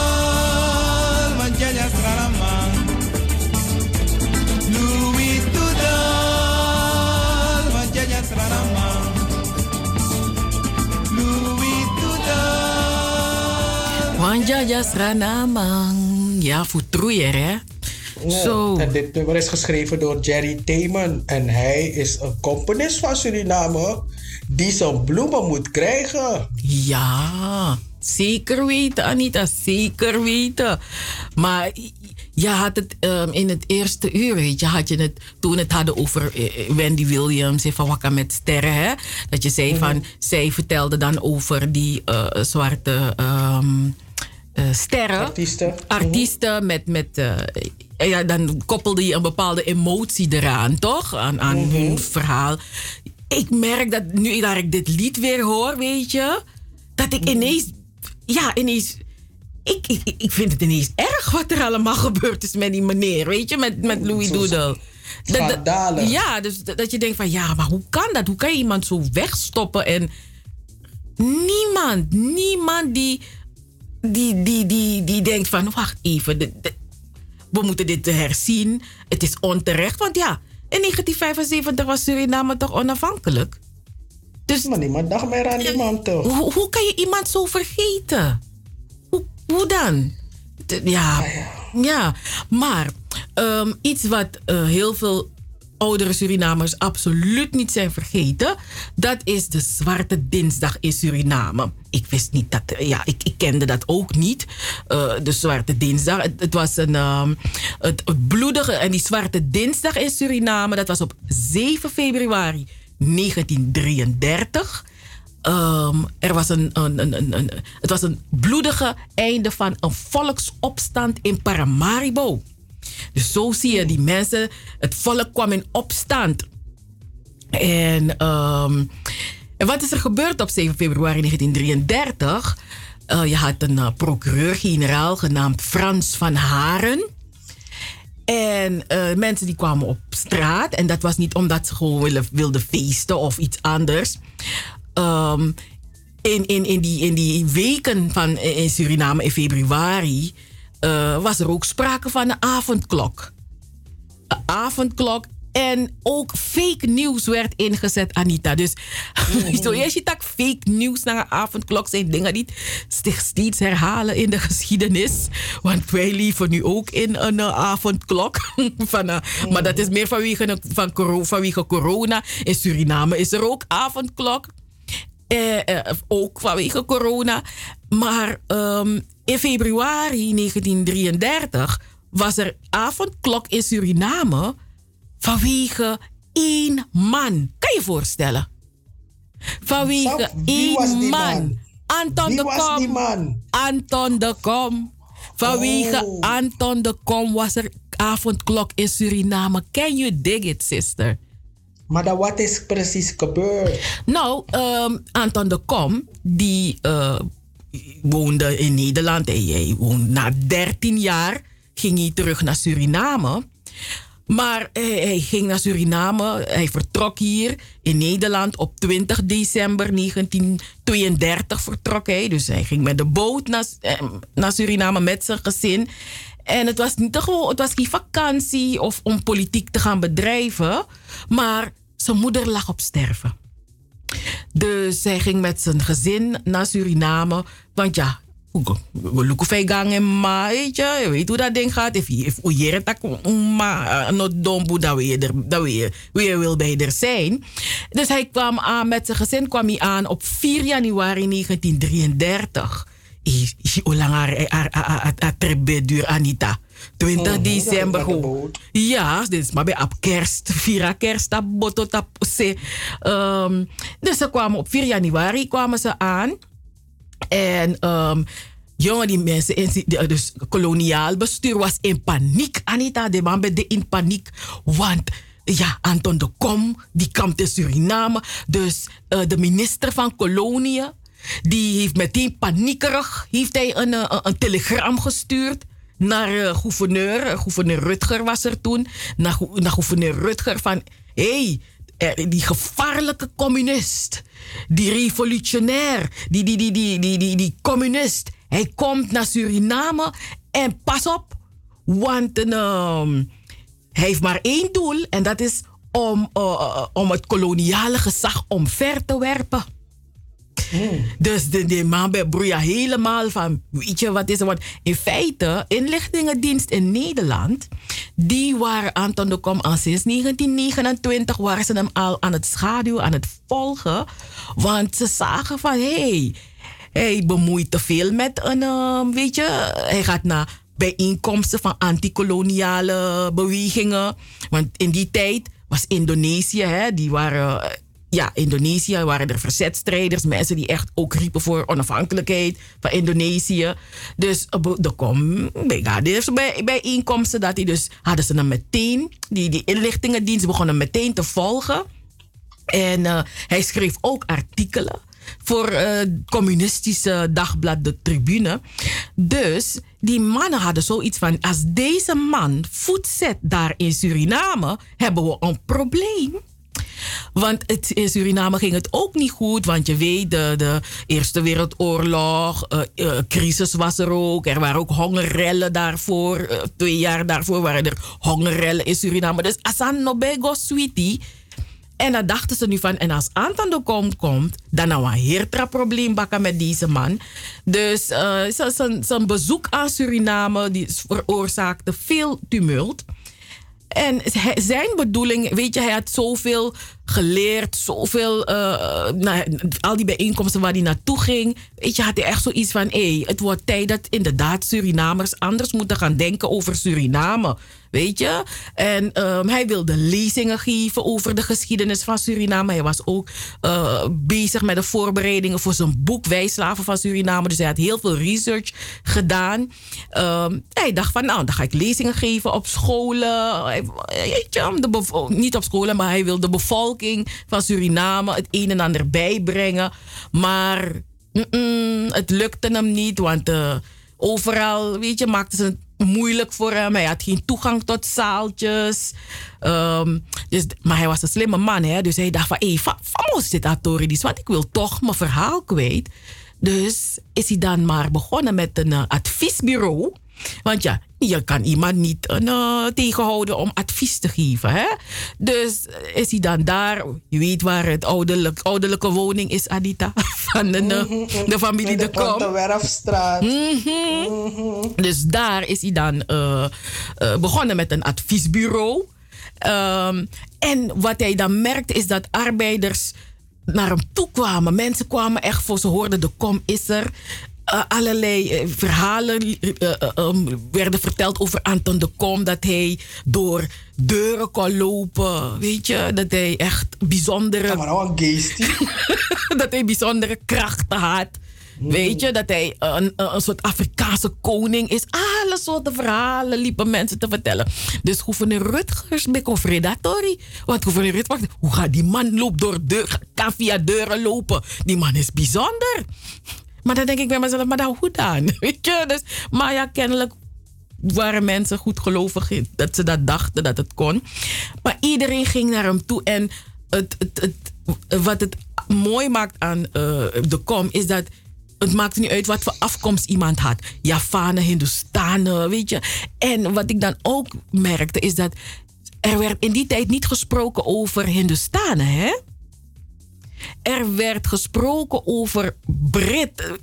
Wajaja srarama. Louis Duda. Wajaja srarama. Louis Duda. Wanjaja sranamang. Ja, voor troeier, hè? Ja, Zo. en dit nummer is geschreven door Jerry Theman. En hij is een componist van Suriname die zijn bloemen moet krijgen. Ja, zeker weten, Anita, zeker weten. Maar je had het in het eerste uur, weet je, had je het toen het hadden over Wendy Williams en van Wakka met Sterren, hè? Dat je zei van, zij vertelde dan over die zwarte sterren. Artiesten met ja, dan koppelde je een bepaalde emotie eraan, toch? Aan hun verhaal. Ik merk dat nu dat ik dit lied weer hoor, weet je, dat ik ineens, ik vind het ineens erg wat er allemaal gebeurd is met die meneer, weet je, met Louis Doodle. Ja, dus dat je denkt van, ja, maar hoe kan dat? Hoe kan je iemand zo wegstoppen en niemand die denkt van, wacht even, we moeten dit herzien. Het is onterecht, want ja, in 1975 was Suriname toch onafhankelijk. Dus, maar niemand dacht meer aan die man toch? Hoe kan je iemand zo vergeten? Hoe dan? Ja. Maar iets wat heel veel oudere Surinamers absoluut niet zijn vergeten, dat is de Zwarte Dinsdag in Suriname. Ik wist niet dat, ik kende dat ook niet. De Zwarte Dinsdag. Het was het bloedige, en die Zwarte Dinsdag in Suriname, dat was op 7 februari 1933. Het was een bloedige einde van een volksopstand in Paramaribo. Dus zo zie je die mensen, het volk kwam in opstand. En wat is er gebeurd op 7 februari 1933? Je had een procureur-generaal genaamd Frans van Haren. En mensen die kwamen op straat. En dat was niet omdat ze gewoon wilden feesten of iets anders. In die weken in Suriname in februari was er ook sprake van een avondklok. Een avondklok En ook fake nieuws werd ingezet, Anita. Dus zoals je tak fake nieuws naar een avondklok zijn dingen die zich steeds herhalen in de geschiedenis. Want wij leven nu ook in een avondklok. Maar dat is meer vanwege corona. In Suriname is er ook avondklok. Ook vanwege corona. Maar in februari 1933 was er avondklok in Suriname vanwege 1 man. Kan je voorstellen? Vanwege 1 man. Anton de Kom. Anton de Kom. Vanwege Anton de Kom was er avondklok in Suriname. Can you dig it, sister? Maar dan wat is precies gebeurd? Nou, Anton de Kom, die woonde in Nederland. Hij woonde na 13 jaar, ging hij terug naar Suriname. Maar hij ging naar Suriname. Hij vertrok hier in Nederland op 20 december 1932 vertrok hij. Dus hij ging met de boot naar Suriname met zijn gezin. En het was niet gewoon, het was geen vakantie of om politiek te gaan bedrijven. Maar zijn moeder lag op sterven. Dus hij ging met zijn gezin naar Suriname. Want ja, we loeken veel gang en ma, weet je hoe dat ding gaat. If je tak not dombu, dat we wil bij er zijn. Dus hij kwam aan met zijn gezin, kwam hij aan op 4 januari 1933. Hoe lang haar trip duurt, Anita? 20 december gewoon. Ja, dus maar bij op kerst, vira kerst, dus ze kwamen op 4 januari kwamen ze aan. En jongen, die mensen, dus koloniaal bestuur was in paniek, Anita. De man ben in paniek, want ja, Anton de Kom, die kwam in Suriname. Dus de minister van Koloniën, die heeft meteen paniekerig heeft hij een telegram gestuurd naar gouverneur Rutger was er toen. Naar gouverneur Rutger van, die gevaarlijke communist, die revolutionair, die communist, hij komt naar Suriname en pas op, want hij heeft maar 1 doel en dat is om het koloniale gezag omver te werpen. Dus de man broeia helemaal van, weet je wat is er? Want in feite, inlichtingendienst in Nederland, die waren Anton de Kom al sinds 1929, waren ze hem al aan het schaduwen, aan het volgen. Want ze zagen van, hij bemoeit te veel met een, weet je, hij gaat naar bijeenkomsten van anti-koloniale bewegingen. Want in die tijd was Indonesië, die waren... Ja, Indonesië waren er verzetstrijders, mensen die echt ook riepen voor onafhankelijkheid van Indonesië. Dus er kwam bij inkomsten dat hij dus hadden ze hem meteen, die inlichtingendienst begonnen meteen te volgen. En hij schreef ook artikelen voor het communistische dagblad De Tribune. Dus die mannen hadden zoiets van, als deze man voet zet daar in Suriname, hebben we een probleem. Want in Suriname ging het ook niet goed. Want je weet, de Eerste Wereldoorlog, crisis was er ook. Er waren ook hongerrellen daarvoor. 2 jaar daarvoor waren er hongerrellen in Suriname. Dus Asan Nobego Sweetie. En dan dachten ze nu van, en als Anton de Kom komt, dan nou een heertra-probleem bakken met deze man. Dus zijn bezoek aan Suriname die veroorzaakte veel tumult. En zijn bedoeling, weet je, hij had zoveel geleerd, zoveel, al die bijeenkomsten waar hij naartoe ging. Weet je, had hij echt zoiets van, het wordt tijd dat inderdaad Surinamers anders moeten gaan denken over Suriname. Weet je? En hij wilde lezingen geven over de geschiedenis van Suriname. Hij was ook bezig met de voorbereidingen voor zijn boek Wijslaven van Suriname. Dus hij had heel veel research gedaan. Hij dacht van, nou, dan ga ik lezingen geven op scholen. Weet je, niet op scholen, maar hij wilde de bevolking van Suriname het een en ander bijbrengen. Maar het lukte hem niet, want overal, weet je, maakten ze het moeilijk voor hem. Hij had geen toegang tot zaaltjes. Maar hij was een slimme man, hè? Dus hij dacht van, famos dit Atoridis, want ik wil toch mijn verhaal kwijt. Dus is hij dan maar begonnen met een adviesbureau. Want ja, je kan iemand niet tegenhouden om advies te geven. Hè? Dus is hij dan daar, je weet waar het ouderlijke woning is, Anita, van de familie De Kom. De Werfstraat. Dus daar is hij dan begonnen met een adviesbureau. En wat hij dan merkte is dat arbeiders naar hem toe kwamen. Mensen kwamen echt voor, ze hoorden De Kom is er. Allerlei verhalen werden verteld over Anton De Kom. Dat hij door deuren kon lopen. Weet je, dat hij echt bijzondere... dat hij bijzondere krachten had. Weet je, dat hij een soort Afrikaanse koning is. Alle soorten verhalen liepen mensen te vertellen. Dus gouverneur Rutgers begon Fredatori. Want gouverneur Rutgers, hoe gaat die man lopen door kan via deuren lopen? Die man is bijzonder. Maar dan denk ik bij mezelf, maar dan hoe dan? Weet je? Dus, maar ja, kennelijk waren mensen goedgelovig dat ze dat dachten dat het kon. Maar iedereen ging naar hem toe. En wat het mooi maakt aan De Kom is dat het maakt niet uit wat voor afkomst iemand had. Javanen, Hindustanen, weet je. En wat ik dan ook merkte is dat er werd in die tijd niet gesproken over Hindustanen, hè? Er werd gesproken over Brit.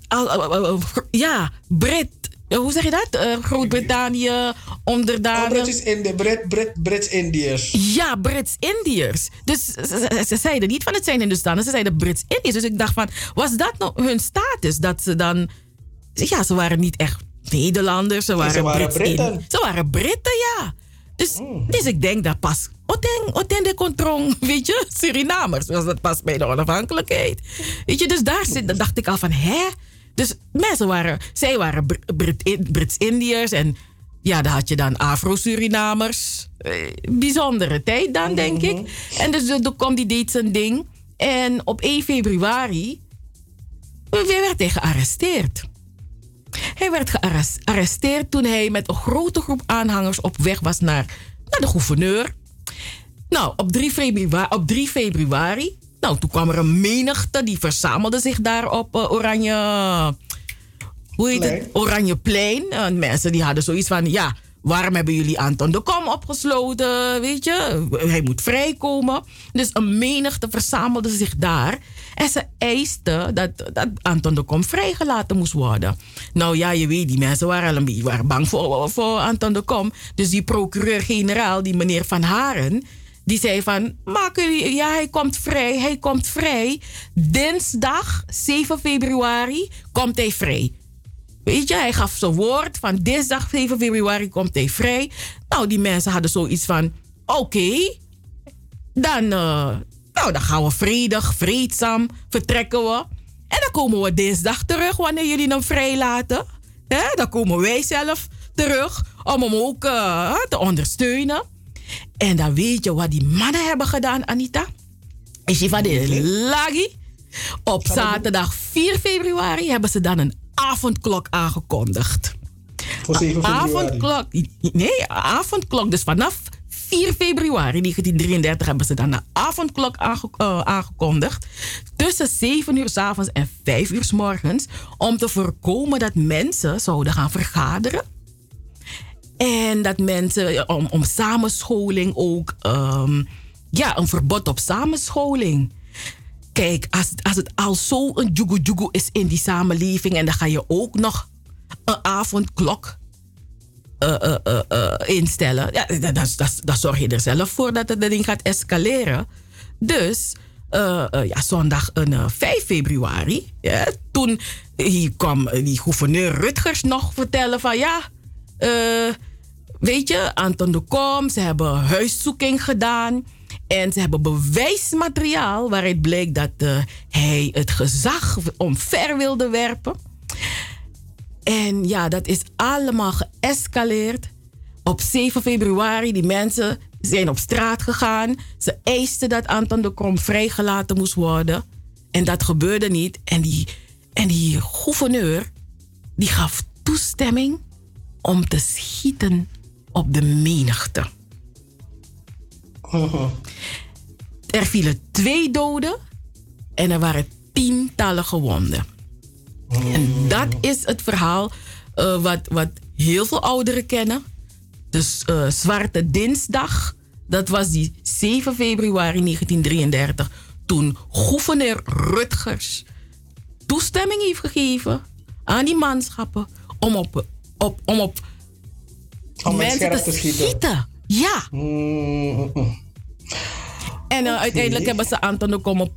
Brit. Hoe zeg je dat? Groot-Brittannië, onderdanen. Brits-Indiërs. Ja, Brits-Indiërs. Dus ze zeiden niet van het zijn Hindustanen, ze zeiden Brits-Indiërs. Dus ik dacht van, was dat nou hun status? Dat ze dan... Ja, ze waren niet echt Nederlanders, ze waren Britten. Ze waren Britten, ja. Dus ik denk dat pas... Oten de Controng, weet je, Surinamers, was dat pas bij de onafhankelijkheid. Weet je, dus daar dacht ik al van, hè? Dus zij waren Brits-Indiërs en ja, daar had je dan Afro-Surinamers. Bijzondere tijd dan, denk ik. En dus De Kom die deed zijn ding. En op 1 februari werd hij gearresteerd. Hij werd gearresteerd toen hij met een grote groep aanhangers op weg was naar de gouverneur. Nou, op 3 februari, nou, toen kwam er een menigte die verzamelde zich daar op Oranjeplein. Mensen die hadden zoiets van, ja, waarom hebben jullie Anton De Kom opgesloten? Weet je, hij moet vrijkomen. Dus een menigte verzamelde zich daar. En ze eisten dat Anton De Kom vrijgelaten moest worden. Nou ja, je weet, die mensen waren bang voor Anton De Kom. Dus die procureur-generaal, die meneer Van Haren, die zei van, hij komt vrij. Dinsdag, 7 februari, komt hij vrij. Weet je, hij gaf zijn woord van dinsdag 7 februari komt hij vrij. Nou, die mensen hadden zoiets van, oké, dan gaan we vreedzaam vertrekken we. En dan komen we dinsdag terug wanneer jullie hem vrijlaten. Dan komen wij zelf terug om hem ook te ondersteunen. En dan weet je wat die mannen hebben gedaan, Anita. Is je van de Lagi? Op zaterdag 4 februari hebben ze dan een avondklok aangekondigd. Voor 7 februari? Avondklok. Dus vanaf 4 februari 1933 hebben ze dan een avondklok aangekondigd. Tussen 7 uur 's avonds en 5 uur 's morgens. Om te voorkomen dat mensen zouden gaan vergaderen. En dat mensen om samenscholing ook... een verbod op samenscholing. Kijk, als het al zo een jugu is in die samenleving... en dan ga je ook nog een avondklok instellen... Ja, dan zorg je er zelf voor dat het ding gaat escaleren. Dus zondag 5 februari... Ja, toen kwam die gouverneur Rutgers nog vertellen van... weet je, Anton De Kom, ze hebben huiszoeking gedaan... En ze hebben bewijsmateriaal waaruit bleek dat hij het gezag omver wilde werpen. En ja, dat is allemaal geëscaleerd. Op 7 februari, die mensen zijn op straat gegaan. Ze eisten dat Anton De Kom vrijgelaten moest worden. En dat gebeurde niet. En die gouverneur, die gaf toestemming om te schieten op de menigte. Er vielen 2 doden en er waren tientallen gewonden. En dat is het verhaal wat heel veel ouderen kennen. Dus Zwarte Dinsdag, dat was die 7 februari 1933... toen gouverneur Rutgers toestemming heeft gegeven aan die manschappen... om op mensen te schieten. Ja. En uiteindelijk hebben ze Anton de Kom op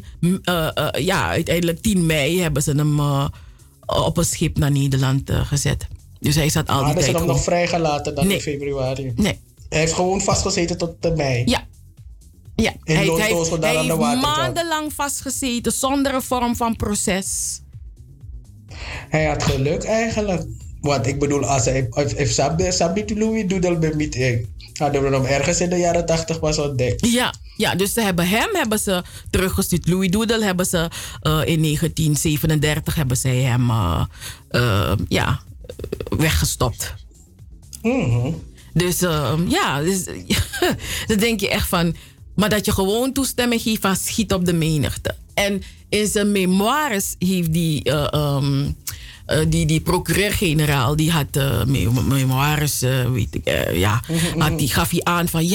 10 mei... hebben ze hem op een schip naar Nederland gezet. Dus hij zat al die tijd... Hadden ze hem nog vrijgelaten dan in februari? Nee. Hij heeft gewoon vastgezeten tot mei? Ja. Hij heeft maandenlang vastgezeten zonder een vorm van proces. Hij had geluk eigenlijk. Want ik bedoel, als hij Sabi Louis Doodle bij meeting, hadden we hem ergens in de jaren 80 pas ontdekt. Ja, dus ze hebben ze teruggestuurd. Louis Doodle hebben ze in 1937 hebben zij hem weggestopt. Dus dan denk je echt van... Maar dat je gewoon toestemming geeft van schiet op de menigte. En in zijn memoires heeft die procureur-generaal... die had memoires, gaf hij aan van...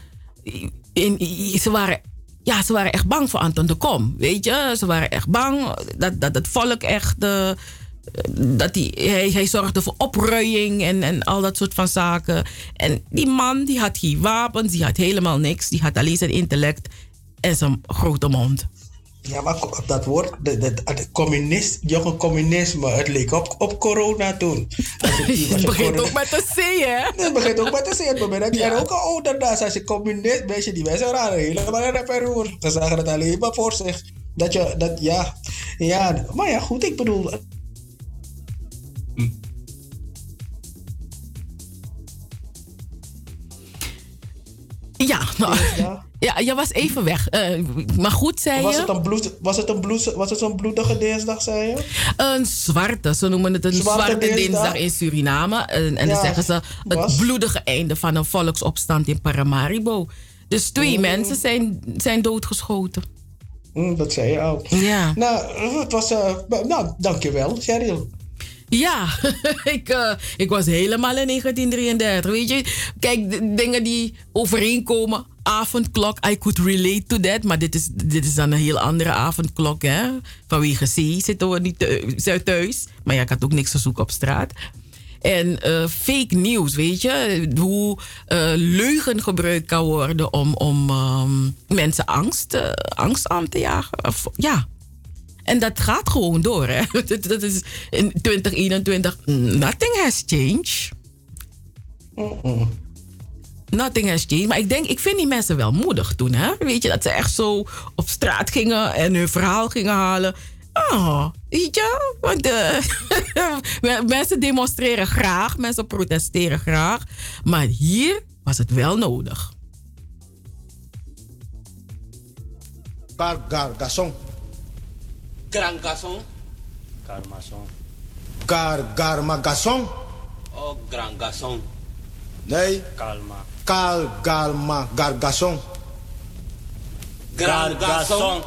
ze waren echt bang voor Anton de Kom. Weet je, ze waren echt bang dat het volk echt... hij zorgde voor opruiing en al dat soort van zaken. En die man, die had geen wapens, die had helemaal niks. Die had alleen zijn intellect en zijn grote mond. Ja, maar dat woord, communisme, het leek op corona toen. Het begint ook met een C, hè? Het begint ook met een C. Het moment dat je er ook al ouder naast. Als je communist bent, die mensen waren helemaal in een perroer. Ze zagen het alleen maar voor zich. Maar ja, goed, ik bedoel... Ja, je was even weg. Maar goed, zei je... Was het een bloedige dinsdag, zei je? Een zwarte, ze noemen het een zwarte dinsdag in Suriname. En dan zeggen ze het bloedige einde van een volksopstand in Paramaribo. Dus 2 mensen zijn doodgeschoten. Dat zei je ook. Ja. Nou, het was... dankjewel, Cheryl. Ja, ik was helemaal in 1933. Weet je, kijk, dingen die overeenkomen. Avondklok, I could relate to that. Maar dit is dan een heel andere avondklok, hè. Vanwege C zitten we niet thuis. Maar ja, ik had ook niks te zoeken op straat. En fake news, weet je. Hoe leugen gebruikt kan worden om mensen angst aan te jagen. Ja. En dat gaat gewoon door, hè. Dat is in 2021. Nothing has changed. Nothing has changed. Maar ik vind die mensen wel moedig toen, hè. Weet je, dat ze echt zo op straat gingen en hun verhaal gingen halen. Weet je? Want mensen demonstreren graag, mensen protesteren graag. Maar hier was het wel nodig. Gargason. Grand garçon. Garmason. Garmagasson. Oh, grand garçon. Nee. Calma. Galma gargason. Grand garçon.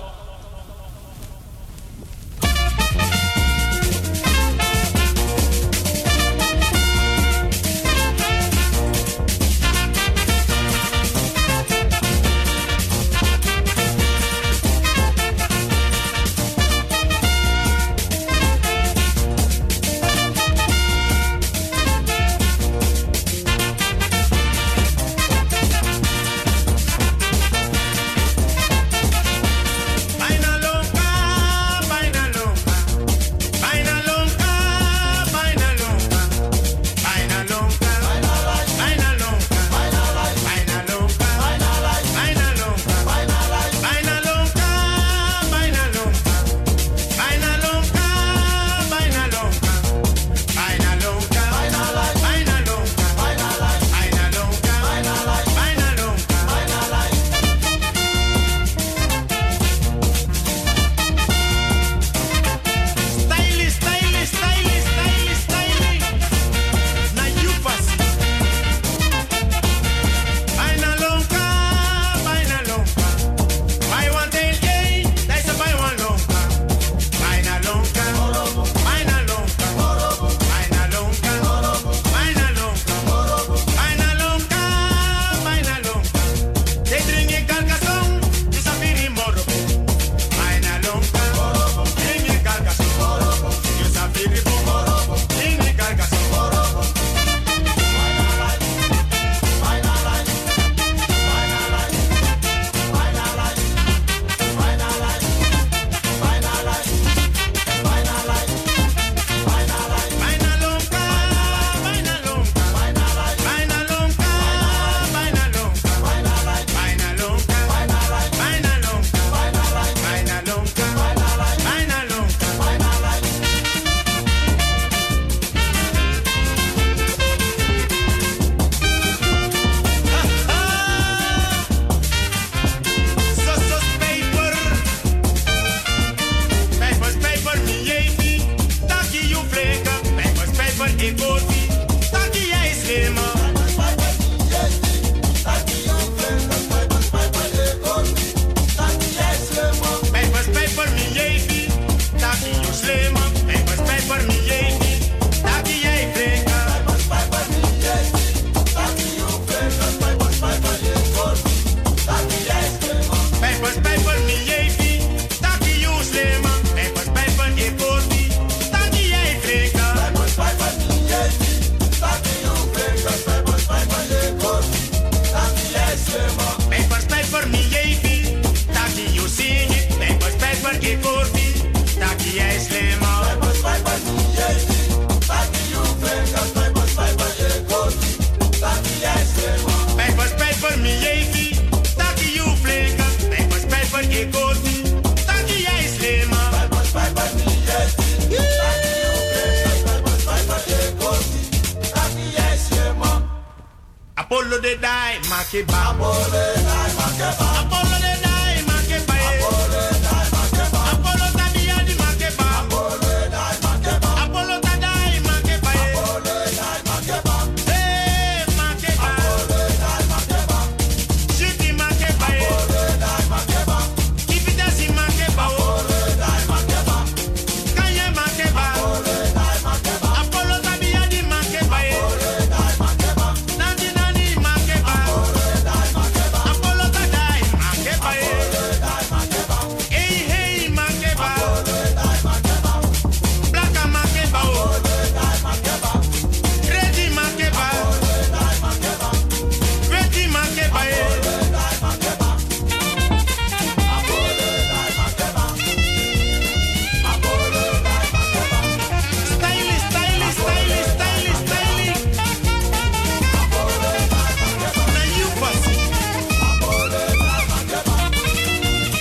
Paper me baby, taki you sing it. Paper ke korbi, taki I slam out. Paper me baby, taki you play. Paper ke korbi, taki I slam out. Paper me baby, taki you play. Paper ke korbi, taki I slam out. Paper me baby, taki you play. Paper ke korbi, taki I slam out. Apollo de die, make it bad. Apollo de die, make it bad. Apollo de die, make it bad. Apollo de die, make it bad. Apollo tadia di make it bad. Apollo de die, make it bad. Apollo tadai, make it bad. Apollo de die, make it bad. Hey, make it bad. Apollo de die, make it bad. Shitty make it bad. Apollo de die, make it bad. Keep it as make it bad. Apollo de die, make it bad. Kanye make it bad. Apollo de die, make it bad. Apollo tadia di make it bad. Apollo de die, make it bad. Nandi nani make it bad. Apollo de die, make it bad. Apollo tadai make it bad. Apollo de die, make it bad. Hey hey make it bad. Apollo de die, make it bad. Blacka make it bad. Apollo de die, make it bad. Ready make it bad. Apollo de die, make it bad. Ready make it bad. Apollo de die, make it bad. Apollo de die, make it bad. Apollo de die, make it bad. Stylish, stylish, stylish, stylish, stylish. Apollo de die, make it bad. Now you pussy. Apollo de die, make it bad. Apollo de die, make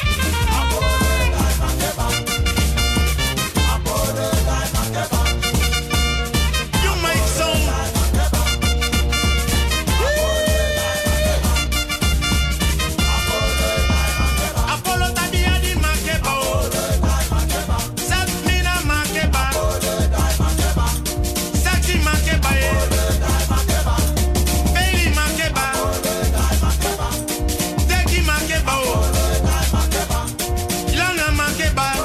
it bad. Apollo de die, make it bad. You make sound. Apollo tadia di make it bad. Satmina make it bad. Sachi make it bad. Bailey make it bad. Teki make it bad. Lana make it bad.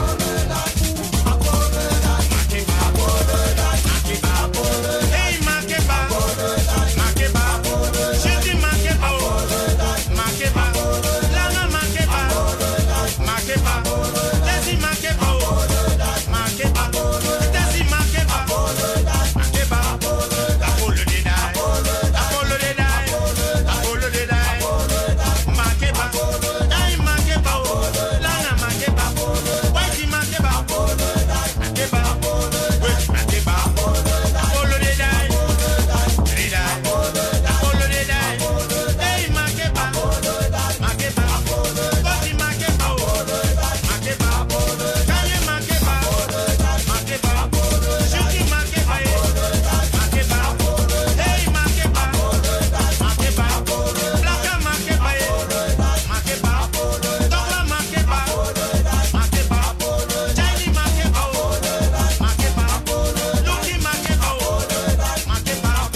Hey make it bad. Make it bad. Shitty make it bad. Make it bad. Lana make it bad. Make it bad. Desi make it bad. Make it bad. Desi make it bad. Make it bad. Apollo de die. Apollo de die. Apollo de die. Make it bad. Die make it bad. Lana make it bad. Whitey make it bad. Make it bad. Wait make it bad. Apollo de die. De die. Apollo de die. Hey make it bad. Make it bad. Whitey make it bad. Make it bad. Kanye make it bad. Make it bad. Shuki make it bad. Make it bad. Hey make it bad. Make it bad. Blacka make it bad. Make it bad. Dogla make it bad. Make it bad. Johnny make it bad. Make it bad. Lucky make it bad. Make it bad.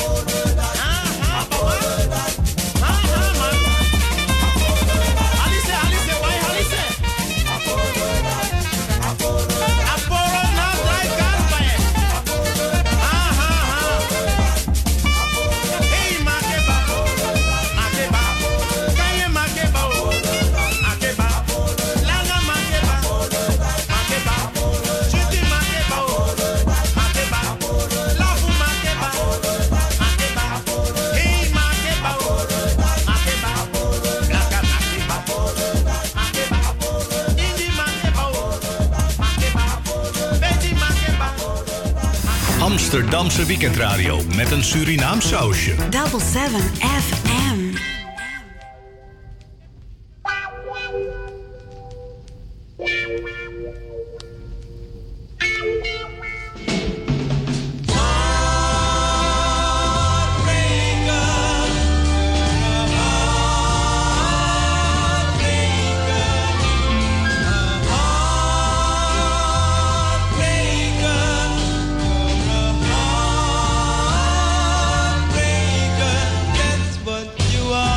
Man. Alice, why Alice? Apollo now drive car fire. Hey make it bad. Make it bad. Kanye make it bad. Make it bad. Lana make it bad. Make it bad. Shitty make it bad. Make it bad. Lafu make it bad. Make it bad. Hey make it bad. Make it bad. Blacka make it bad. Make it bad. Indie make it bad. Make it bad. Betty make it bad. Amsterdamse weekendradio met een Surinaams sausje. Double 7 FM. That's what you are.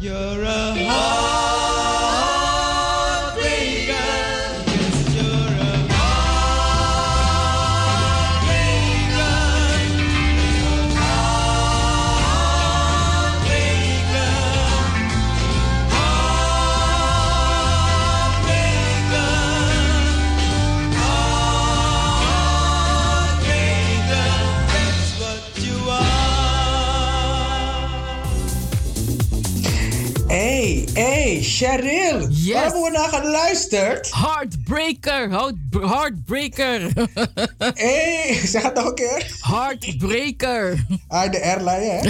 You're a heartbreaker. Yes, you're a heartbreaker. Heartbreaker. Heartbreaker. Heartbreaker. That's what you are. Hey, Cheryl. Yes. Waar hebben we naar geluisterd? Heartbreaker. Hey, zeg het nog een keer. Heartbreaker. Ah, de airline, hè?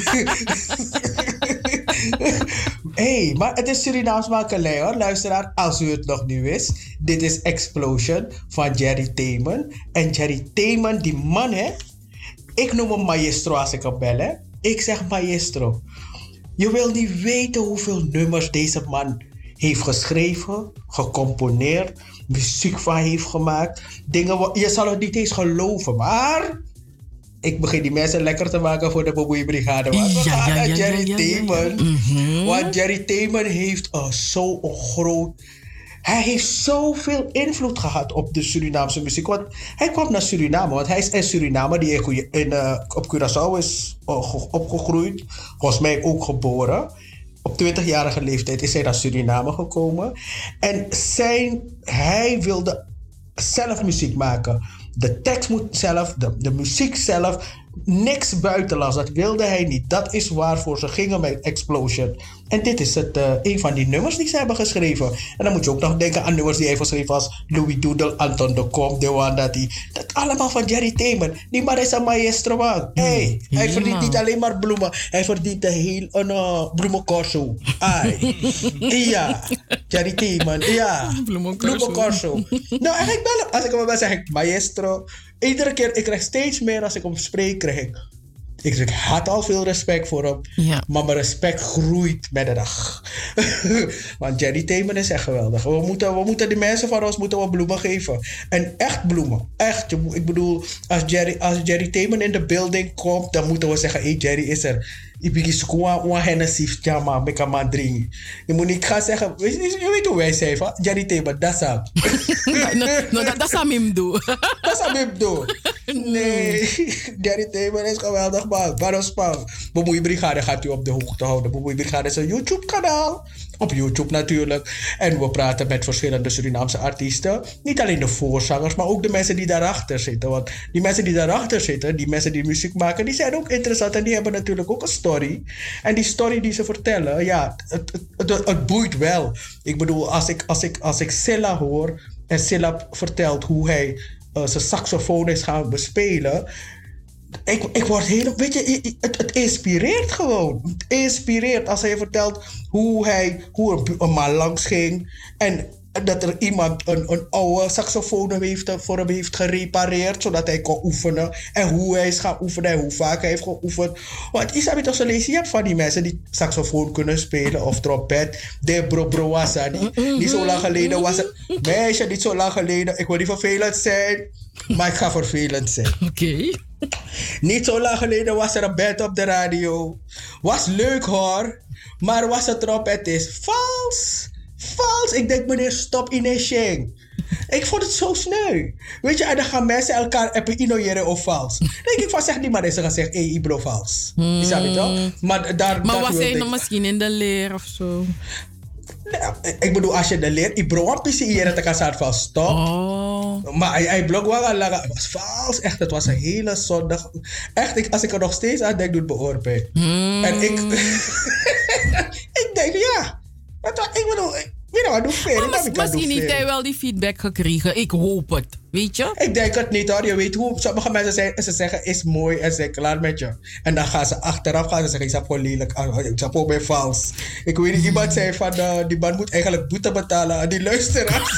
Hey, maar het is Surinaams makelij, hoor. Luisteraar, als u het nog niet wist. Dit is Explosion van Jerry Themen. En Jerry Themen, die man, hè? Ik noem hem maestro als ik hem bel, hè? Ik zeg maestro. Je wil niet weten hoeveel nummers deze man heeft geschreven, gecomponeerd, muziek van heeft gemaakt. Dingen, je zal het niet eens geloven, maar ik begin die mensen lekker te maken voor de Boboei-brigade. Want we gaan naar Jerry Themen. Want Jerry Themen heeft zo'n groot... Hij heeft zoveel invloed gehad op de Surinaamse muziek. Want hij kwam naar Suriname. Want hij is een Surinamer die op Curaçao is opgegroeid. Volgens mij ook geboren. Op 20-jarige leeftijd is hij naar Suriname gekomen. En hij wilde zelf muziek maken. De tekst moet zelf, de muziek zelf. Niks buitenlands, dat wilde hij niet. Dat is waarvoor ze gingen met Explosion. En dit is een van die nummers die ze hebben geschreven. En dan moet je ook nog denken aan nummers die hij geschreven als Louis Doodle, Anton de Kom, De Wandati. Dat allemaal van Jerry Themen. Die man is een maestro, man. Hey, hij verdient niet alleen maar bloemen. Hij verdient een bloemencorso. Ai. Ja, Jerry Themen. Ja, bloemencorso. Nou, en ik bel, als ik hem ben, zeg ik maestro. Iedere keer, ik krijg steeds meer als ik hem spreek, ik had al veel respect voor hem, maar mijn respect groeit met de dag. Want Jerry Themen is echt geweldig. We moeten die mensen van ons moeten we bloemen geven. En echt bloemen. Echt. Ik bedoel, als Jerry Themen in de building komt, dan moeten we zeggen, hey, Jerry is er. Ik begin squaa een Hennessy, ja man, ik kan maar drinken. Je moet niet gaan zeggen, je weet hoe wij zijn van Jerry Themen, dat is hem. Dat is hem doen. Dat is hem doen. Nee, Jerry Themen is geweldig, man. Barospan. Boboei-brigade gaat u op de hoogte houden. Boboei-brigade is een YouTube-kanaal. Op YouTube natuurlijk. En we praten met verschillende Surinaamse artiesten. Niet alleen de voorzangers, maar ook de mensen die daarachter zitten. Want die mensen die daarachter zitten, die mensen die muziek maken, die zijn ook interessant. En die hebben natuurlijk ook een story. En die story die ze vertellen, ja, het boeit wel. Ik bedoel, als ik Silla hoor en Silla vertelt hoe hij zijn saxofoon is gaan bespelen. Ik word heel... Weet je, het inspireert gewoon. Het inspireert als hij vertelt hoe een man langs ging. En dat er iemand een oude saxofoon voor hem heeft gerepareerd. Zodat hij kon oefenen. En hoe hij is gaan oefenen en hoe vaak hij heeft geoefend. Want Isabi toch zo lezen. Je hebt van die mensen die saxofoon kunnen spelen. Of trompet. De bro was er. Niet zo lang geleden was het... Meisje, niet zo lang geleden. Ik wil niet vervelend zijn. Maar ik ga vervelend zijn. Oké. Niet zo lang geleden was er een band op de radio. Was leuk hoor. Maar was het trompet is vals. Vals. Ik denk, meneer, stop in een sheng. Ik vond het zo sneu. Weet je, en dan gaan mensen elkaar appen innoëren of vals. Dan denk ik van, zeg niet maar eens gaan zeggen, hey, Ibro vals. Is dat toch? Maar was hij nog misschien in de leer of zo? Nou, ik bedoel, als je de leert, ik bedoel, hier kan staan van stop. Maar hij blok wel al lang. Het was vals, echt. Het was een hele zondag. Echt, als ik er nog steeds aan denk, doet het me oorpijn. En ik denk, ja. Ik bedoel, weet je wat, doe veel. Maar misschien heeft hij wel die feedback gekregen. Ik hoop het. Weet je? Ik denk het niet hoor. Je weet hoe sommige mensen zeggen is mooi en zijn klaar met je. En dan gaan ze achteraf zeggen, ik zat gewoon lelijk. Ik zat gewoon bij vals. Ik weet niet, iemand zei van die man moet eigenlijk boete betalen aan die luisteraars.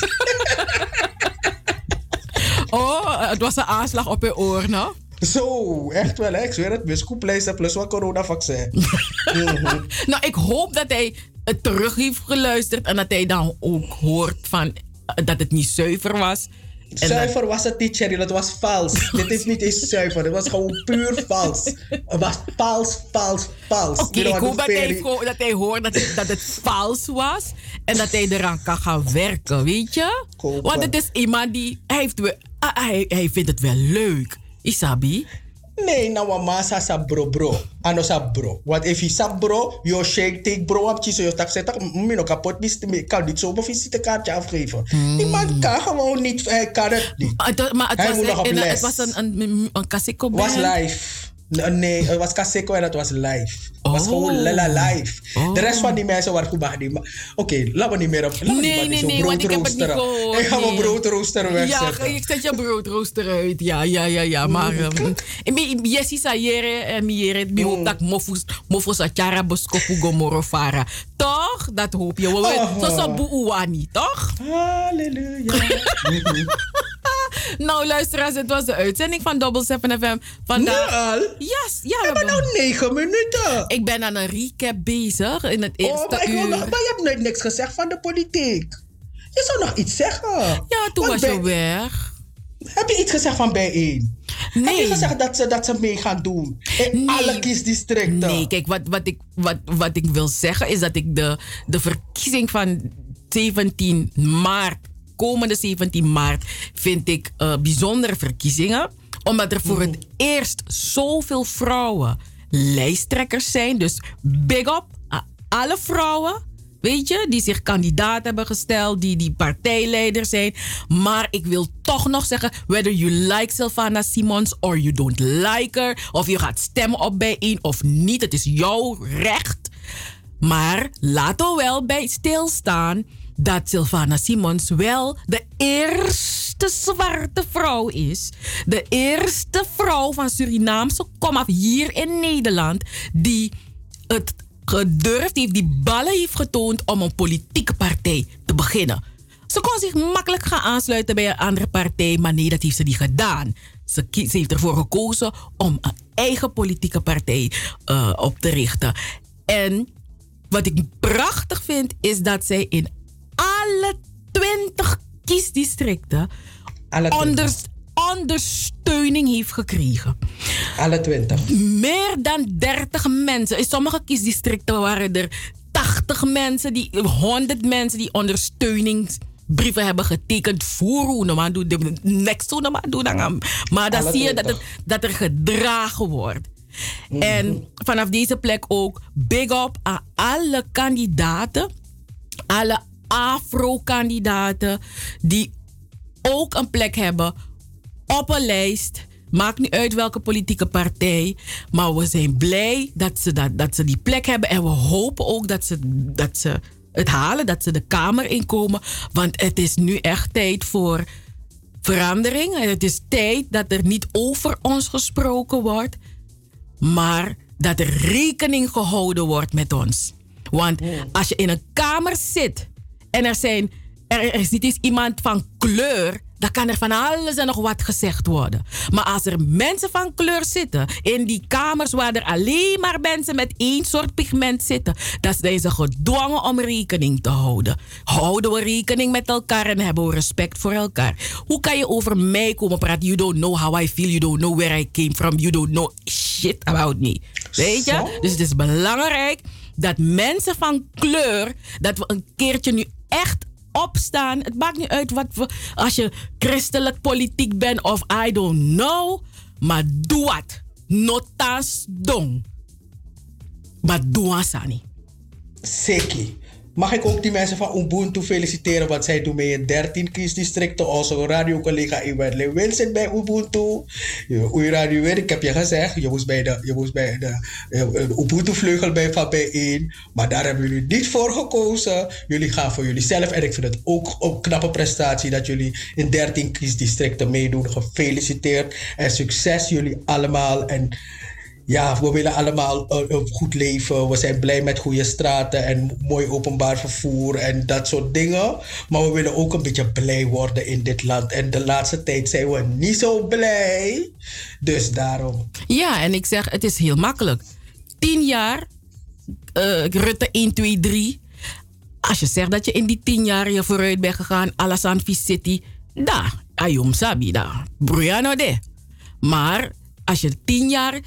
Het was een aanslag op je oor, nou? Zo, echt wel. Hè? Ik zweer het. Miskoepleister plus wat coronavaccin. Nou, ik hoop dat hij het terug heeft geluisterd en dat hij dan ook hoort van dat het niet zuiver was. Zuiver was het niet, Cheryl. Het was vals. Dit is niet eens zuiver. Het was gewoon puur vals. Het was vals. Oké, ik hoop dat hij hoort dat het vals was. En dat hij eraan kan gaan werken, weet je? Want het is iemand die... Hij vindt het wel leuk. Isabi? Nee, nou mama sa bro. Ano sa bro. Want if je sa bro, je shake take bro op je tak zet no kapot mis kan niet zo een visitekaartje afgeven. Die man kan gewoon niet, hij kan het niet. Maar het was een Kaseko was live. Nee, het was Kaseko en het was live. Het was gewoon live. De rest van die mensen waren goed bij. Oké, laten we niet meer op. Nee, want ik heb het niet gehoord. Ik ga mijn broodrooster wegzetten. Ja, ik zet je broodrooster uit. Ja. Maar Jessie Sayere en Miere, mi hoop dat mofos atjara boskopu gomorofara. Toch? Dat hoop je. Zo boeouani, toch? Halleluja. Nou, luisteraars, het was de uitzending van Double 7 FM vandaag. Nu al? Yes, ja. We hebben nou 9 minuten. Ik ben aan een recap bezig in het eerste uur. Maar je hebt nooit niks gezegd van de politiek. Je zou nog iets zeggen. Ja, toen was je weg. Heb je iets gezegd van bijeen? Nee. Heb je gezegd dat ze mee gaan doen? In alle kiesdistricten? Nee, kijk, wat ik wil zeggen is dat ik de verkiezing van 17 maart... komende 17 maart vind ik bijzondere verkiezingen. Omdat er voor het eerst zoveel vrouwen lijsttrekkers zijn. Dus big up aan alle vrouwen. Weet je, die zich kandidaat hebben gesteld. Die partijleider zijn. Maar ik wil toch nog zeggen. Whether you like Sylvana Simons or you don't like her. Of je gaat stemmen op bijeen of niet. Het is jouw recht. Maar laten we wel bij stilstaan dat Sylvana Simons wel de eerste zwarte vrouw is. De eerste vrouw van Surinaamse komaf hier in Nederland die het gedurfd heeft, die ballen heeft getoond om een politieke partij te beginnen. Ze kon zich makkelijk gaan aansluiten bij een andere partij, maar nee, dat heeft ze niet gedaan. Ze heeft ervoor gekozen om een eigen politieke partij op te richten. En wat ik prachtig vind, is dat zij in alle 20 kiesdistricten ondersteuning heeft gekregen. Alle 20? Meer dan 30 mensen. In sommige kiesdistricten waren er 80 mensen, 100 mensen die ondersteuningsbrieven hebben getekend voor Hoeneman. Maar dan zie je dat er gedragen wordt. En vanaf deze plek ook big up aan alle kandidaten. Alle Afro-kandidaten die ook een plek hebben op een lijst. Maakt niet uit welke politieke partij. Maar we zijn blij dat ze die plek hebben. En we hopen ook dat ze het halen. Dat ze de Kamer inkomen. Want het is nu echt tijd voor verandering. En het is tijd dat er niet over ons gesproken wordt. Maar dat er rekening gehouden wordt met ons. Want als je in een kamer zit en er is niet eens iemand van kleur, dan kan er van alles en nog wat gezegd worden. Maar als er mensen van kleur zitten in die kamers waar er alleen maar mensen met één soort pigment zitten, dan zijn ze gedwongen om rekening te houden. Houden we rekening met elkaar en hebben we respect voor elkaar. Hoe kan je over mij komen praten? You don't know how I feel, you don't know where I came from, you don't know shit about me. Weet je? Dus het is belangrijk dat mensen van kleur, dat we een keertje nu echt opstaan. Het maakt niet uit als je christelijk politiek bent of I don't know. Maar doe wat. Notas dong. Maar doe wat, Sani. Zeker. Mag ik ook die mensen van Ubuntu feliciteren, want zij doen mee in 13 kiesdistricten. Onze radiocollega Iwerle Wil zit bij Ubuntu. Radio Wil, ik heb je gezegd, je moest bij de Ubuntu-vleugel bij van bijeen. Maar daar hebben jullie niet voor gekozen. Jullie gaan voor jullie zelf. En ik vind het ook een knappe prestatie dat jullie in 13 kiesdistricten meedoen. Gefeliciteerd en succes jullie allemaal. En ja, we willen allemaal een goed leven. We zijn blij met goede straten en mooi openbaar vervoer en dat soort dingen. Maar we willen ook een beetje blij worden in dit land. En de laatste tijd zijn we niet zo blij. Dus daarom. Ja, en ik zeg, het is heel makkelijk. 10 jaar, Rutte 1, 2, 3. Als je zegt dat je in die 10 jaar je vooruit bent gegaan, alles aan City. ayom sabi da. Bruyano de. Maar als je 10 jaar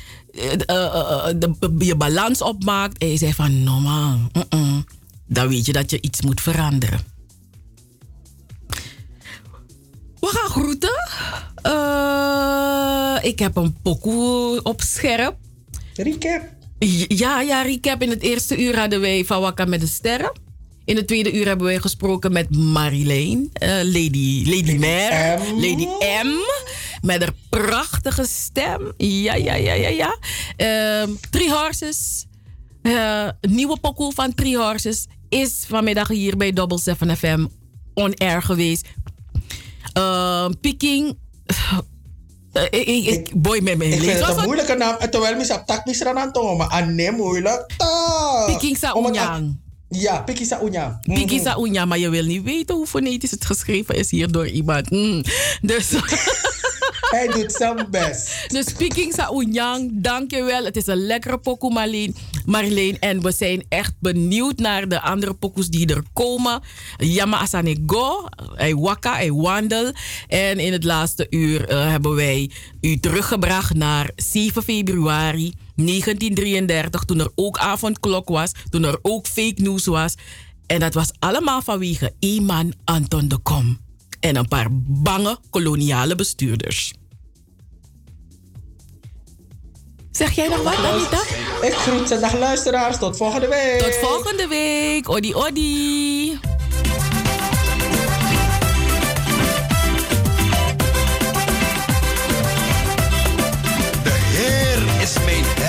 je balans opmaakt en je zegt van no man, dan weet je dat je iets moet veranderen. We gaan groeten. Ik heb een pokoe op scherp. Recap. Ja, recap. In het eerste uur hadden wij Van Wakka met de Sterren. In het tweede uur hebben wij gesproken met Marilyn, Lady Mare, Lady M. Met haar prachtige stem. Ja. Three Horses. Nieuwe pokoe van Three Horses is vanmiddag hier bij Double 7 FM on air geweest. Peking. Boy met mijn Ik vind het een moeilijke naam. Terwijl ik op tak misra aan toe, maar aan moeilijk. Peking sa Unyang. Ja, Peking sa Unyang. Peking sa Unyang, maar je wil niet weten hoe fonetisch het geschreven is hier door iemand. Dus... Hij doet zijn best. Dus Peking sa Unyang, dankjewel. Het is een lekkere pokoe, Marleen. En we zijn echt benieuwd naar de andere pokoes die er komen. Yama Asane Go, hij wakka, hij wandel. En in het laatste uur hebben wij u teruggebracht naar 7 februari 1933. Toen er ook avondklok was. Toen er ook fake news was. En dat was allemaal vanwege Iman Anton de Kom. En een paar bange koloniale bestuurders. Zeg jij nog wat, Anita? Ik groet ze. Dag luisteraars. Tot volgende week. Tot volgende week. Odi, odi. De Heer is mijn